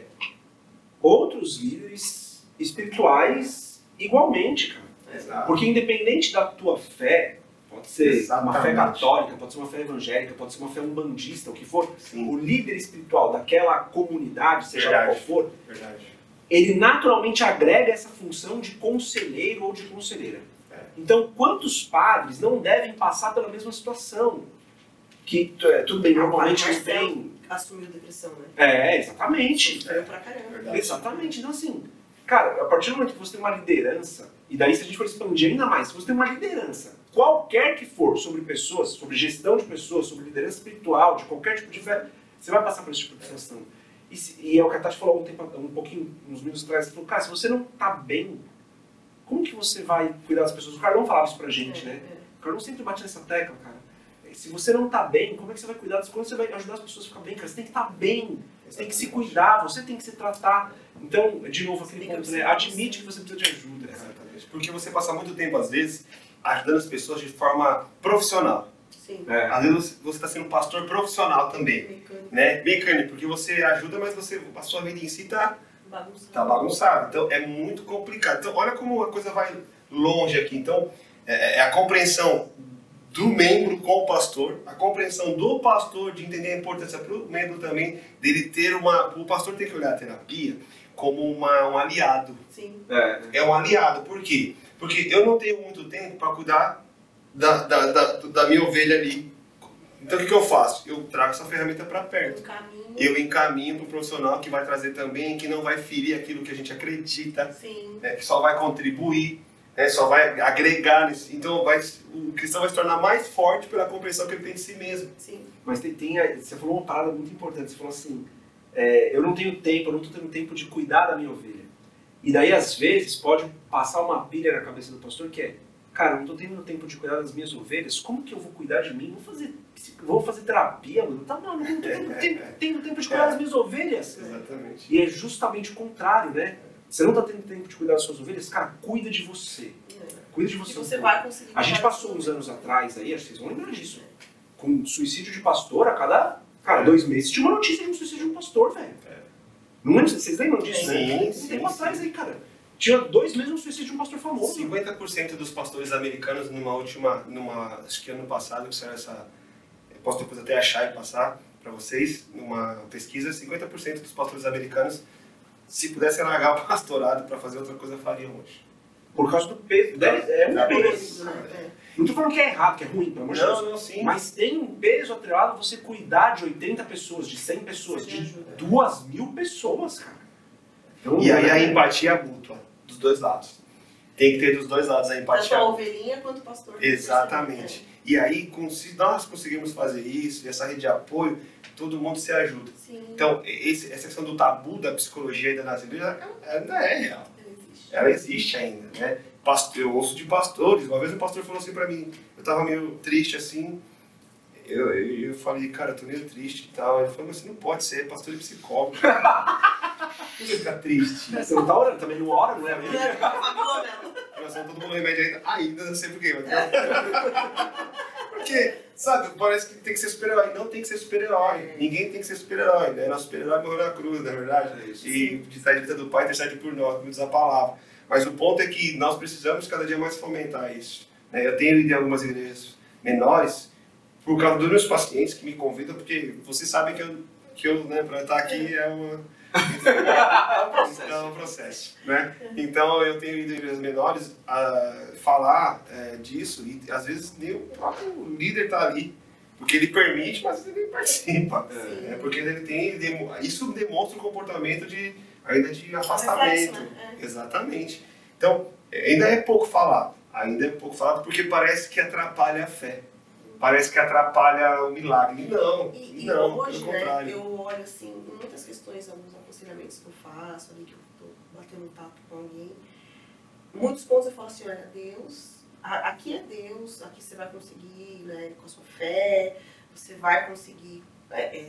outros líderes espirituais igualmente, cara. Exato. Porque independente da tua fé, pode ser uma fé Exatamente. católica, pode ser uma fé evangélica, pode ser uma fé umbandista, o que for, Sim. o líder espiritual daquela comunidade, seja Verdade. lá qual for, Verdade. ele naturalmente agrega essa função de conselheiro ou de conselheira. É. Então, quantos padres não devem passar pela mesma situação? Que, é, tudo bem, normalmente não tem... Assumiu depressão, né? É, exatamente. Sofreu pra caramba. Verdade. Exatamente. Então, assim, cara, a partir do momento que você tem uma liderança, e daí se a gente for expandir ainda mais, se você tem uma liderança, qualquer que for, sobre pessoas, sobre gestão de pessoas, sobre liderança espiritual, de qualquer tipo de fé, você vai passar por esse tipo de situação. E, se, e é o que a Tati falou um, tempo, um pouquinho, uns minutos atrás, ela falou, cara, se você não tá bem, como que você vai cuidar das pessoas? O Carlão falava isso pra gente, É, né? é. O Carlão sempre bate nessa tecla, cara. Se você não tá bem, como é que você vai cuidar das coisas? Como você vai ajudar as pessoas a ficar bem, cara? Você tem que estar bem, você tem que se cuidar, você tem que se tratar. Então, de novo, aquele ponto, né? Admite que você precisa de ajuda, cara. Exatamente. Porque você passa muito tempo, às vezes, ajudando as pessoas de forma profissional. Sim. É. Às vezes você está sendo um pastor profissional também, Mecânico. né? Mecânico, porque você ajuda, mas você, a sua vida em si está Bagunçado. tá bagunçada. Então é muito complicado. Então olha como a coisa vai longe aqui. Então é, é a compreensão do membro com o pastor, a compreensão do pastor de entender a importância para o membro também dele ter uma... O pastor tem que olhar a terapia como uma, um aliado. Sim. É. É um aliado. Por quê? Porque eu não tenho muito tempo para cuidar da, da, da, da minha ovelha ali. Então o que, que eu faço? Eu trago essa ferramenta para perto. Um caminho. Eu encaminho para um profissional que vai trazer também, que não vai ferir aquilo que a gente acredita, Sim. né, que só vai contribuir, né, só vai agregar nisso. Então vai, o cristão vai se tornar mais forte pela compreensão que ele tem de si mesmo. Sim. Mas tem, tem, a- você falou uma parada muito importante. Você falou assim, é, eu não tenho tempo, eu não estou tendo tempo de cuidar da minha ovelha. E daí, às vezes, pode passar uma pilha na cabeça do pastor que é, cara, eu não estou tendo tempo de cuidar das minhas ovelhas, como que eu vou cuidar de mim? Vou fazer, psico- vou fazer terapia, mano? Tá, não, não tenho tempo, tenho, tenho tempo de cuidar das minhas ovelhas. Exatamente. E é justamente o contrário, né? Você não está tendo tempo de cuidar das suas ovelhas, cara, cuida de você. Cuida de E você. você vai conseguir. A gente passou uns anos atrás aí, acho que vocês vão lembrar disso, com suicídio de pastor a cada, cara, dois meses tinha uma notícia de um suicídio de um pastor, velho. É. Não lembro, vocês lembram disso, Sim, né? Um sim, tempo sim. atrás aí, cara. Tinha dois meses um suicídio de um pastor famoso. cinquenta por cento dos pastores americanos numa última, numa, acho que ano passado, que saiu essa, eu posso depois até achar e passar para vocês, numa pesquisa, cinquenta por cento dos pastores americanos, se pudessem largar o pastorado para fazer outra coisa, fariam hoje. Por causa do peso. Deve, é um É peso. né? Não tô falando que é errado, que é ruim, pelo amor de Deus. Não, não, sim. Mas tem um peso atrelado você cuidar de oitenta pessoas, de cem pessoas, Você de me ajuda. duas mil pessoas, cara. Então, E aí a é- empatia mútua, dos dois lados. Tem que ter dos dois lados a Tanto empatia. a ovelhinha quanto o pastor. Exatamente. E aí, com- se nós conseguirmos fazer isso, essa rede de apoio, todo mundo se ajuda. Sim. Então, esse, essa questão do tabu da psicologia ainda nas igrejas, ela ainda é real. Ele existe. Ela existe ainda, né? Pastor, eu ouço de pastores. Uma vez um pastor falou assim pra mim, eu tava meio triste assim, eu, eu, eu falei, cara, eu tô meio triste e tal. Ele falou, mas você não pode ser pastor e psicólogo. Por que ficar triste? Você não tá orando, também não ora, não é mesmo? Nós estamos todo mundo no remédio ainda, ainda não sei porquê, mas... Porque, sabe, parece que tem que ser super-herói. Não tem que ser super-herói. Ninguém tem que ser super-herói, né? Nosso super-herói morreu na cruz, na verdade. É isso. E de estar direita do Pai, intercede por nós, como diz a palavra. Mas o ponto é que nós precisamos cada dia mais fomentar isso. né? Eu tenho ido em algumas igrejas menores por causa dos meus pacientes que me convidam, porque vocês sabem que eu, que eu né, para estar aqui é uma... É um processo. Então, é um processo, né? Então eu tenho ido em igrejas menores a falar é, disso e às vezes nem o próprio líder está ali, porque ele permite, mas ele nem participa, Sim. né? Porque ele tem, isso demonstra um comportamento de ainda de afastamento, Reflexo, né? É. exatamente. Então ainda é pouco falado, ainda é pouco falado porque parece que atrapalha a fé. Parece que atrapalha o milagre. Não, E, e não, hoje, pelo né, contrário. eu olho assim, em muitas questões, alguns aconselhamentos que eu faço, ali que eu tô batendo um papo com alguém, muitos pontos eu falo assim, olha, Deus, a- aqui é Deus, aqui você vai conseguir, né, com a sua fé, você vai conseguir é, é,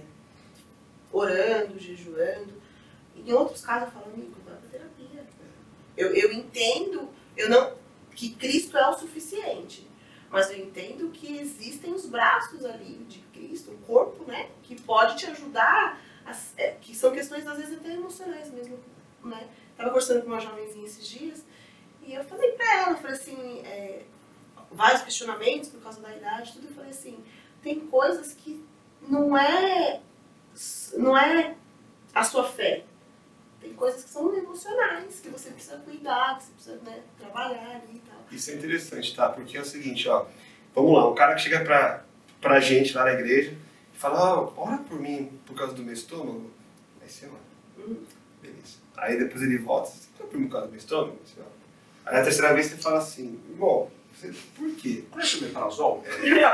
orando, jejuando. E em outros casos eu falo, amigo, vai pra terapia. Eu, eu entendo eu não, que Cristo é o suficiente. Mas eu entendo que existem os braços ali de Cristo, o corpo, né? Que pode te ajudar, a, é, que são questões às vezes até emocionais mesmo, né? Tava conversando com uma jovenzinha esses dias e eu falei pra ela, eu falei assim, é, vários questionamentos por causa da idade, tudo, eu falei assim, tem coisas que não é, não é a sua fé. Tem coisas que são emocionais, que você precisa cuidar, que você precisa, né, trabalhar ali e tal. Isso é interessante, tá? Porque é o seguinte, ó. Vamos lá, um cara que chega pra, pra gente lá na igreja e fala, ó, ora por mim por causa do meu estômago. Aí você ora. Uhum. Beleza. Aí depois ele volta, você ora por mim por causa do meu estômago? Você ora. Aí a terceira vez você fala assim, bom, você, por quê? Conhece o Metrazol? Aí ele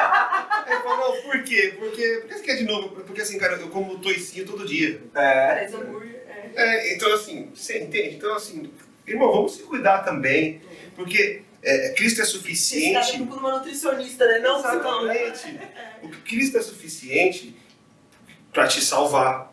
fala, não, por quê? Porque, por que você quer de novo? Porque assim, cara, eu como toicinho todo dia. É. Parece hambúrguer, é. É, então assim, você entende? Então assim, irmão, vamos se cuidar também, porque é, Cristo é Você suficiente. procura uma nutricionista, né? Não psicólogo. Exatamente. O que Cristo é suficiente para te salvar,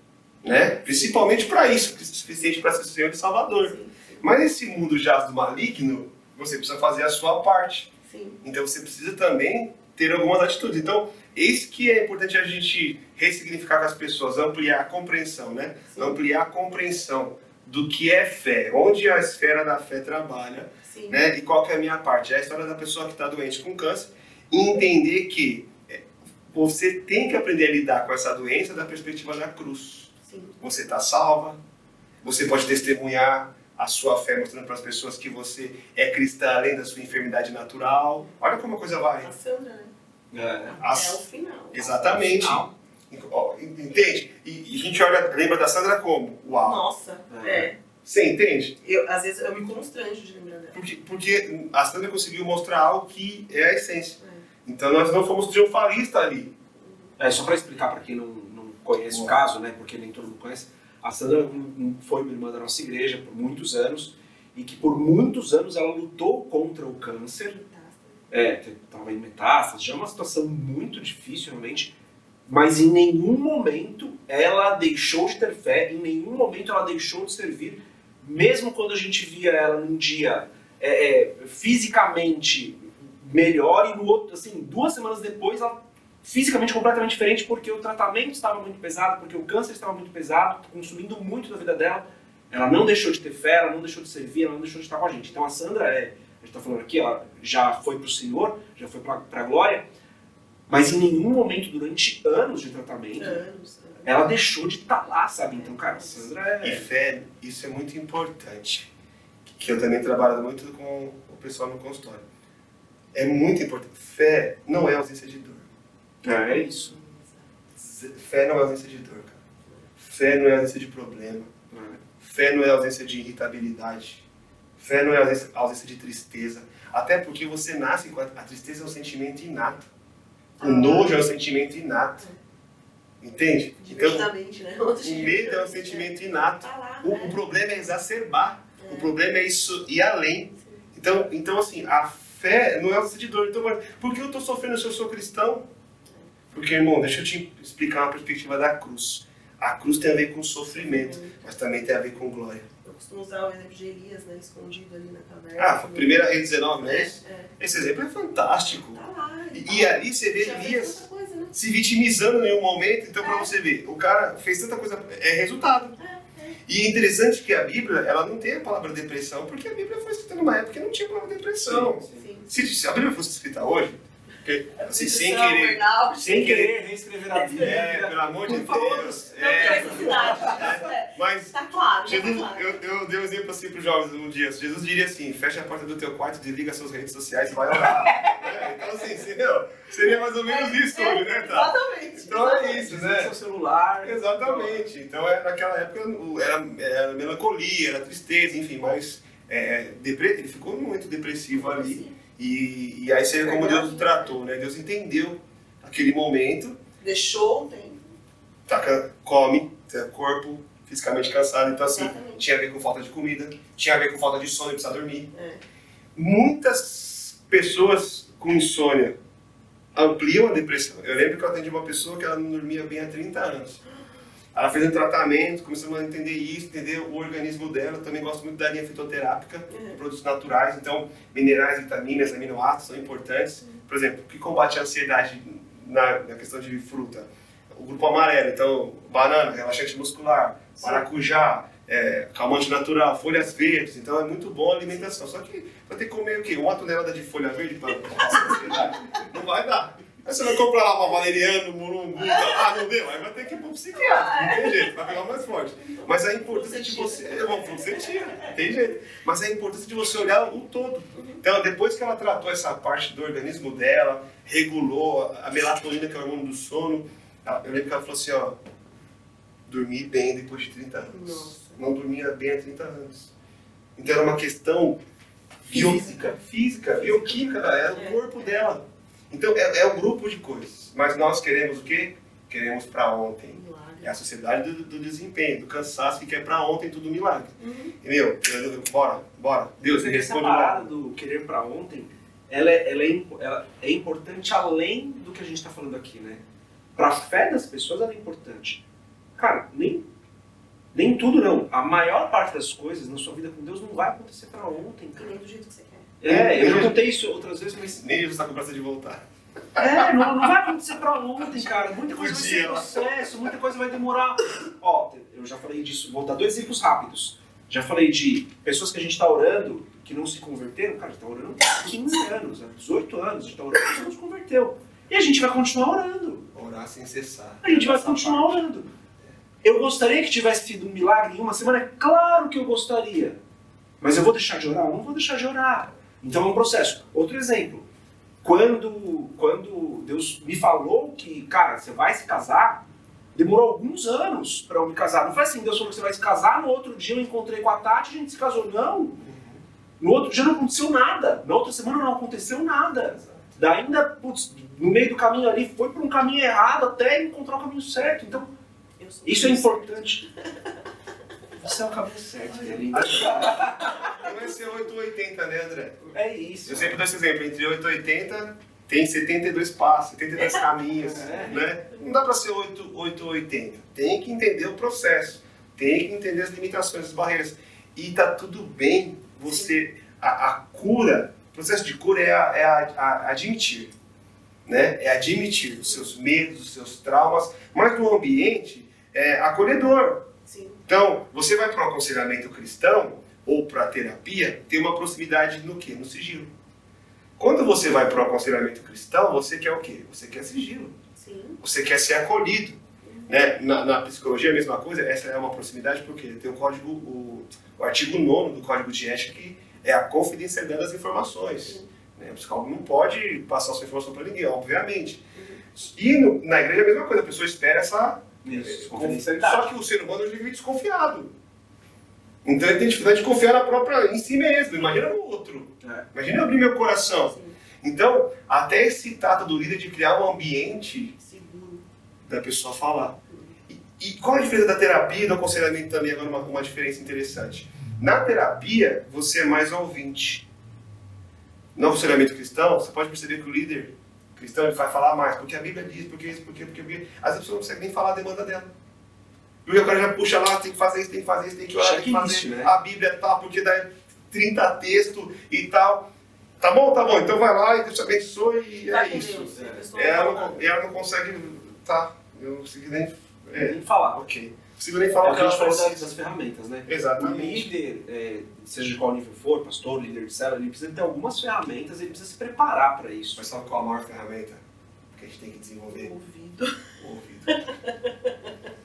né? Principalmente para isso, Cristo é suficiente para ser o Senhor e Salvador. Sim, Mas nesse mundo jaz do maligno, você precisa fazer a sua parte. sim. Então você precisa também ter algumas atitudes. Então, esse que é importante a gente ressignificar com as pessoas, ampliar a compreensão, né? Sim. Ampliar a compreensão do que é fé, onde a esfera da fé trabalha, Sim. né? E qual que é a minha parte? É a história da pessoa que está doente com câncer e entender que é, você tem que aprender a lidar com essa doença da perspectiva da cruz. Sim. Você está salva, você pode testemunhar a sua fé mostrando para as pessoas que você é cristã além da sua enfermidade natural. Olha como a coisa vai. A Sandra, né? É. As- É o final. Exatamente. Final. Ó, entende? E, e a gente olha, lembra da Sandra como? Uau. Nossa, É. é. Você entende? Eu, às vezes eu me constranjo de lembrar dela. Porque, porque a Sandra conseguiu mostrar algo que é a essência. É. Então nós não fomos triunfalistas ali. É, só para explicar para quem não, não conhece Boa. o caso, né, porque nem todo mundo conhece, a Sandra foi uma irmã da nossa igreja por muitos anos e que por muitos anos ela lutou contra o câncer. É, estava em metástase, já é uma situação muito difícil realmente, mas em nenhum momento ela deixou de ter fé, em nenhum momento ela deixou de servir, mesmo quando a gente via ela num dia é, é, fisicamente melhor e no outro, assim, duas semanas depois ela fisicamente completamente diferente porque o tratamento estava muito pesado, porque o câncer estava muito pesado, consumindo muito da vida dela. Ela não deixou de ter fé, ela não deixou de servir, ela não deixou de estar com a gente. Então a Sandra, é, a gente está falando aqui, ela já foi para o Senhor, já foi para a glória, mas em nenhum momento durante anos de tratamento Anos. ela deixou de estar lá, sabe? Então, cara, a Sandra E é... fé, isso é muito importante. que eu também trabalho muito com o pessoal no consultório. É muito importante. Fé não é ausência de dor. É isso. Fé não é ausência de dor, cara. Fé não é ausência de problema. Fé não é ausência de irritabilidade. Fé não é ausência, ausência de tristeza. Até porque você nasce com a, a tristeza é um sentimento inato. O nojo é um sentimento inato. Entende? Então, né? o medo é um sentimento inato. O, o problema é exacerbar. O problema é isso ir além. Então, então assim, a fé não é ausência de dor. Então, por que eu estou sofrendo se eu sou cristão? Porque, irmão, deixa eu te explicar uma perspectiva da cruz. A cruz tem a ver com sofrimento, mas também tem a ver com glória. Eu costumo usar o exemplo de Elias, né, escondido ali na caverna. Ah, primeira Reis dezenove, não é isso? É, é. Esse exemplo é fantástico. Tá lá, E, tá e ali você vê Já Elias fez outra coisa, né? se vitimizando em um momento, então pra você ver, o cara fez tanta coisa, é resultado. É, é. E é interessante que a Bíblia, ela não tem a palavra depressão, porque a Bíblia foi escrita numa época que não tinha a palavra depressão. Sim, sim. Sim. Se, se a Bíblia fosse escrita hoje, porque, assim, sem Depressão, querer, burnout. Sem querer reescrever a Bíblia. é, pelo amor de Por favor. Deus, Não tem é, necessidade. É. mas Tá claro, tá Jesus, claro. eu, eu dei um exemplo assim para os jovens um dia. Jesus diria assim: fecha a porta do teu quarto, desliga suas redes sociais e vai orar. É, então, assim, entendeu? Seria mais ou menos isso hoje, né, tá? Exatamente. Então é isso, Desliga né? seu celular. Exatamente. Então, é, naquela época o- era, era melancolia, era tristeza, enfim, mas é, depre- ele ficou muito depressivo ali. E, e aí você vê como Deus o tratou, né? Deus entendeu aquele momento, Deixou um tempo. tá, can- come, tá, corpo fisicamente cansado, então assim, Exatamente. tinha a ver com falta de comida, tinha a ver com falta de sono e precisar dormir. É. Muitas pessoas com insônia ampliam a depressão. Eu lembro que eu atendi uma pessoa que ela não dormia bem há trinta anos. Ela fez um tratamento, começamos a entender isso, entender o organismo dela. Eu também gosto muito da linha fitoterápica, Uhum. de produtos naturais. Então, minerais, vitaminas, aminoácidos são importantes. Por exemplo, o que combate a ansiedade na, na questão de fruta? O grupo amarelo, então, banana, relaxante muscular, Sim. maracujá, é, calmante natural, folhas verdes. Então, é muito bom a alimentação. Só que vai ter que comer o quê? Uma tonelada de folha verde para passar a ansiedade? Não vai dar. Aí você vai comprar lá uma valeriana, um murumbu, tá? Ah, não deu? Aí vai ter que ir pro psiquiatra, não tem jeito, vai pegar o mais forte. Mas a importância de você... É bom, você tira, tem jeito. Mas a importância de você olhar o todo. Então, depois que ela tratou essa parte do organismo dela, regulou a melatonina, que é o hormônio do sono, ela- eu lembro que ela falou assim, ó, dormi bem depois de trinta anos. Nossa. Não dormia bem há trinta anos. Então era uma questão física, física, bioquímica, era o corpo dela. Então é, é um grupo de coisas. Mas nós queremos o quê? Queremos para ontem. Milagre. É a sociedade do, do desempenho, do cansaço, que quer para ontem tudo milagre. Uhum. E meu, eu- eu- bora, bora. Deus, me Essa responde parada lá. do querer pra ontem, ela é, ela, é, impo- ela é importante além do que a gente tá falando aqui, né? Pra fé das pessoas ela é importante. Cara, nem, nem tudo não. A maior parte das coisas na sua vida com Deus não vai acontecer pra ontem, E cara. nem do jeito que você quer. É, eu já contei isso outras vezes, mas... Nem Jesus está com pressa de voltar. É, não, não vai acontecer pra ontem, cara. Muita coisa vai ser Podia, lá. processo, muita coisa vai demorar. Ó, eu já falei disso, vou dar dois exemplos rápidos. Já falei de pessoas que a gente tá orando, que não se converteram, cara, a gente tá orando há quinze anos, há dezoito anos, a gente tá orando e não se converteu. E a gente vai continuar orando. Orar sem cessar. A gente vai Essa continuar parte. orando. Eu gostaria que tivesse tido um milagre em uma semana? É claro que eu gostaria. Mas eu vou deixar de orar? Eu não vou deixar de orar. Então é um processo. Outro exemplo. Quando, quando Deus me falou que, cara, você vai se casar, demorou alguns anos para eu me casar. Não foi assim, Deus falou que você vai se casar, no outro dia eu encontrei com a Tati e a gente se casou. Não. No outro dia não aconteceu nada. Na outra semana não aconteceu nada. Daí ainda, putz, no meio do caminho ali, foi por um caminho errado até encontrar o caminho certo. Então, Eu sou isso é isso. importante. Você é o caminho certo, é lindo. Não é ser oito ou oitenta, né, André? É isso. Eu sempre dou esse exemplo, entre oito e oitenta tem setenta e dois passos, setenta e dois caminhos, É. né? Não dá para ser oito ou oitenta. Tem que entender o processo, tem que entender as limitações, as barreiras. E tá tudo bem você... A, a cura, o processo de cura é, a, é a, a, admitir, né? É admitir os seus medos, os seus traumas, mas no ambiente é acolhedor. Sim. Então, você vai para um aconselhamento cristão ou para a terapia, tem uma proximidade no quê? No sigilo. Quando você vai para um aconselhamento cristão, você quer o quê? Você quer sigilo. Sim. Você quer ser acolhido. Né? Na, na psicologia é a mesma coisa, essa é uma proximidade porque tem o código, o, o artigo nono do Código de Ética que é a confidencialidade das informações. Né? O psicólogo não pode passar sua informação para ninguém, obviamente. E no, na igreja é a mesma coisa, a pessoa espera essa Isso, confidencialidade. Só que o ser humano vive desconfiado. Então ele tem dificuldade de confiar na própria, em si mesmo, imagina no outro. É. Imagina eu abrir meu coração. Sim. Então, até esse tato do líder de criar um ambiente seguro da pessoa falar. E, e qual a diferença da terapia e do aconselhamento também? Agora uma, uma diferença interessante. Na terapia, você é mais ouvinte. No aconselhamento cristão, você pode perceber que o líder cristão ele vai falar mais, porque a Bíblia diz, porque isso, porque, porque, porque. Às vezes a pessoa não consegue nem falar a demanda dela. Porque o cara já puxa lá, tem que fazer isso, tem que fazer isso, tem que orar, tem que fazer né? a Bíblia tal, porque dá trinta textos e tal. Tá bom, tá bom, então vai lá e Deus te abençoe e tá é isso. Deus, é. Ela, não, ela não consegue. Tá, eu não consigo nem. É, nem falar. Ok. Não consigo nem falar é o que a gente ela falou das, das ferramentas, né? Exatamente. O líder, é, seja de qual nível for, pastor, líder de célula, ele precisa ter algumas ferramentas, ele precisa se preparar para isso. Mas sabe qual a maior ferramenta que a gente tem que desenvolver? O ouvido. O ouvido.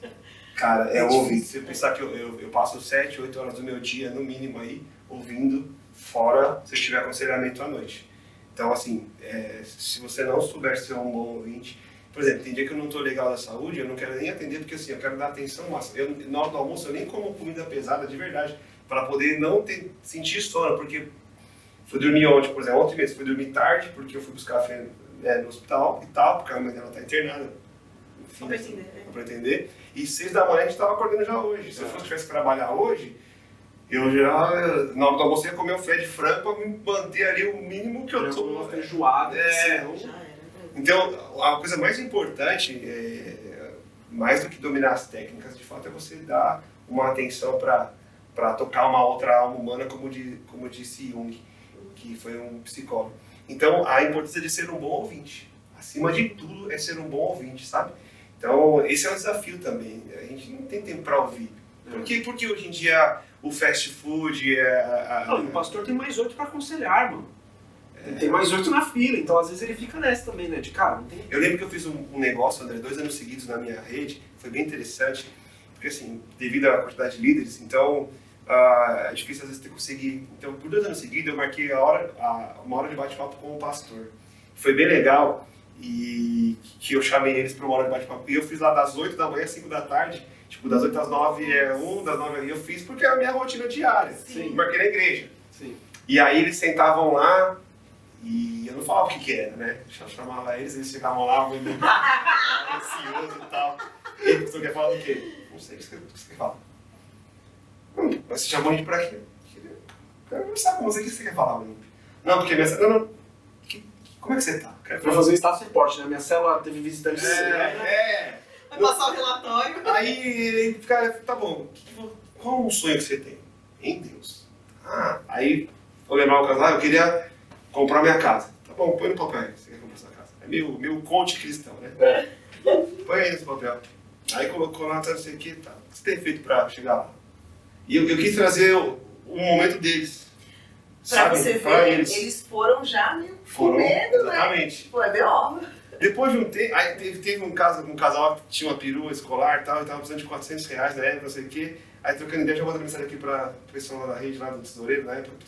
Cara, é o ouvido. Se você pensar que eu, eu, eu passo sete, oito horas do meu dia, no mínimo, aí, ouvindo, fora se eu tiver aconselhamento à noite. Então, assim, é, se você não souber ser um bom ouvinte... Por exemplo, tem dia que eu não estou legal da saúde, eu não quero nem atender, porque assim, eu quero dar atenção máxima. Eu, na hora do almoço, eu nem como comida pesada de verdade, para poder não ter, sentir sono, porque fui dormir ontem, por exemplo, ontem mesmo, fui dormir tarde, porque eu fui buscar a Fê né, no hospital e tal, porque a mãe dela está internada. Só para entender. Para entender. E seis da manhã a gente estava acordando já hoje. Se eu fosse tivesse que trabalhar hoje, eu já, na hora do almoço, ia comer um filé de frango para me manter ali o mínimo que eu tô. Uma feijoada, é, senão... Então, a coisa mais importante, é, mais do que dominar as técnicas, de fato, é você dar uma atenção para tocar uma outra alma humana, como, de, como disse Jung, que foi um psicólogo. Então, a importância de ser um bom ouvinte. Acima de tudo, é ser um bom ouvinte, sabe? Então, esse é um desafio também. A gente não tem tempo para ouvir. Por que, porque hoje em dia o fast food... É, a, a, não, o pastor tem mais oito para aconselhar, mano. Ele tem mais oito na fila, então às vezes ele fica nessa também, né? De cara, não tem... Eu lembro que eu fiz um, um negócio, André, dois anos seguidos na minha rede, foi bem interessante, porque assim, devido à quantidade de líderes, então uh, é difícil às vezes ter conseguir. Então, por dois anos seguidos, eu marquei a hora, a, uma hora de bate-papo com o pastor. Foi bem legal, e que eu chamei eles para uma hora de bate-papo. E eu fiz lá das oito da manhã às cinco da tarde, tipo, das oito às nove é um, das nove eu fiz porque é a minha rotina diária. Sim. Marquei na igreja. Sim. E aí eles sentavam lá, e eu não falava o que que era, né? Eu chamava eles, eles ficavam lá, meio ansioso e tal. E aí, você quer falar do quê? Não sei o que você quer falar. Hum, mas você chamou a gente pra quê? Eu não sei como você, o que você quer falar, mano? Não, porque minha célula... Não, não. Que, como é que você tá? Pra fazer o status report, né? Minha célula teve visitantes... É, é. Vai passar o relatório. Aí ele fica, tá bom, qual o sonho que você tem? Em Deus. Ah, aí vou lembrar o casal, eu queria... comprar minha casa. Tá bom, põe no papel aí, você quer comprar sua casa. É meu, meu conte cristão, né? É. Põe aí nesse papel. Aí colocou lá, não sei o que, tá. O que você tem feito pra chegar lá? E eu, eu quis trazer o, o momento deles. Pra sabe? você pra ver, eles. eles foram já meio foram, com medo, exatamente. né? Pô, é bem óbvio. Depois de um tempo, aí teve, teve um caso com um casal que tinha uma perua escolar e tal, e tava precisando de quatrocentos reais na época, não sei o que. Aí trocando ideia, já mandou mensagem aqui pra pessoa da rede, lá do tesoureiro, na época.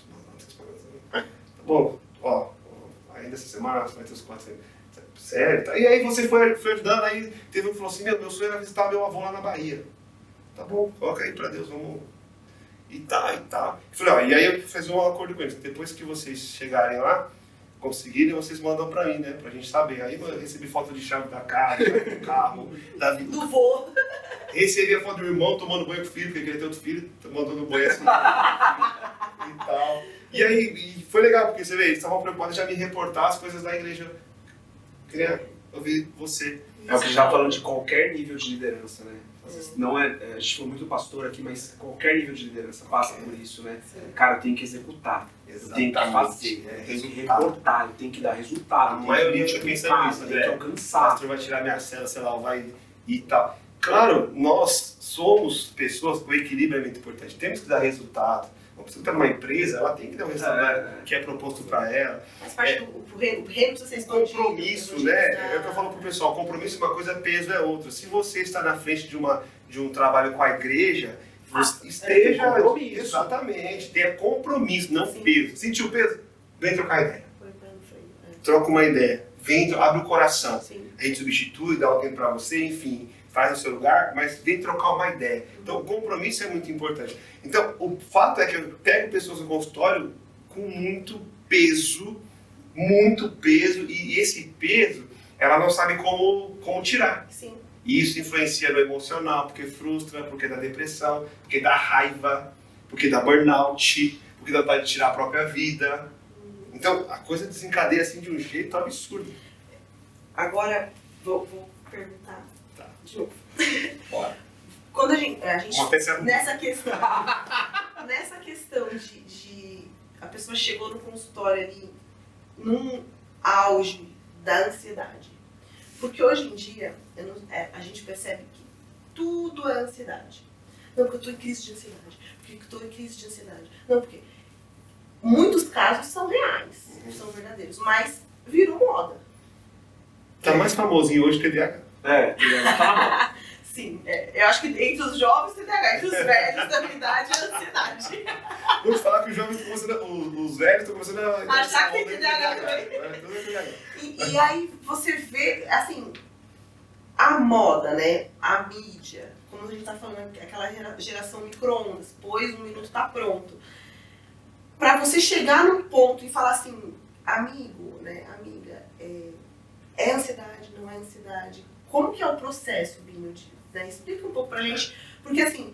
Bom, ó, ainda essa semana vai ter os quatrocentos. Sério? Tá? E aí você foi, foi ajudando, aí teve um que falou assim, meu, meu sonho era visitar meu avô lá na Bahia. Tá bom, coloca aí pra Deus, vamos... E tá, e tá. Eu falei, ó, e aí eu fiz um acordo com eles. Depois que vocês chegarem lá, conseguirem, vocês mandam pra mim, né? Pra gente saber. Aí eu recebi foto de chave da casa, do carro, da vida. Do vô. Recebi a foto do irmão tomando banho com o filho, porque queria ter outro filho, mandou no banho assim. E tal. E aí, e foi legal, porque você vê, eles estavam preocupados em já me reportar as coisas da igreja. Eu queria ouvir você. É o que a gente estava falando de qualquer nível de liderança, né? Às vezes não é, a gente falou muito do pastor aqui, mas qualquer nível de liderança passa por isso, né? Cara, eu tenho que executar, eu tenho que fazer, é, eu tenho que reportar, eu tenho que dar resultado. A maioria tinha pensado nisso, eu né? tenho que O alcançar. pastor vai tirar minha cela, sei lá, vai e tal. Claro, nós somos pessoas, o equilíbrio é muito importante. Temos que dar resultado. Uma pessoa que está numa empresa, ela tem que ter um resultado É. que é proposto para ela. Faz parte É. do o reino, o reino precisa ser escondido. Compromisso, né? É o que eu falo pro pessoal, compromisso é uma coisa, peso é outra. Se você está na frente de, uma, de um trabalho com a igreja, você Ah, esteja... é, compromisso. Exatamente, tenha compromisso, não Sim. peso. Sentiu o peso? Vem trocar ideia. Foi pra no freio. Troca uma ideia. Vem, abre o coração. É. Sim. A gente substitui, dá o tempo para você, enfim, faz no seu lugar, mas vem trocar uma ideia. Então, o compromisso é muito importante. Então, o fato é que eu pego pessoas no consultório com muito peso, muito peso, e esse peso, ela não sabe como, como tirar. Sim. E isso influencia no emocional, porque frustra, porque dá depressão, porque dá raiva, porque dá burnout, porque dá vontade de tirar a própria vida. Então, a coisa desencadeia assim de um jeito absurdo. Agora, vou, vou perguntar Tá. de novo. Bora. Quando a gente... A gente Uma peça... nessa questão, nessa questão de, de... A pessoa chegou no consultório ali num auge da ansiedade. Porque hoje em dia, eu não, é, a gente percebe que tudo é ansiedade. Não, porque eu estou em crise de ansiedade. Porque eu estou em crise de ansiedade. Não, porque muitos casos são reais, Uhum. são verdadeiros, mas virou moda. Tá mais famosinho hoje T D A H. É, tá na mão. Sim, é, eu acho que entre os jovens T D A H, entre os velhos da minha idade é ansiedade. Vamos falar que os jovens estão começando, a- os, os velhos estão começando a... Achar que tem T D A H também. É, tudo é T D A H. E, e aí você vê, assim, a moda, né? A mídia, como a gente tá falando, aquela gera- geração micro-ondas, pois um minuto tá pronto. Pra você chegar num ponto e falar assim, amigo, né, amiga, é, é ansiedade, não é ansiedade? Como que é o processo, Binho? De, né? Explica um pouco pra gente, porque assim,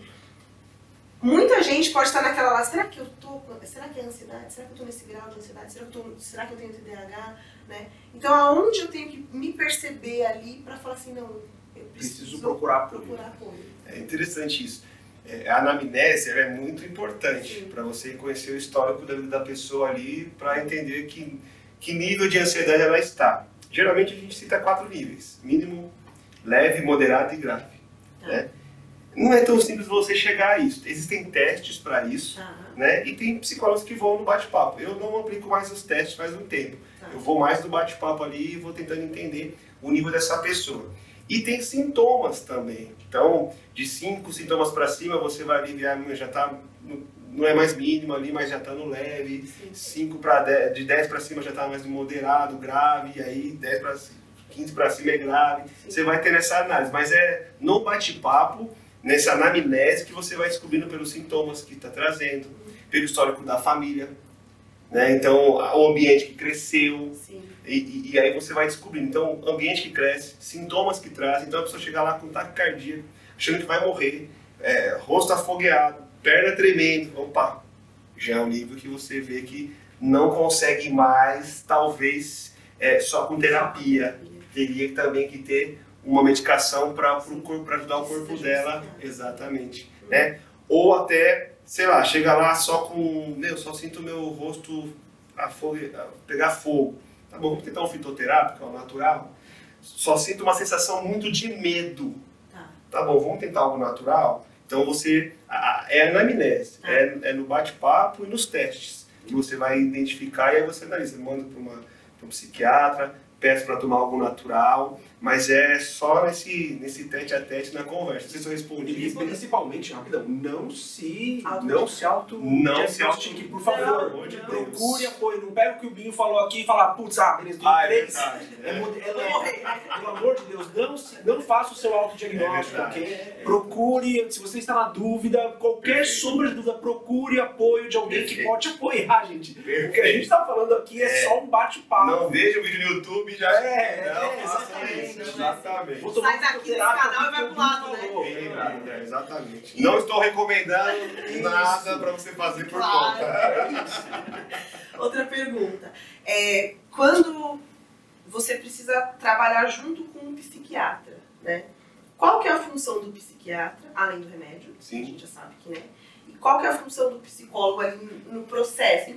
muita gente pode estar naquela lá, será que eu tô, será que é ansiedade? Será que eu tô nesse grau de ansiedade? Será que eu, tô, será que eu tenho T D A H? Né? Então, aonde eu tenho que me perceber ali pra falar assim, não, eu preciso, Preciso procurar apoio. procurar apoio. É interessante isso. É, a anamnese ela é muito importante Sim. para você conhecer o histórico da vida da pessoa ali, para entender que, que nível de ansiedade ela está. Geralmente a gente cita quatro níveis: mínimo, leve, moderado e grave. Tá. Né? Não é tão simples você chegar a isso. Existem testes para isso, Tá, né? E tem psicólogos que vão no bate-papo. Eu não aplico mais os testes faz um tempo. tá. Eu vou mais no bate-papo ali e vou tentando entender o nível dessa pessoa. E tem sintomas também. Então, de cinco sintomas para cima, você vai aliviar, já está, não é mais mínimo ali, mas já está no leve. Sim. cinco para dez, de dez para cima já está mais no moderado, grave, e aí dez para quinze para cima é grave. Sim. Você vai ter nessa análise, mas é no bate-papo, nessa anamnese, que você vai descobrindo pelos sintomas que está trazendo, pelo histórico da família, né? Então, o ambiente que cresceu. Sim. E, e, e aí você vai descobrindo. Então, ambiente que cresce, sintomas que traz. Então, a pessoa chega lá com taquicardia, achando que vai morrer, é, rosto afogueado, perna tremendo. Opa, já é um nível que você vê que não consegue mais, talvez, é, só com terapia. Teria também que ter uma medicação para ajudar o corpo dela. Exatamente. Né? Ou até, sei lá, chega lá só com... Meu, só sinto meu rosto afogue, pegar fogo. Tá bom, vamos tentar um fitoterápico, ao natural. Só sinto uma sensação muito de medo. Tá. Tá bom, vamos tentar algo natural? Então você... A, a, é anamnese, Tá. é, é no bate-papo e nos testes que você vai identificar e aí você analisa. Você manda para um psiquiatra, peço para tomar algo natural, mas é só nesse, nesse tete a tete na conversa. Não sei se eu respondi. E principalmente, rapidão, não se, Auto- não se auto Não se diagnostique, por Não, favor. Pelo amor de Procure Deus. apoio. Não pega o que o Binho falou aqui e fala, putz, ah, beleza, Ah, é três. verdade. É, É. mode- é Vou leve. morrer. Pelo amor de Deus, não, se, não faça o seu autodiagnóstico, É verdade. ok? Procure, se você está na dúvida, qualquer Perfeito. sombra de dúvida, procure apoio de alguém que Perfeito. pode te apoiar, gente. O que a gente Perfeito. está falando aqui é, É. só um bate-papo. Não veja o vídeo no YouTube e já... É, não, é, faça exatamente, isso. né? Exatamente. Vou tomar Sai daqui desse fitoterápico canal e vai porque pro lado, o Binho né? falou. Bem lembrado, é, exatamente. Não estou recomendando nada para você fazer por Claro, conta. é isso. Outra pergunta. É, quando você precisa trabalhar junto com um psiquiatra, né? Qual que é a função do psiquiatra, além do remédio? Sim. A gente já sabe que, né? E qual que é a função do psicólogo ali no processo? Em, qual- em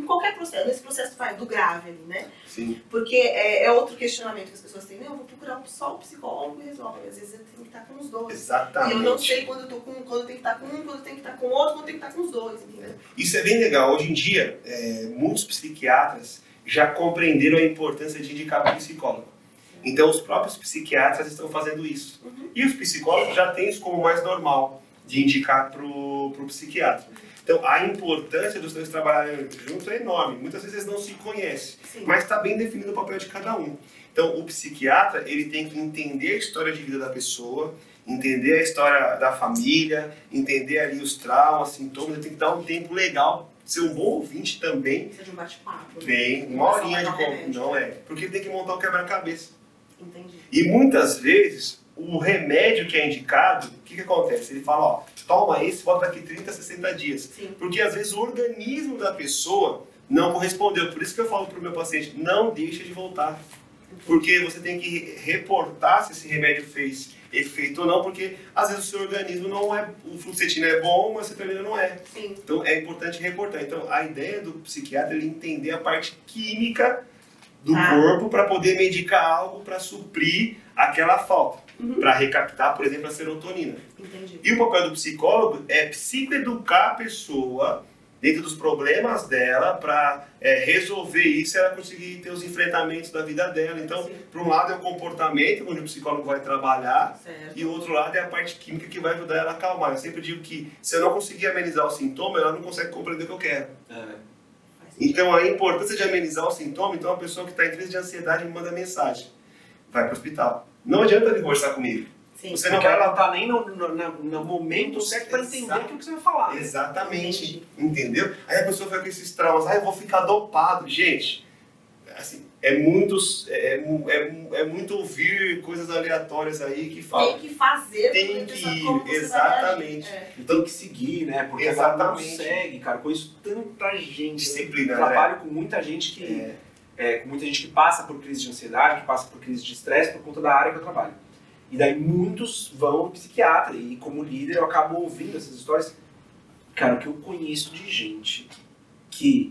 em qualquer processo, nesse processo do grave ali, né? Sim. Porque é, é outro questionamento que as pessoas têm, não, eu vou procurar só o psicólogo e resolve. Às vezes eu tenho que estar com os dois. Exatamente. E eu não sei quando eu, tô com, quando eu tenho que estar com um, quando eu tenho que estar com outro, quando eu tenho que estar com os dois, entendeu? Isso é bem legal. Hoje em dia, é, muitos psiquiatras já compreenderam a importância de indicar para o psicólogo. Então, os próprios psiquiatras estão fazendo isso. Uhum. E os psicólogos já têm isso como mais normal, de indicar para o psiquiatra. Então, a importância dos dois trabalharem juntos é enorme. Muitas vezes eles não se conhecem, Sim. mas está bem definido o papel de cada um. Então, o psiquiatra ele tem que entender a história de vida da pessoa, entender a história da família, entender ali os traumas, sintomas, ele tem que dar um tempo legal, ser um bom ouvinte também. Precisa de um bate-papo. Bem, uma horinha de conversa. Não é, porque ele tem que montar o quebra-cabeça. Entendi. E muitas vezes, o remédio que é indicado, o que, que acontece? Ele fala, ó, toma esse, volta daqui trinta, sessenta dias. Sim. Porque às vezes o organismo da pessoa não correspondeu. Por isso que eu falo para o meu paciente, não deixa de voltar. Porque você tem que reportar se esse remédio fez efeito ou não, porque às vezes o seu organismo não é, o fluoxetina é bom, mas a cetralina não é. Sim. Então é importante reportar. Então a ideia do psiquiatra é ele entender a parte química do ah. corpo para poder medicar algo para suprir aquela falta, uhum. para recaptar, por exemplo, a serotonina. Entendi. E o papel do psicólogo é psicoeducar a pessoa dentro dos problemas dela para é, resolver isso e ela conseguir ter os enfrentamentos da vida dela. Então, por um lado é o comportamento, onde o psicólogo vai trabalhar, certo. E o outro lado é a parte química que vai ajudar ela a acalmar. Eu sempre digo que se eu não conseguir amenizar o sintoma, ela não consegue compreender o que eu quero. É. Então, a importância de amenizar o sintoma, então a pessoa que está em crise de ansiedade me manda mensagem. Vai para o hospital. Não adianta vir conversar comigo. Sim. Você não Porque vai ela lá. não tá nem no, no, no, no momento certo para entender Exato. o que você vai falar. Exatamente. Entendeu? Aí a pessoa fica com esses traumas. Ah, eu vou ficar dopado. Gente, assim, é, muitos, é, é, é muito ouvir coisas aleatórias aí que falam. Tem que fazer. Tem que ir. Exatamente. É. Tem que seguir, né? Porque Exatamente. ela não segue, cara. Conheço tanta gente. Disciplina, eu trabalho né? com muita gente que... É. É, com muita gente que passa por crise de ansiedade, que passa por crise de estresse por conta da área que eu trabalho. E daí muitos vão ao psiquiatra e como líder eu acabo ouvindo essas histórias. Cara, o que eu conheço de gente que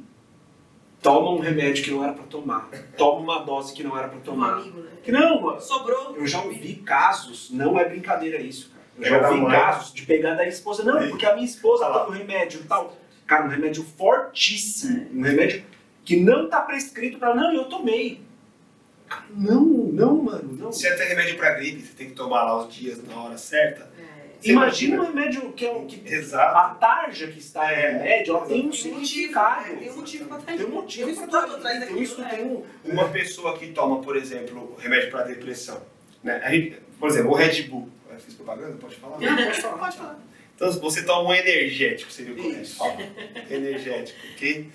toma um remédio que não era pra tomar, toma uma dose que não era pra Um tomar. amigo, né? Que não, mano. Sobrou. Eu já ouvi casos, não é brincadeira isso, cara. Eu Pega já ouvi da mãe. casos de pegar da esposa. Não, Ei. porque a minha esposa Fala. toma um remédio e tal. Cara, um remédio fortíssimo. Um remédio que não tá prescrito pra... Não, eu tomei. Cara, não, não, mano, não. Se é ter remédio para gripe, você tem que tomar lá os dias na hora certa. É. Você Imagina imagina- um remédio que é um... Que, Exato. a tarja que está no É. remédio, ela tem um Tem motivo, significado. né? Tem um motivo pra estar Tem um motivo Tem um pra estudo estar atrás ali. daquilo, Tem isso, é. tem um... Uma pessoa que toma, por exemplo, remédio para depressão. Né? A gente, por exemplo, o Red Bull. Eu fiz propaganda? Pode falar? Pode falar, pode falar. Então, se você toma um energético, seria o correto. Fala. Energético, ok?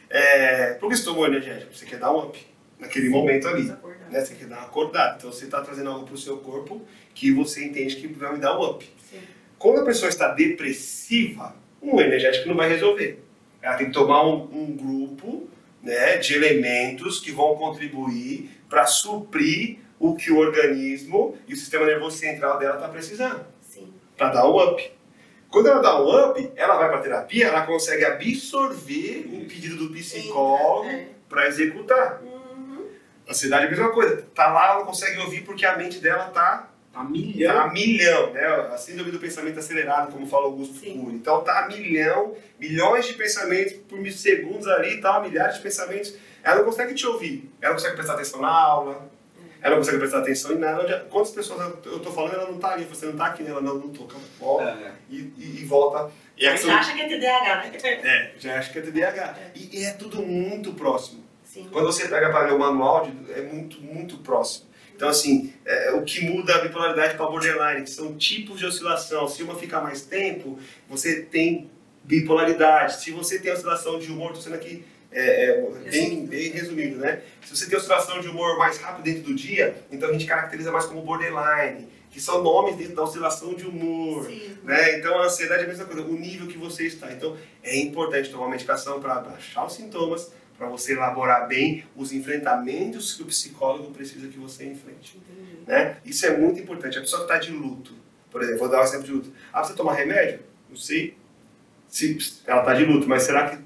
É, por que você tomou energético? Você quer dar um up naquele momento ali. Desacordado. Né? Você quer dar uma acordada. Então, você está trazendo algo para o seu corpo que você entende que vai me dar um up. Sim. Quando a pessoa está depressiva, um energético não vai resolver. Ela tem que tomar um, um grupo, né, de elementos que vão contribuir para suprir o que o organismo e o sistema nervoso central dela está precisando. Sim. Para dar um up. Quando ela dá um up, ela vai para a terapia, ela consegue absorver o pedido do psicólogo É. para executar. Uhum. A ansiedade é a mesma coisa. Tá lá, ela não consegue ouvir porque a mente dela tá, A tá milhão. a milhão, né? A síndrome do pensamento acelerado, como fala Augusto Sim. Cury. Então tá a milhão, milhões de pensamentos por segundos ali e tal, milhares de pensamentos. Ela não consegue te ouvir. Ela não consegue prestar atenção na aula. Ela não consegue prestar atenção em nada. Onde- Quantas pessoas eu tô falando, ela não tá ali. Você não tá aqui, né? Ela não, não tô. Calma, volta É. e, e, e volta. E é, Você acha que é T D A H, né? é, já acha que é T D A H. E, e é tudo muito próximo. Sim. Quando você pega para ler o manual, de- é muito, muito próximo. Então, assim, é, o que muda a bipolaridade para a borderline, que são tipos de oscilação. Se uma fica mais tempo, você tem bipolaridade. Se você tem oscilação de humor, estou sendo aqui é, é, bem, bem resumido, né? Se você tem oscilação de humor mais rápido dentro do dia, então a gente caracteriza mais como borderline, que são nomes dentro da oscilação de humor. Sim. Né? Então, a ansiedade é a mesma coisa, o nível que você está. Então, é importante tomar medicação para baixar os sintomas, para você elaborar bem os enfrentamentos que o psicólogo precisa que você enfrente. Entendi. Né? Isso é muito importante. A pessoa que está de luto, por exemplo, vou dar um exemplo de luto. Ah, precisa tomar remédio? Não sei se ela está de luto, mas será que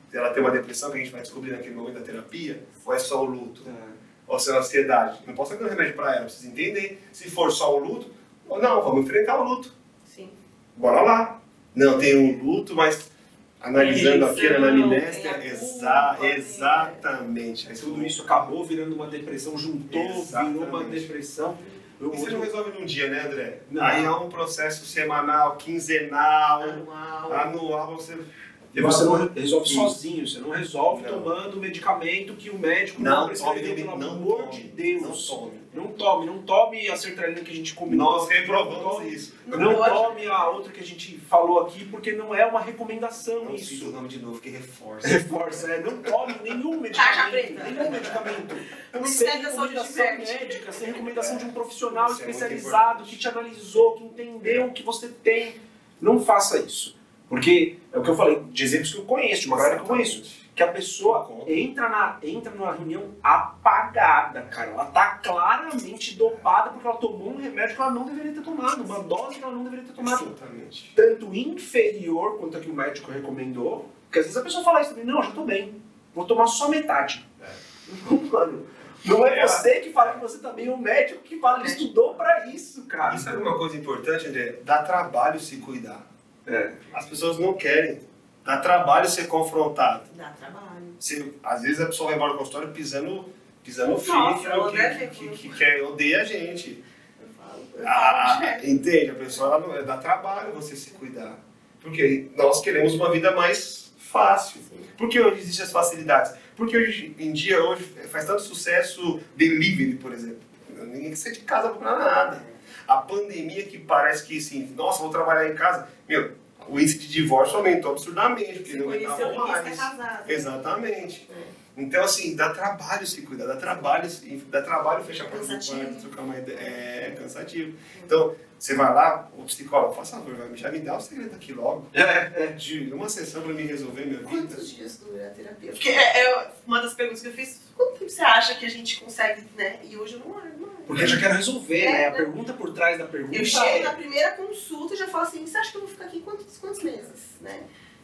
se ela tem uma depressão que a gente vai descobrir naquele momento da terapia, ou é só o luto, é. ou se é ansiedade. Não posso dar um remédio para ela, preciso entender. Se for só o luto, ou não, vamos enfrentar o luto. Sim. Bora lá. Não, tem um luto, mas analisando aquilo na anamnésia, exa exatamente. Aí tudo isso acabou virando uma depressão, juntou, exatamente. Virou uma depressão. Eu, e você não resolve num dia, né, André? Não. Aí é um processo semanal, quinzenal, anual, anual você... E você não resolve Isso. sozinho, você não resolve não. tomando medicamento que o médico não, não prescreveu, pelo amor de Deus. Não tome. Não tome, não tome a sertralina que a gente combinou. Nós reprovamos isso. Não, não tome a outra que a gente falou aqui, porque não é uma recomendação não isso. Não o nome de novo, que reforça. Reforça, é. Não tome nenhum medicamento. nenhum medicamento. Sem recomendação médica, sem recomendação é. de um profissional isso especializado, é que te analisou, que entendeu o que você tem. Não faça isso. Porque é o que eu falei, de exemplos que eu conheço, de uma galera que eu conheço, que a pessoa entra na, entra numa reunião apagada, cara. Ela tá claramente dopada porque ela tomou um remédio que ela não deveria ter tomado, uma dose que ela não deveria ter tomado. Exatamente. Tanto inferior quanto a que o médico recomendou, porque às vezes a pessoa fala isso também, não, já tô bem, vou tomar só metade. É. Mano, não é você que fala que você tá bem, é o médico que fala, ele estudou pra isso, cara. Isso é uma coisa importante, André, dá trabalho se cuidar. É. As pessoas não querem. Dá trabalho ser confrontado. Dá trabalho. Se, às vezes a pessoa vai embora do consultório pisando, pisando fio, que, que, que, que quer, odeia a gente. Eu falo, eu ah, falo entende? A pessoa ela não, dá trabalho você se cuidar. Porque nós queremos uma vida mais fácil. Sim. Por que hoje existem as facilidades? Porque hoje em dia hoje faz tanto sucesso delivery, por exemplo. Ninguém sai de casa para nada. A pandemia que parece que, assim, nossa, vou trabalhar em casa. Meu, o índice de divórcio aumentou absurdamente, porque não aguentava mais. Casado, exatamente. É. Então, assim, dá trabalho se cuidar, dá trabalho, dá trabalho fechar a porta do quarto, trocar uma ideia. É cansativo. Então, você vai lá, o psicólogo, faz favor, já me dá o segredo aqui logo. É, é. De uma sessão pra me resolver minha vida. Quantos dias dura a terapia? Porque é, é uma das perguntas que eu fiz, quanto tempo você acha que a gente consegue, né? E hoje eu não é, não é. Porque eu já quero resolver, é, né? A pergunta por trás da pergunta. Eu chego é... na primeira consulta e já falo assim, você acha que eu vou ficar aqui quantos, quantos meses, né?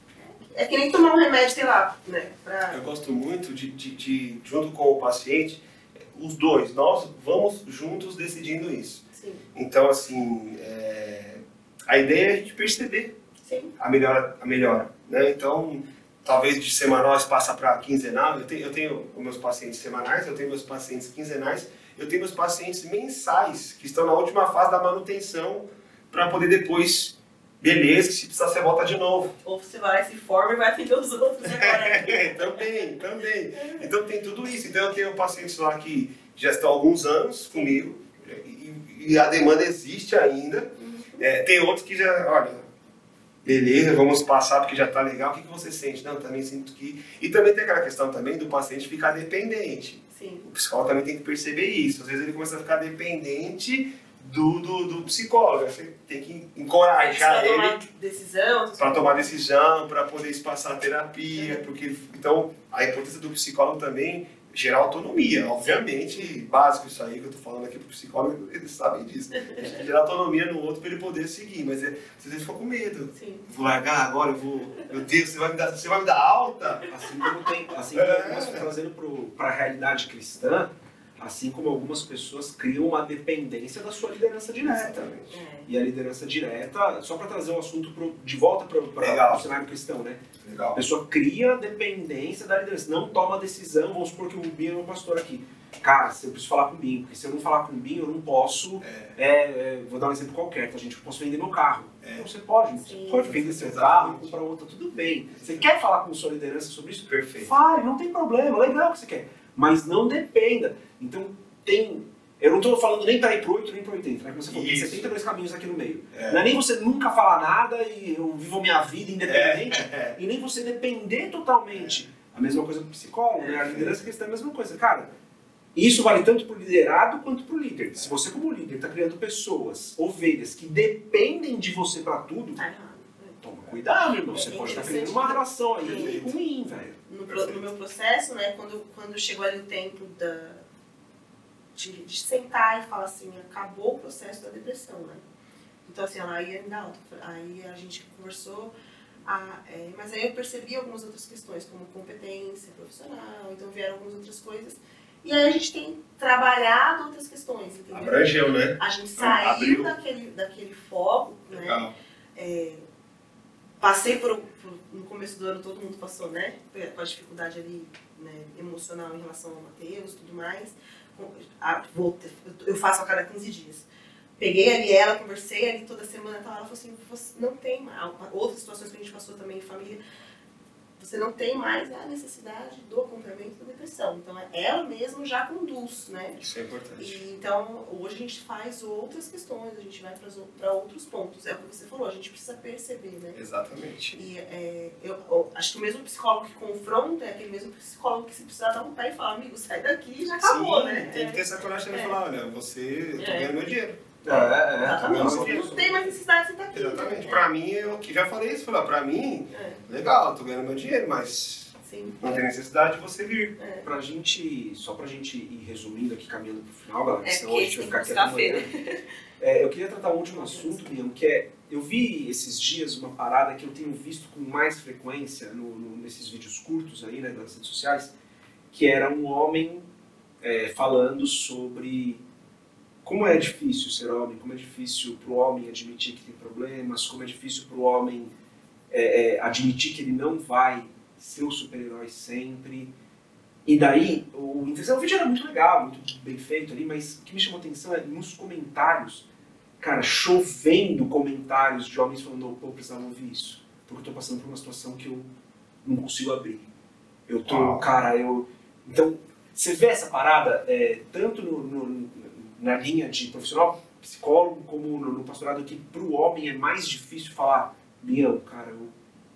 É que nem tomar um remédio, sei lá, né? Pra... Eu gosto muito de, de, de, junto com o paciente, os dois, nós vamos juntos decidindo isso. Sim. Então, assim, é... a ideia é a gente perceber Sim. a melhora, a melhora, né? Então, talvez de semanal passa para quinzenal. Eu tenho, eu tenho os meus pacientes semanais, eu tenho meus pacientes quinzenais, eu tenho meus pacientes mensais, que estão na última fase da manutenção, para poder depois... Beleza, se precisar você volta de novo. Ou você vai, se forma e vai atender os outros agora. também, também. Então tem tudo isso. Então eu tenho pacientes lá que já estão há alguns anos comigo e, e a demanda existe ainda. Uhum. É, tem outros que já, olha, beleza, vamos passar porque já está legal. O que, que você sente? Não, também sinto que... E também tem aquela questão também do paciente ficar dependente. Sim. O psicólogo também tem que perceber isso. Às vezes ele começa a ficar dependente... Do, do, do psicólogo, você tem que encorajar ele para tomar decisão, para poder espaçar a terapia, porque então a importância do psicólogo também gerar autonomia, obviamente, básico isso aí que eu estou falando aqui para o psicólogo, eles sabem disso, a gente tem que gerar autonomia no outro para ele poder seguir, mas é, às vezes fica com medo, Sim. vou largar agora, eu vou, meu Deus, você vai me dar, você vai me dar alta? Assim como tem, assim como é. nós trazendo para a realidade cristã, assim como algumas pessoas criam uma dependência da sua liderança direta. Exatamente. É. E a liderança direta, só para trazer o assunto pro, de volta para o cenário cristão, né? Legal. A pessoa cria dependência da liderança, não toma decisão, vamos supor que o Binho é meu pastor aqui. Cara, eu preciso falar com o Binho, porque se eu não falar com o Binho, eu não posso, é. É, é, vou dar um exemplo qualquer, tá, gente? Eu posso vender meu carro. É. Então, você pode, Sim. você pode vender seu carro, comprar outro, tudo bem. Você quer falar com sua liderança sobre isso? Perfeito. Fale, não tem problema, legal o que você quer. Mas não dependa. Então, tem... Eu não estou falando nem para ir para o oito, nem para o oitenta. Né? Como você falou, tem setenta e dois caminhos aqui no meio. É. Não é nem você nunca falar nada e eu vivo minha vida independente, é. e nem você depender totalmente. É. A mesma coisa para o psicólogo, né? A liderança cristã é a mesma coisa. Cara, isso vale tanto para o liderado quanto para o líder. É. Se você, como líder, está criando pessoas, ovelhas, que dependem de você para tudo, toma cuidado, irmão. Você pode estar tá criando uma relação aí ruim, velho. No, no meu processo, né, quando, quando chegou ali o tempo da, de, de sentar e falar assim, acabou o processo da depressão, né? Então assim, ela ia me dar alta. Aí a gente conversou, Ah, é, mas aí eu percebi algumas outras questões, como competência profissional, então vieram algumas outras coisas. E aí a gente tem trabalhado outras questões, entendeu? Abrangeu, né? A gente saiu Abriu. daquele, daquele foco, Legal. né? É, passei por, por, no começo do ano, todo mundo passou, né? Com a dificuldade ali, né, emocional em relação ao Matheus e tudo mais. A, vou, eu faço a cada quinze dias. Peguei ali ela, conversei ali toda semana, ela falou assim, você não tem mais, outras situações que a gente passou também em família, você não tem mais a necessidade do acompanhamento da depressão. Então, ela mesma já conduz, né? Isso é importante. E, então, hoje a gente faz outras questões, a gente vai para outros pontos. É o que você falou, a gente precisa perceber, né? Exatamente. E é, eu, eu acho que o mesmo psicólogo que confronta é aquele mesmo psicólogo que se precisar dar um pé e falar, amigo, sai daqui e já acabou, Sim, né? tem que ter essa coragem de é. falar, olha, você, eu tô É. ganhando meu dinheiro. É, é. Exatamente. é. Não tem mais necessidade de você estar aqui. Exatamente. Né? Pra mim, eu que já falei isso, falar, pra mim, É. legal, eu tô ganhando meu dinheiro, mas Sim. não tem necessidade de você vir. É. Pra gente, só pra gente ir resumindo aqui, caminhando pro final, galera, É, senão porque a gente vai tem ficar que aqui buscar até a amanhã. É, eu queria tratar um último assunto, Guilherme, que é, eu vi esses dias uma parada que eu tenho visto com mais frequência no, no, nesses vídeos curtos aí, né, nas redes sociais, que era um homem é, falando sobre como é difícil ser homem, como é difícil pro homem admitir que tem problemas, como é difícil pro homem é, é, admitir que ele não vai ser o super-herói sempre. E daí, o, o vídeo era muito legal, muito bem feito ali, mas o que me chamou a atenção é nos comentários, cara, chovendo comentários de homens falando, pô, eu precisava ouvir isso, porque eu tô passando por uma situação que eu não consigo abrir. Eu tô, Uau. cara, eu... Então, você vê essa parada, é, tanto no, no, na linha de profissional, psicólogo, como no, no pastorado, que pro homem é mais difícil falar, Bião, cara, eu,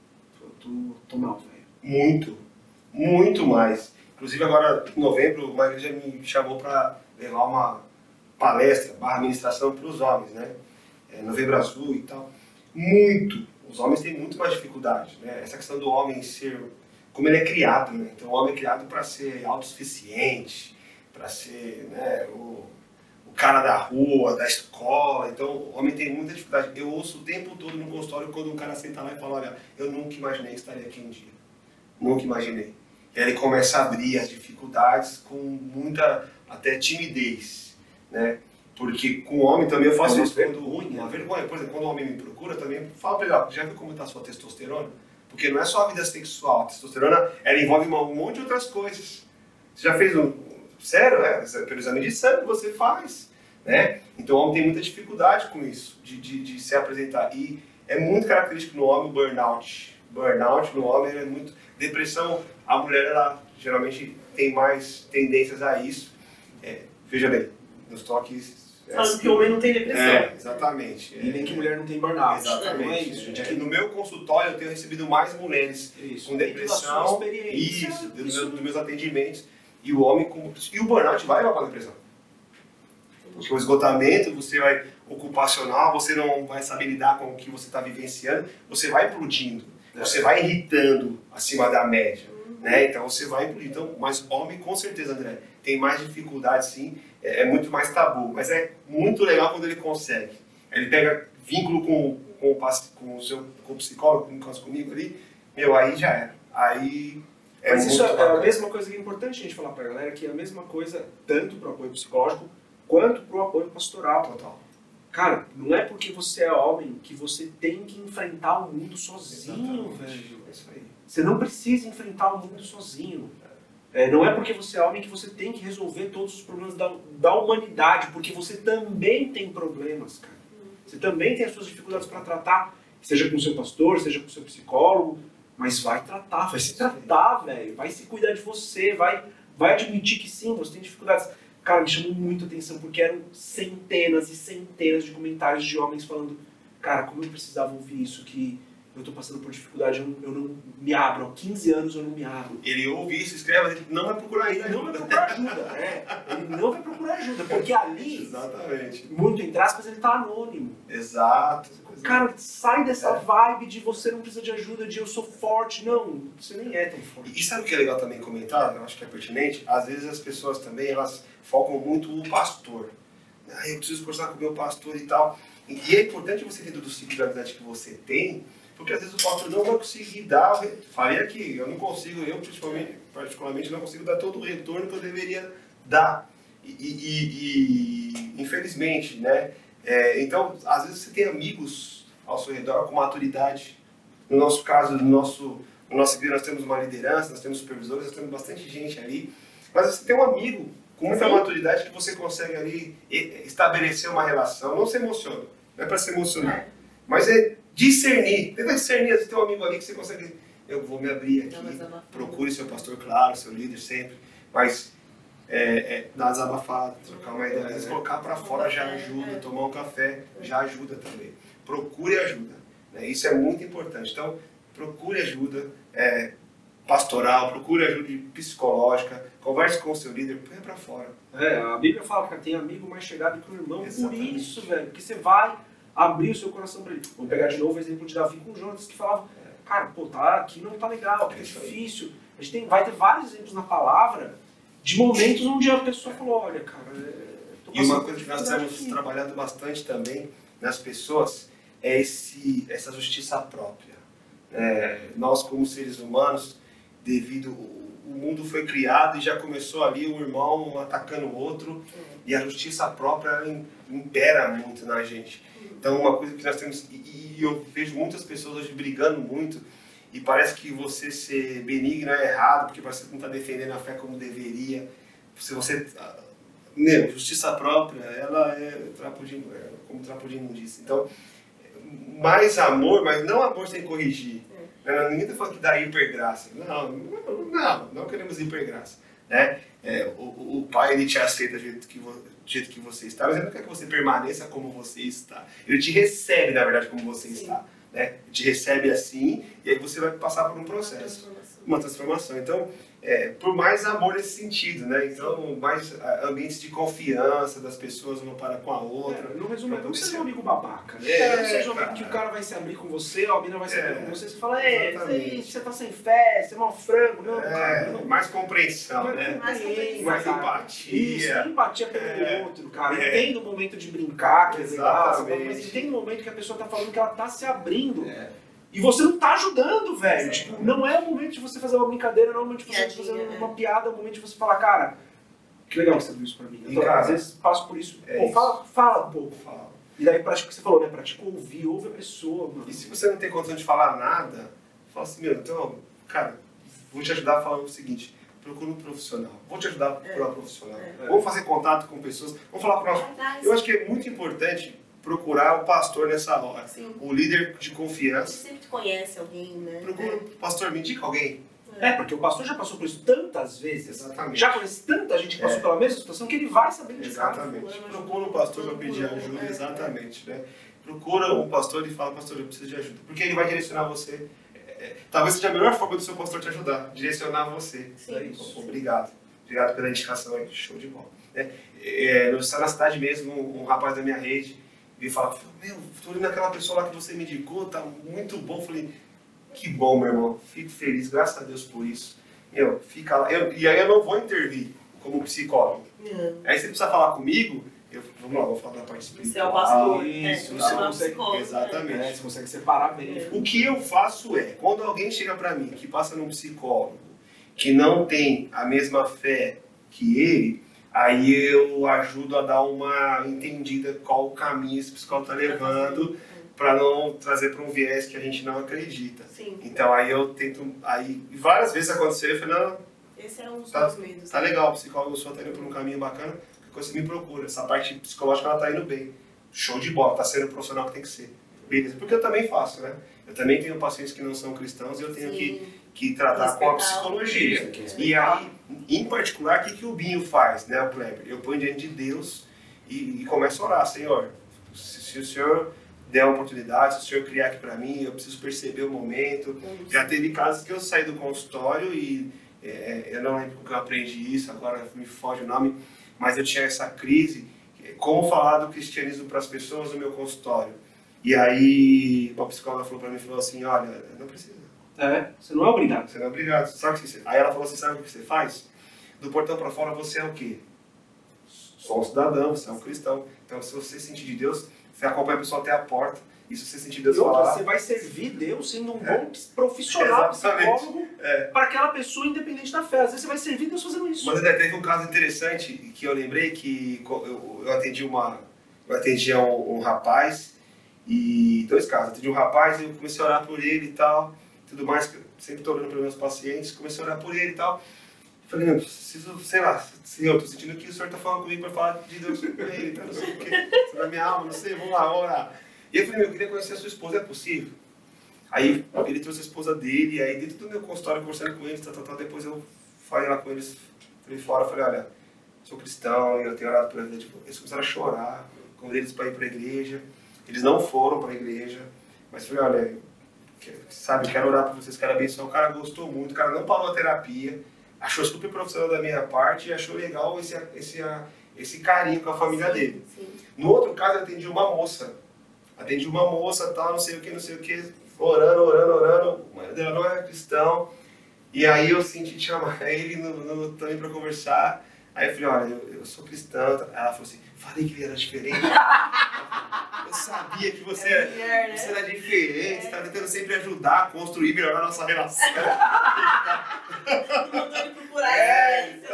eu tô, tô mal, velho. Muito, muito mais. Inclusive agora, em novembro, uma igreja me chamou para levar uma palestra, barra ministração para os homens, né? É, novembro Azul e tal. Muito. Os homens têm muito mais dificuldade, né? Essa questão do homem ser, como ele é criado, né? Então o homem é criado para ser autossuficiente, para ser, né, o, o cara da rua, da escola. Então o homem tem muita dificuldade. Eu ouço o tempo todo no consultório quando um cara senta lá e fala, olha, eu nunca imaginei que estaria aqui um dia. Nunca imaginei. E aí ele começa a abrir as dificuldades com muita, até timidez, né? Porque com o homem também eu faço É uma isso quando... vergonha. Uma vergonha. Por exemplo, quando o homem me procura, também falo pra ele, ó, já viu como está a sua testosterona? Porque não é só a vida sexual. A testosterona, ela envolve uma, um monte de outras coisas. Você já fez um... Sério, é? Pelo exame de sangue você faz, né? Então o homem tem muita dificuldade com isso, de, de, de se apresentar. E é muito característico no homem o burnout. Burnout no homem é muito... Depressão, a mulher, ela geralmente tem mais tendências a isso. É, veja bem, nos toques... É Falando assim, que o homem não tem depressão. É, exatamente. E nem que mulher não tem burnout. Exatamente. Não é isso, gente. É que no meu consultório eu tenho recebido mais mulheres Isso. com Dentro da depressão. sua experiência, Isso, dos isso- meus, dos meus atendimentos. E o homem com. E o burnout vai levar para a depressão. Porque o esgotamento, você vai ocupacional, você não vai saber lidar com o que você está vivenciando, você vai implodindo, É. você vai irritando acima da média. Né? Então você vai implodindo. Então, mas homem, com certeza, André, tem mais dificuldade sim, é, é muito mais tabu. Mas é muito legal quando ele consegue. Ele pega vínculo com, com, o, paci- com o seu com o psicólogo, no caso comigo ali, meu, aí já era. Aí é Mas muito isso é, é a bacana. mesma coisa que é importante a gente falar pra galera, que é a mesma coisa tanto pro apoio psicológico quanto pro apoio pastoral. Total. Cara, não é porque você é homem que você tem que enfrentar o mundo sozinho, Exatamente. velho. É isso aí. Você não precisa enfrentar o mundo sozinho. É, não é porque você é homem que você tem que resolver todos os problemas da, da humanidade, porque você também tem problemas, cara. Você também tem as suas dificuldades para tratar, seja com o seu pastor, seja com o seu psicólogo, mas vai tratar, vai se tratar, velho. Vai se cuidar de você, vai, vai admitir que sim, você tem dificuldades. Cara, me chamou muito a atenção, porque eram centenas e centenas de comentários de homens falando, cara, como eu precisava ouvir isso, que eu tô passando por dificuldade, eu não, eu não me abro, há quinze anos eu não me abro. Ele ouve isso, escreve, mas ele não vai procurar Ele ainda. não vai procurar ajuda, né? Ele não vai procurar ajuda, porque ali, Exatamente. muito entre aspas, ele tá anônimo. Exato. Cara, sai dessa É. vibe de você não precisa de ajuda, de eu sou forte. Não, você nem é tão forte. E sabe o que é legal também comentar? Eu acho que é pertinente. Às vezes as pessoas também, elas focam muito no pastor. Ah, eu preciso conversar com o meu pastor e tal. E é importante você, dentro do ciclo de amizade que você tem, Porque às vezes o pastor não vai conseguir dar, falei aqui, eu não consigo, eu particularmente, particularmente não consigo dar todo o retorno que eu deveria dar. E, e, e infelizmente, né? É, então, às vezes você tem amigos ao seu redor com maturidade. No nosso caso, no nosso, no nosso igreja, nós temos uma liderança, nós temos supervisores, nós temos bastante gente ali. Mas você tem um amigo com muita Sim. maturidade que você consegue ali estabelecer uma relação. Não se emociona, não é para se emocionar, mas é discernir. Tenta discernir, você tem um amigo ali que você consegue, eu vou me abrir aqui, procure seu pastor, claro, seu líder sempre, mas é, é, dar desabafado, trocar uma ideia, às vezes colocar para fora já ajuda, tomar um café já ajuda também. Procure ajuda, né? Isso é muito importante. Então, procure ajuda é, pastoral, procure ajuda psicológica, converse com o seu líder, põe para fora. É, a Bíblia fala que tem amigo mais chegado que o irmão. Exatamente. Por isso, velho, que você vai abrir o seu coração para ele. Vamos pegar de novo o exemplo de Davi com Jonas, que falava, cara, pô, tá, aqui não tá legal, aqui é difícil. A gente tem, vai ter vários exemplos na palavra de momentos onde a pessoa falou, olha, cara... Tô e uma coisa que nós temos aqui. trabalhado bastante também nas pessoas é esse, essa justiça própria. É, nós, como seres humanos, devido... O mundo foi criado e já começou ali um irmão atacando o outro e a justiça própria ela impera muito na gente. Então, uma coisa que nós temos... E, e eu vejo muitas pessoas hoje brigando muito e parece que você ser benigno é errado, porque parece que não está defendendo a fé como deveria. Se você... Meu, justiça própria, ela é trapo de, é como trapo de imundícia. Então, mais amor, mas não amor sem corrigir. Não, ninguém está falando que dá hipergraça. Não, não, não queremos hipergraça. Né? É, o, o pai ele te aceita do jeito, que vo, do jeito que você está, mas ele não quer que você permaneça como você está. Ele te recebe, na verdade, como você Sim. está. Né? Ele te recebe assim, e aí você vai passar por um processo. Uma transformação. Uma transformação. Então, é, por mais amor nesse sentido, né? Então, mais ambientes de confiança das pessoas uma para com a outra. É, no resumo, não seja um amigo babaca. Né? É, não seja um amigo que o cara vai se abrir com você, a mina vai se abrir é, com você, você fala, é, você tá sem fé, você é mau frango. Não, é, cara, não. Mais compreensão, mais, né? Mais, compreensão, mais empatia. Isso, empatia pelo é, outro, cara. É. Entenda o momento de brincar, que é legal, mas entenda o momento que a pessoa tá falando que ela tá se abrindo. É. E você não tá ajudando, velho. Tipo, não é o momento de você fazer uma brincadeira, não é o momento de você fazer uma piada, é o momento de você falar, cara, que legal que você viu isso pra mim. Então, cara, às vezes passo por isso. É Pô, isso. Fala, fala um pouco, fala. E daí pratica o que você falou, né? Pratica ouvir, ouve a pessoa, mano. E se você não tem condição de falar nada, fala assim, meu, então, cara, vou te ajudar falando o seguinte, procura um profissional. Vou te ajudar a procurar um profissional. É. Vamos fazer contato com pessoas, vamos falar com nós. Eu acho que é muito importante procurar o pastor nessa hora. Sim. O líder de confiança. Você sempre conhece alguém, né? Procura, é. pastor, me indica alguém. É, porque o pastor já passou por isso tantas vezes, Exatamente. já conhece tanta gente que passou é. pela mesma situação que ele vai saber indicar. Exatamente. Procura um pastor para pedir ajuda, é. exatamente. Né? Procura um pastor e fala, pastor, eu preciso de ajuda. Porque ele vai direcionar você. É, talvez seja a melhor forma do seu pastor te ajudar, direcionar você. Sim. É isso. Obrigado. Obrigado pela indicação aí, show de bola. É, é, eu estava na cidade mesmo, um, um rapaz da minha rede, e fala, meu, estou olhando aquela pessoa lá que você me indicou, tá muito bom. Falei, que bom, meu irmão, fico feliz, graças a Deus por isso. Meu, fica lá. Eu, e aí eu não vou intervir como psicólogo. Não. Aí você precisa falar comigo, eu, vamos lá, vou falar da parte espiritual. Você é o pastor. Isso, é, você não consegue, psicólogo, exatamente. É, você consegue separar bem. É. O que eu faço é, quando alguém chega pra mim, que passa num psicólogo, que não tem a mesma fé que ele, aí eu ajudo a dar uma entendida qual o caminho esse psicólogo está levando para não trazer para um viés que a gente não acredita. Sim. Então aí eu tento, aí várias vezes aconteceu, eu falei, não, esse é um dos tá, meus medos. Tá legal, o psicólogo só está indo por um caminho bacana, que você me procura, essa parte psicológica ela está indo bem, show de bola, está sendo o profissional que tem que ser. Beleza, porque eu também faço, né? Eu também tenho pacientes que não são cristãos e eu tenho que, que tratar com a psicologia. E aí, em particular, o que, que o Binho faz, né, o Kleber? Eu ponho diante de Deus e, e começo a orar, Senhor, se, se o Senhor der a oportunidade, se o Senhor criar aqui para mim, eu preciso perceber o momento. Já teve casos que eu saí do consultório e é, eu não lembro como que eu aprendi isso, agora me foge o nome, mas eu tinha essa crise, como falar do cristianismo para as pessoas no meu consultório. E aí, uma psicóloga falou pra mim, falou assim, olha, não precisa. É, você não é obrigado. Você não é obrigado. Sabe o que você... Aí ela falou assim, sabe o que você faz? Do portão pra fora você é o quê? Sou um cidadão, você é um cristão. Então, se você sentir de Deus, você acompanha a pessoa até a porta Isso você sentir Deus e outra, falar. você vai servir Deus sendo um bom profissional, Exatamente. psicólogo, É. para aquela pessoa independente da fé. Às vezes você vai servir Deus fazendo isso. Mas teve um caso interessante que eu lembrei que eu, eu atendi uma, eu atendi um, um rapaz, e dois casos, eu atendi um rapaz e eu comecei a orar por ele e tal, tudo mais, sempre estou orando pelos meus pacientes, comecei a orar por ele e tal. Falei, não, preciso, sei lá, Senhor, estou sentindo que o Senhor está falando comigo para falar de Deus com ele, tá, não sei o que, na minha alma, não sei, vamos lá, vamos orar. E eu falei, meu, eu queria conhecer a sua esposa, é possível? Aí ele trouxe a esposa dele, e aí dentro do meu consultório, conversando com eles, tá, tá, tá, depois eu falei lá com eles, falei fora, falei, olha, sou cristão, e eu tenho orado por eles. Tipo, eles começaram a chorar, convidei eles para ir para a igreja, eles não foram para a igreja, mas falei, olha, sabe, quero orar por vocês, quero abençoar. O cara gostou muito, o cara não parou a terapia, achou super profissional da minha parte e achou legal esse, esse, esse carinho com a família sim, dele. Sim. No outro caso, eu atendi uma moça, atendi uma moça, tal, não sei o que, não sei o que, orando, orando, orando, o marido dela não era cristão, e aí eu senti de chamar ele no, no, também para conversar. Aí eu falei, olha, eu, eu sou cristã. Ela falou assim, falei que ele era diferente. Eu sabia que você, é mulher, você né? era diferente, você tá tentando sempre ajudar a construir, melhorar a nossa relação. Mandou ele procurar É, isso.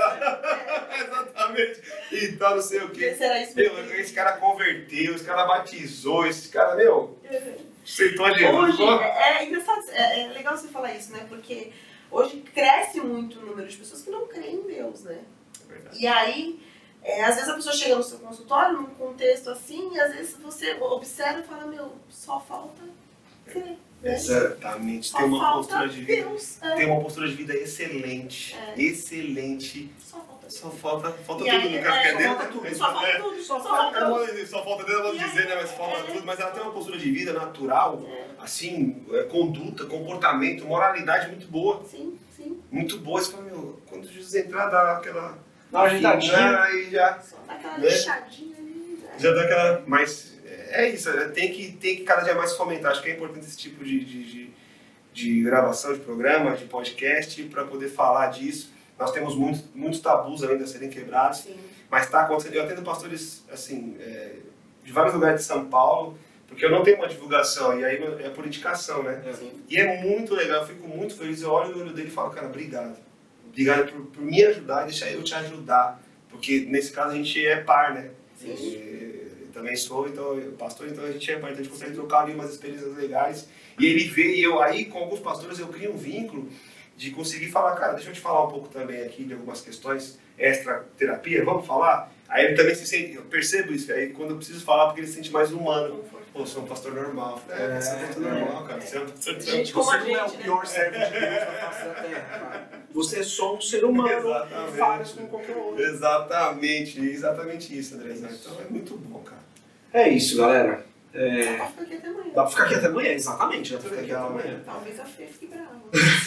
exatamente. E tal, não sei o quê. Será isso Meu, mesmo? esse cara converteu, esse cara batizou, esse cara, meu, aceitou a Jesus. Hoje, é, é engraçado, é, é legal você falar isso, né? Porque hoje cresce muito o número de pessoas que não creem em Deus, né? É verdade. E aí, é, às vezes a pessoa chega no seu consultório, num contexto assim, e às vezes você observa e fala, meu, só falta crer. Né? Exatamente. Só Tem uma falta postura de vida. Deus. É. Tem uma postura de vida excelente. É. Excelente. Só falta Só falta, falta E tudo aí, no caso é, que é só dentro. falta tudo, É, só falta é, tudo, Só só falta, falta eu vou dizer, só falta Deus, eu vou E dizer, aí, né? Mas falta é. tudo. Mas ela tem uma postura de vida natural, É. assim, é, conduta, comportamento, moralidade muito boa. Sim, sim. Muito boa. Você fala, meu, quando Jesus entrar, dá aquela. Dá uma ajeitadinha. Aí já. Só dá aquela Né? lixadinha ali. Né? Já dá aquela. Mas é isso, é, tem que, tem que cada dia mais fomentar. Acho que é importante esse tipo de, de, de, de gravação de programa, de podcast, para poder falar disso. Nós temos muitos, muitos tabus ainda a serem quebrados, Sim. mas está acontecendo. Eu atendo pastores assim, é, de vários lugares de São Paulo, porque eu não tenho uma divulgação, e aí é por indicação, né? Sim. E é muito legal, eu fico muito feliz. Eu olho no olho dele e falo, cara, obrigado. Obrigado por, por me ajudar e deixar eu te ajudar. Porque nesse caso a gente é par, né? Sim. E, eu também sou, então, eu, pastor, então a gente é par, então a gente consegue trocar ali umas experiências legais. E ele vê, e eu aí com alguns pastores eu crio um vínculo de conseguir falar, cara, deixa eu te falar um pouco também aqui de algumas questões extra-terapia, vamos falar? Aí ele também se sente, eu percebo isso, aí quando eu preciso falar, porque ele se sente mais humano. Pô, eu sou um pastor normal. É, você é um pastor normal, cara. Você é um pastor Gente, normal. como a Você não é o gente, né? pior servo de Deus da face da terra, cara. Você é só um ser humano Exatamente. que faz com qualquer outro. Exatamente, exatamente isso, André. Então é muito bom, cara. É isso, galera. Só É... pra ficar aqui até amanhã. Dá pra ficar aqui até amanhã, exatamente. Dá pra ficar aqui até Legal, amanhã. Talvez a Fê fique brava.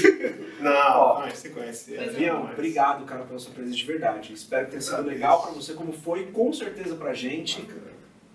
Não, Ó, mas você conhece. Mas Vião, mas- obrigado, cara, pela sua presença de verdade. Espero que tenha sido legal pra você, como foi, com certeza pra gente. Bacana.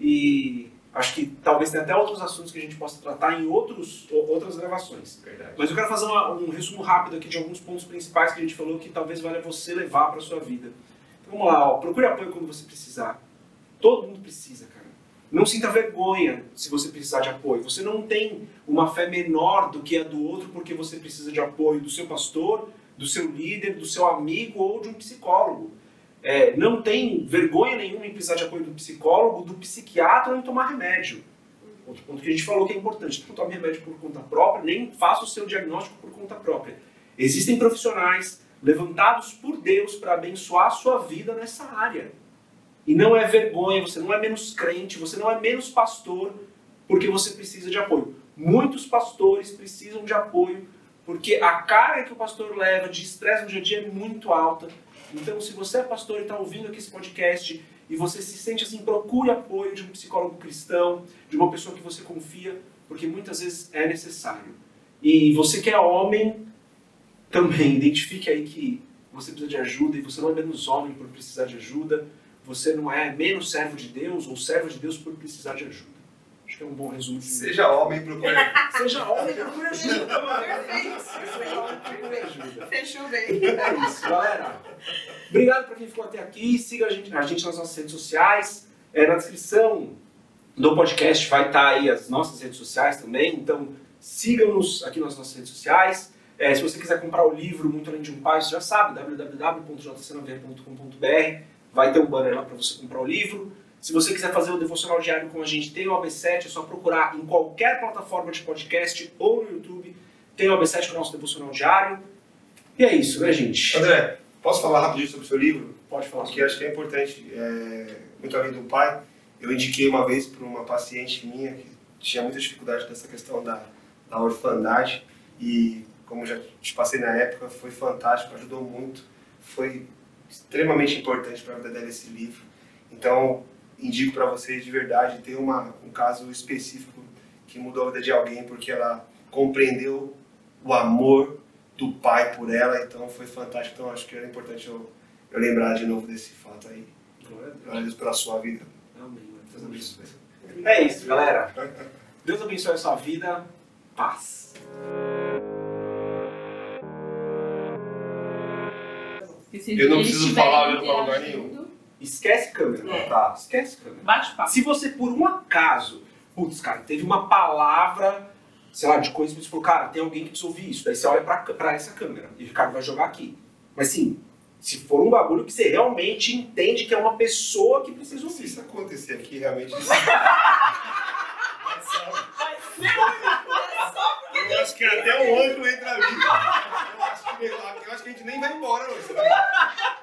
E acho que talvez tenha até outros assuntos que a gente possa tratar em outros, ou- outras gravações. Verdade. Mas eu quero fazer uma- um resumo rápido aqui de alguns pontos principais que a gente falou que talvez valha você levar para sua vida. Então vamos lá, ó, procure apoio quando você precisar. Todo mundo precisa, cara. Não sinta vergonha se você precisar de apoio. Você não tem uma fé menor do que a do outro porque você precisa de apoio do seu pastor, do seu líder, do seu amigo ou de um psicólogo. É, não tem vergonha nenhuma em precisar de apoio do psicólogo, do psiquiatra ou em tomar remédio. Outro ponto que a gente falou que é importante, não tome remédio por conta própria, nem faça o seu diagnóstico por conta própria. Existem profissionais levantados por Deus para abençoar a sua vida nessa área. E não é vergonha, você não é menos crente, você não é menos pastor porque você precisa de apoio. Muitos pastores precisam de apoio porque a carga que o pastor leva de estresse no dia a dia é muito alta. Então, se você é pastor e está ouvindo aqui esse podcast e você se sente assim, procure apoio de um psicólogo cristão, de uma pessoa que você confia, porque muitas vezes é necessário. E você que é homem, também identifique aí que você precisa de ajuda e você não é menos homem por precisar de ajuda, você não é menos servo de Deus ou servo de Deus por precisar de ajuda. Acho que é um bom resumo. De... Seja homem e procure. Seja homem, procure ajuda. Perfeito. Seja homem, procure ajuda. Fechou bem. É isso, galera. Obrigado para quem ficou até aqui. Siga a gente, a gente nas nossas redes sociais. É, na descrição do podcast vai estar aí as nossas redes sociais também, então sigam-nos aqui nas nossas redes sociais. É, se você quiser comprar o livro Muito Além de um Pai, você já sabe, w w w ponto j c nove ponto com ponto b r, vai ter um banner lá para você comprar o livro. Se você quiser fazer o devocional diário com a gente, tem o A B sete, é só procurar em qualquer plataforma de podcast ou no YouTube, tem o A B sete com o nosso devocional diário. E é isso, né, gente? André, posso falar rapidinho sobre o seu livro? Pode falar. Porque acho que é importante, é, Muito Além do Pai. Eu indiquei uma vez para uma paciente minha que tinha muita dificuldade nessa questão da, da orfandade e, como já te passei na época, foi fantástico, ajudou muito, foi extremamente importante para a vida dela esse livro. Então, indico para vocês de verdade, ter uma, um caso específico que mudou a vida de alguém porque ela compreendeu o amor do pai por ela, então foi fantástico. Então, acho que era importante eu, eu lembrar de novo desse fato aí. Glória a Deus pela sua vida. Amém. Deus abençoe. É isso, galera. Deus abençoe a sua vida. Paz. Eu não preciso falar olhando para lugar nenhum. Esquece câmera, É. tá? Esquece câmera. Bate papo. Se você, por um acaso, putz, cara, teve uma palavra, sei lá, de coisa que você falou, cara, tem alguém que precisa ouvir isso. Daí você olha pra, pra essa câmera e o Ricardo vai jogar aqui. Mas sim, se for um bagulho que você realmente entende que é uma pessoa que precisa Se ouvir. isso acontecer aqui, realmente... Eu acho que até um anjo entra ali. Eu acho que, eu acho que a gente nem vai embora hoje.